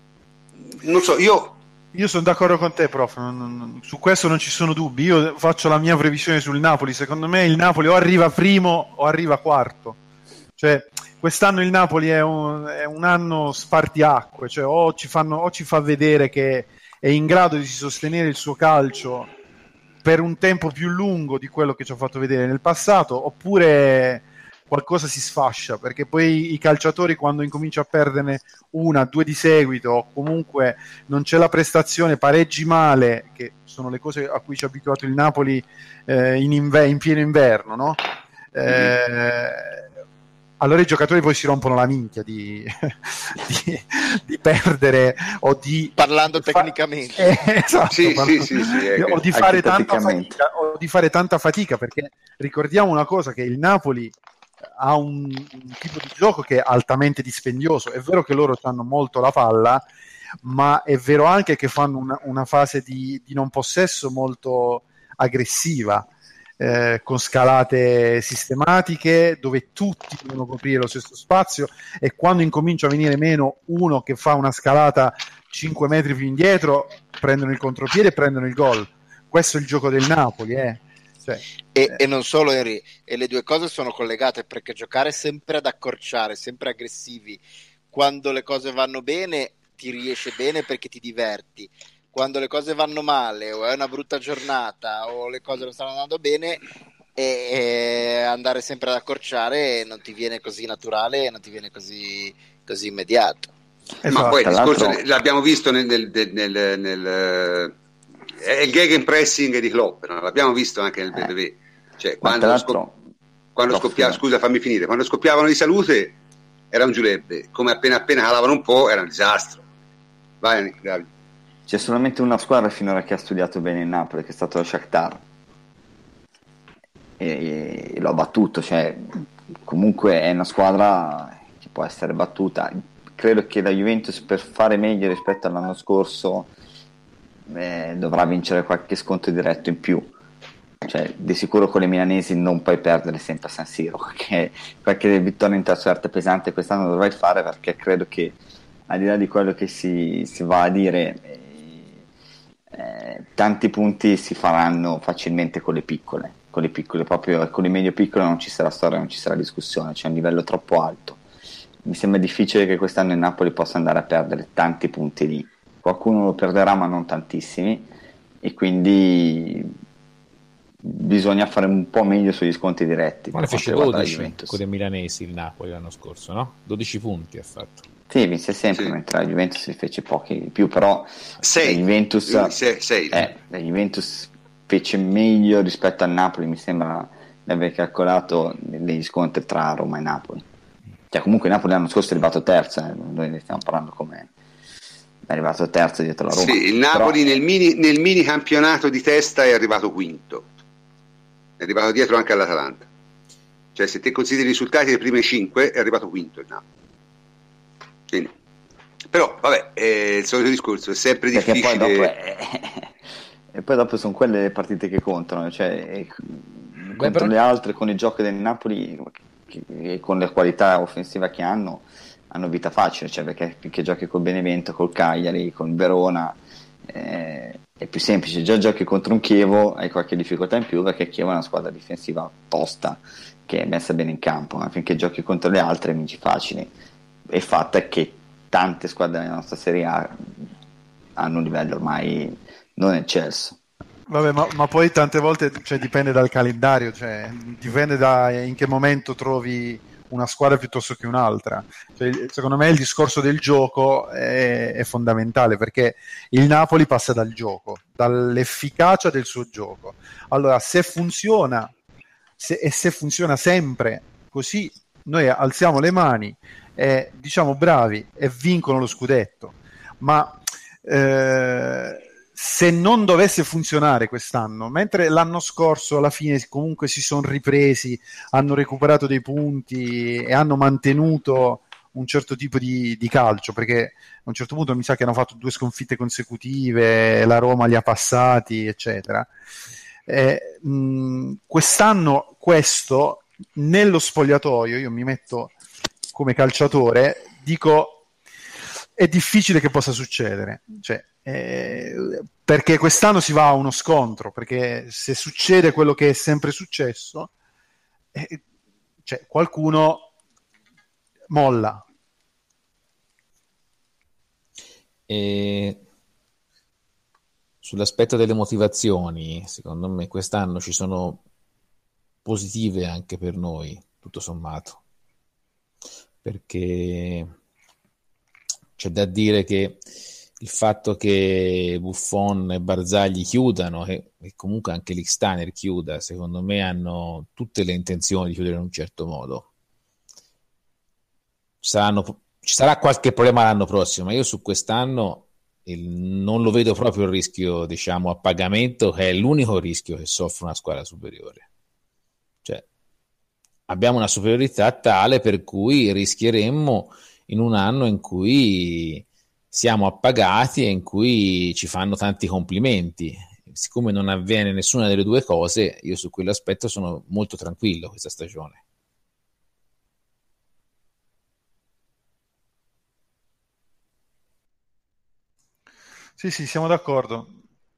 Non so, io io sono d'accordo con te, prof, non, non, su questo non ci sono dubbi. Io faccio la mia previsione sul Napoli. Secondo me il Napoli o arriva primo o arriva quarto. Cioè quest'anno il Napoli è un, è un anno spartiacque, cioè o ci fanno o ci fa vedere che è in grado di sostenere il suo calcio per un tempo più lungo di quello che ci ha fatto vedere nel passato, oppure qualcosa si sfascia, perché poi i calciatori, quando incomincia a perderne una, due di seguito, o comunque non c'è la prestazione, pareggi male, che sono le cose a cui ci ha abituato il Napoli eh, in, inver- in pieno inverno, no? Eh, mm-hmm. Allora i giocatori poi si rompono la minchia di, di, di perdere o di parlando fa- tecnicamente eh, esatto, sì, parlando, sì, sì, sì, o di fare tanta fatica, o di fare tanta fatica, perché ricordiamo una cosa, che il Napoli ha un, un tipo di gioco che è altamente dispendioso. È vero che loro hanno molto la palla, ma è vero anche che fanno una, una fase di, di non possesso molto aggressiva, eh, con scalate sistematiche dove tutti devono coprire lo stesso spazio, e quando incomincia a venire meno uno che fa una scalata cinque metri più indietro, prendono il contropiede e prendono il gol. Questo è il gioco del Napoli, eh. Cioè, e, eh. e non solo, Henry, e le due cose sono collegate, perché giocare sempre ad accorciare, sempre aggressivi, quando le cose vanno bene ti riesce bene perché ti diverti, quando le cose vanno male o è una brutta giornata o le cose non stanno andando bene, e, e andare sempre ad accorciare non ti viene così naturale, non ti viene così, così immediato. Esatto. Ma poi il discorso l'abbiamo visto nel, nel, nel, nel, nel è il gegenpressing di Klopp, no? L'abbiamo visto anche nel B B V, cioè quando, scop- quando scoppiava, scusa fammi finire, quando scoppiavano di salute era un giurebbe, come appena appena calavano un po' era un disastro. Vai, Davide. C'è solamente una squadra finora che ha studiato bene il Napoli, che è stato lo Shakhtar, e, e l'ho battuto, cioè comunque è una squadra che può essere battuta. Credo che la Juventus, per fare meglio rispetto all'anno scorso, eh, dovrà vincere qualche scontro diretto in più, cioè di sicuro con le milanesi non puoi perdere sempre a San Siro, perché qualche vittoria in trasferta pesante quest'anno dovrai fare, perché credo che al di là di quello che si, si va a dire, eh, eh, tanti punti si faranno facilmente con le piccole, con le piccole proprio con le medio piccole non ci sarà storia, non ci sarà discussione, c'è un livello troppo alto. Mi sembra difficile che quest'anno il Napoli possa andare a perdere tanti punti lì, qualcuno lo perderà ma non tantissimi, e quindi bisogna fare un po' meglio sugli sconti diretti. Ma ne fece dodici con i milanesi il Napoli l'anno scorso, no? dodici punti ha fatto. Sì, vinse sempre, sì. Mentre la Juventus si fece pochi di più, però sei. la Juventus, sei, sei. Eh, la Juventus fece meglio rispetto al Napoli, mi sembra di aver calcolato degli scontri tra Roma e Napoli. Cioè comunque Napoli l'anno scorso è arrivato terzo, eh. Noi ne stiamo parlando come è arrivato terzo dietro la Roma. Sì, il Napoli però... nel, mini, nel mini campionato di testa è arrivato quinto, è arrivato dietro anche all'Atalanta, cioè se te consideri i risultati delle prime cinque è arrivato quinto il Napoli. Quindi, però vabbè, è il solito discorso, è sempre perché difficile. Poi dopo è... e poi dopo sono quelle le partite che contano, cioè Beh, contro però... le altre, con i giochi del Napoli e con le qualità offensive che hanno, hanno vita facile, cioè perché finché giochi col Benevento, col Cagliari, con Verona, eh, è più semplice. Già giochi contro un Chievo hai qualche difficoltà in più, perché Chievo è una squadra difensiva tosta che è messa bene in campo, ma finché giochi contro le altre vinci facili. E il fatto è che tante squadre della nostra Serie A hanno un livello ormai non eccelso. Vabbè, ma, ma poi tante volte, cioè, dipende dal calendario, cioè, dipende da in che momento trovi una squadra piuttosto che un'altra. Cioè, secondo me il discorso del gioco è, è fondamentale, perché il Napoli passa dal gioco, dall'efficacia del suo gioco. Allora, se funziona se, e se funziona sempre così, noi alziamo le mani e diciamo bravi e vincono lo scudetto. Ma eh, se non dovesse funzionare quest'anno, mentre l'anno scorso alla fine comunque si sono ripresi, hanno recuperato dei punti e hanno mantenuto un certo tipo di, di calcio, perché a un certo punto mi sa che hanno fatto due sconfitte consecutive, la Roma li ha passati, eccetera. Eh, mh, quest'anno questo nello spogliatoio, io mi metto come calciatore, dico è difficile che possa succedere, cioè, eh, perché quest'anno si va a uno scontro, perché se succede quello che è sempre successo, eh, cioè, qualcuno molla. E sull'aspetto delle motivazioni, secondo me quest'anno ci sono positive anche per noi, tutto sommato, perché c'è da dire che il fatto che Buffon e Barzagli chiudano e, e comunque anche l'Ixtaner chiuda, secondo me hanno tutte le intenzioni di chiudere in un certo modo. Ci, saranno, ci sarà qualche problema l'anno prossimo, ma io su quest'anno il, non lo vedo proprio il rischio, diciamo, a pagamento, che è l'unico rischio che soffre una squadra superiore. Cioè, abbiamo una superiorità tale per cui rischieremmo in un anno in cui siamo appagati e in cui ci fanno tanti complimenti. Siccome non avviene nessuna delle due cose, io su quell'aspetto sono molto tranquillo questa stagione. Sì, sì, siamo d'accordo.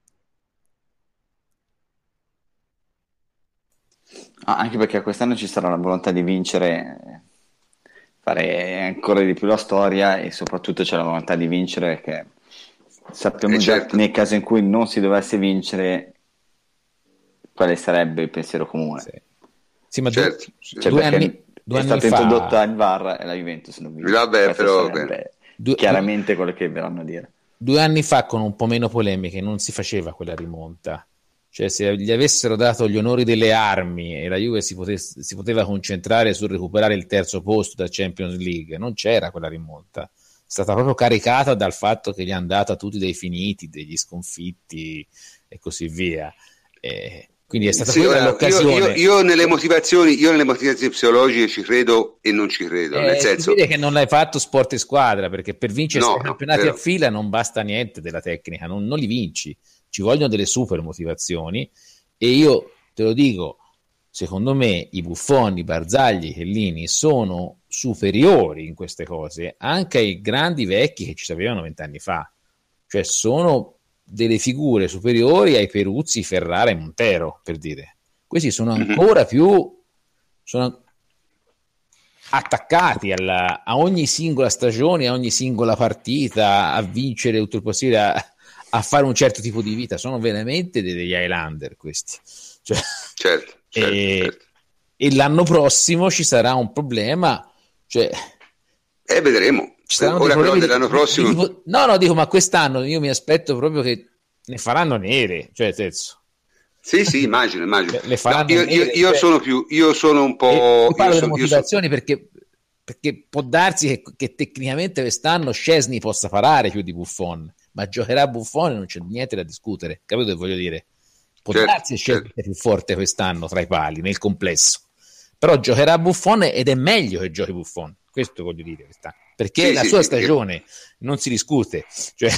Ah, anche perché quest'anno ci sarà la volontà di vincere, fare ancora di più la storia, e soprattutto c'è la volontà di vincere, che sappiamo Eh, già certo. nel caso in cui non si dovesse vincere quale sarebbe il pensiero comune. Sì, sì, ma Certo, due, sì. Cioè, due perché anni, due è anni stato fa, introdotto il V A R e la Juventus non vince. Vabbè, Questo però, sarebbe due, chiaramente quello che verranno a dire. due anni fa, con un po' meno polemiche, non si faceva quella rimonta. Cioè, se gli avessero dato gli onori delle armi e la Juve si, potesse, si poteva concentrare sul recuperare il terzo posto da Champions League, non c'era quella rimonta. È stata proprio caricata dal fatto che gli hanno dato a tutti dei finiti, degli sconfitti e così via. E quindi è stata Sì, quella ora, l'occasione. Io, io, io nelle motivazioni, io nelle motivazioni psicologiche ci credo e non ci credo, Eh, nel si senso, vede che non hai fatto sport in squadra, perché per vincere no, sei no, campionati vero. a fila non basta niente della tecnica, non, non li vinci, ci vogliono delle super motivazioni. E io te lo dico, secondo me i Buffon, i Barzagli, i Chiellini sono superiori in queste cose anche ai grandi vecchi che ci sapevano vent'anni fa, cioè sono delle figure superiori ai Peruzzi, Ferrara e Montero, per dire. Questi sono ancora mm-hmm. più sono attaccati alla, a ogni singola stagione, a ogni singola partita, a vincere tutto il possibile, a, a fare un certo tipo di vita. Sono veramente degli Highlander questi. Cioè, certo, certo, e, certo. e l'anno prossimo ci sarà un problema, cioè, eh, vedremo. Ci saranno Ora però di, dell'anno prossimo di tipo, no no dico, ma quest'anno io mi aspetto proprio che ne faranno nere, cioè senso. Sì, sì, immagino, immagino. Le faranno no, io, io, io cioè, sono più, io sono un po'. Io parlo io delle so, motivazioni io so... perché, perché può darsi che, che tecnicamente quest'anno Szczesny possa parare più di Buffon, ma giocherà Buffon e non c'è niente da discutere. Capito che voglio dire? Può certo, darsi che Szczesny certo. è più forte quest'anno tra i pali, nel complesso. Però giocherà Buffon ed è meglio che giochi Buffon. Questo voglio dire quest'anno. Perché sì, la sì, sua sì, stagione io... non si discute. Cioè...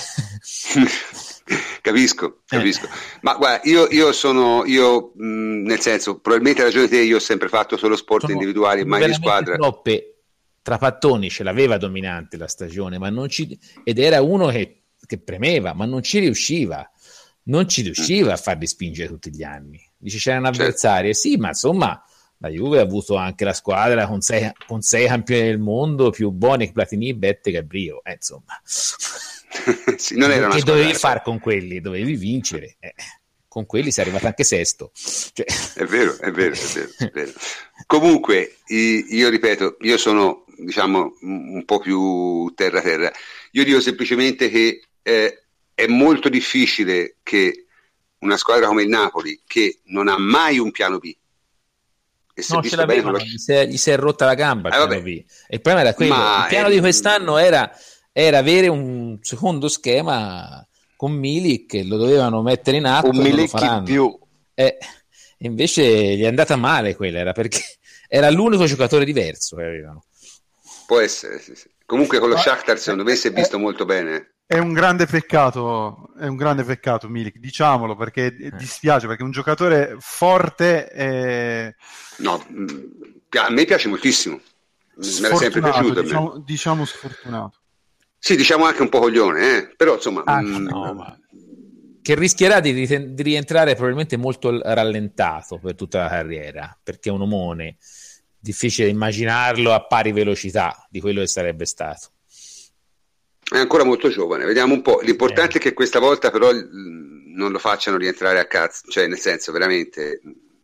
capisco, capisco. Eh. Ma guarda, io, io sono, io mh, nel senso, probabilmente hai ragione te, io ho sempre fatto solo sport sono, individuali, mai di squadra. Troppe Trapattoni ce l'aveva dominante la stagione, ma non ci, ed era uno che, che premeva, ma non ci riusciva. Non ci riusciva mm. a farli spingere tutti gli anni. Dice c'erano avversari, certo. Sì, ma insomma... La Juve ha avuto anche la squadra con sei, con sei campioni del mondo più buoni che Platini, Bette e Gabriel, eh, insomma. Sì, non era una che squadra, dovevi fare con quelli? Dovevi vincere. Eh, con quelli sei arrivato anche sesto. Cioè... È vero, è vero, è vero, è vero. Comunque, io ripeto, io sono, diciamo, un po' più terra-terra. Io dico semplicemente che eh, è molto difficile che una squadra come il Napoli, che non ha mai un piano B, no, ce l'aveva, lo... gli, si è, gli si è rotta la gamba. Eh, il, e il problema era quello. Ma il piano è... di quest'anno era, era avere un secondo schema con Milik, che lo dovevano mettere in atto. Un Milik in più. E invece gli è andata male quella, era perché era l'unico giocatore diverso che avevano. Può essere, sì, sì. Comunque con lo Shakhtar secondo me si è visto molto bene. È un grande peccato, è un grande peccato Milik, diciamolo, perché dispiace, perché è un giocatore forte e... No, a me piace moltissimo, me l'è sempre piaciuto. Diciamo, diciamo sfortunato. Sì, diciamo anche un po' coglione, eh? Però insomma... Ah, mh... no, ma... Che rischierà di, rit- di rientrare probabilmente molto rallentato per tutta la carriera, perché è un omone, difficile immaginarlo a pari velocità di quello che sarebbe stato. È ancora molto giovane, vediamo un po'. L'importante eh. è che questa volta però non lo facciano rientrare a cazzo, cioè nel senso veramente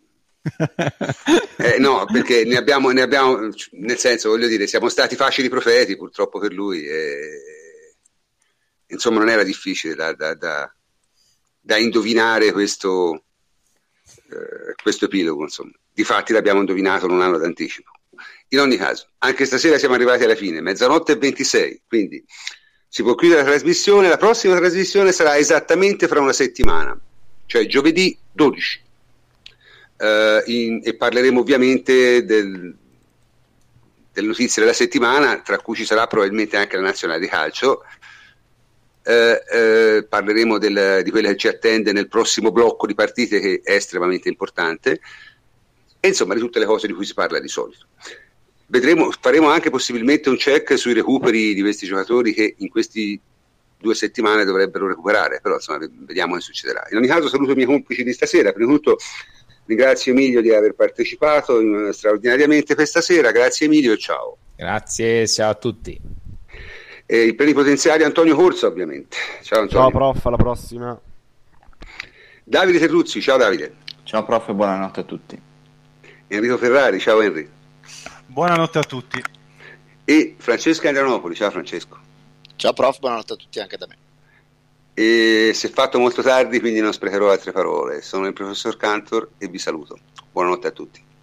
eh, no, perché ne abbiamo, ne abbiamo nel senso, voglio dire, siamo stati facili profeti purtroppo per lui e... insomma non era difficile da, da, da, da indovinare questo eh, questo epilogo, insomma. Difatti l'abbiamo indovinato un anno d'anticipo. In ogni caso, anche stasera siamo arrivati alla fine, mezzanotte e ventisei, quindi si può chiudere la trasmissione. La prossima trasmissione sarà esattamente fra una settimana, cioè giovedì dodici, uh, in, e parleremo ovviamente del, delle notizie della settimana, tra cui ci sarà probabilmente anche la nazionale di calcio, eh, eh, parleremo del, di quella che ci attende nel prossimo blocco di partite, che è estremamente importante, e insomma di tutte le cose di cui si parla di solito. Vedremo, faremo anche possibilmente un check sui recuperi di questi giocatori che in questi due settimane dovrebbero recuperare, però insomma vediamo che succederà. In ogni caso saluto i miei complici di stasera. Prima di tutto ringrazio Emilio di aver partecipato in, straordinariamente questa sera. Grazie Emilio e ciao. Grazie, ciao a tutti. E il plenipotenziario Antonio Corsa, ovviamente. Ciao Antonio. Ciao prof, alla prossima. Davide Terruzzi, ciao Davide. Ciao prof e buonanotte a tutti. Enrico Ferrari, ciao Henry. Buonanotte a tutti. E Francesco Andrianopoli, ciao Francesco. Ciao prof, buonanotte a tutti anche da me. E si è fatto molto tardi, quindi non sprecherò altre parole. Sono il professor Cantor e vi saluto. Buonanotte a tutti.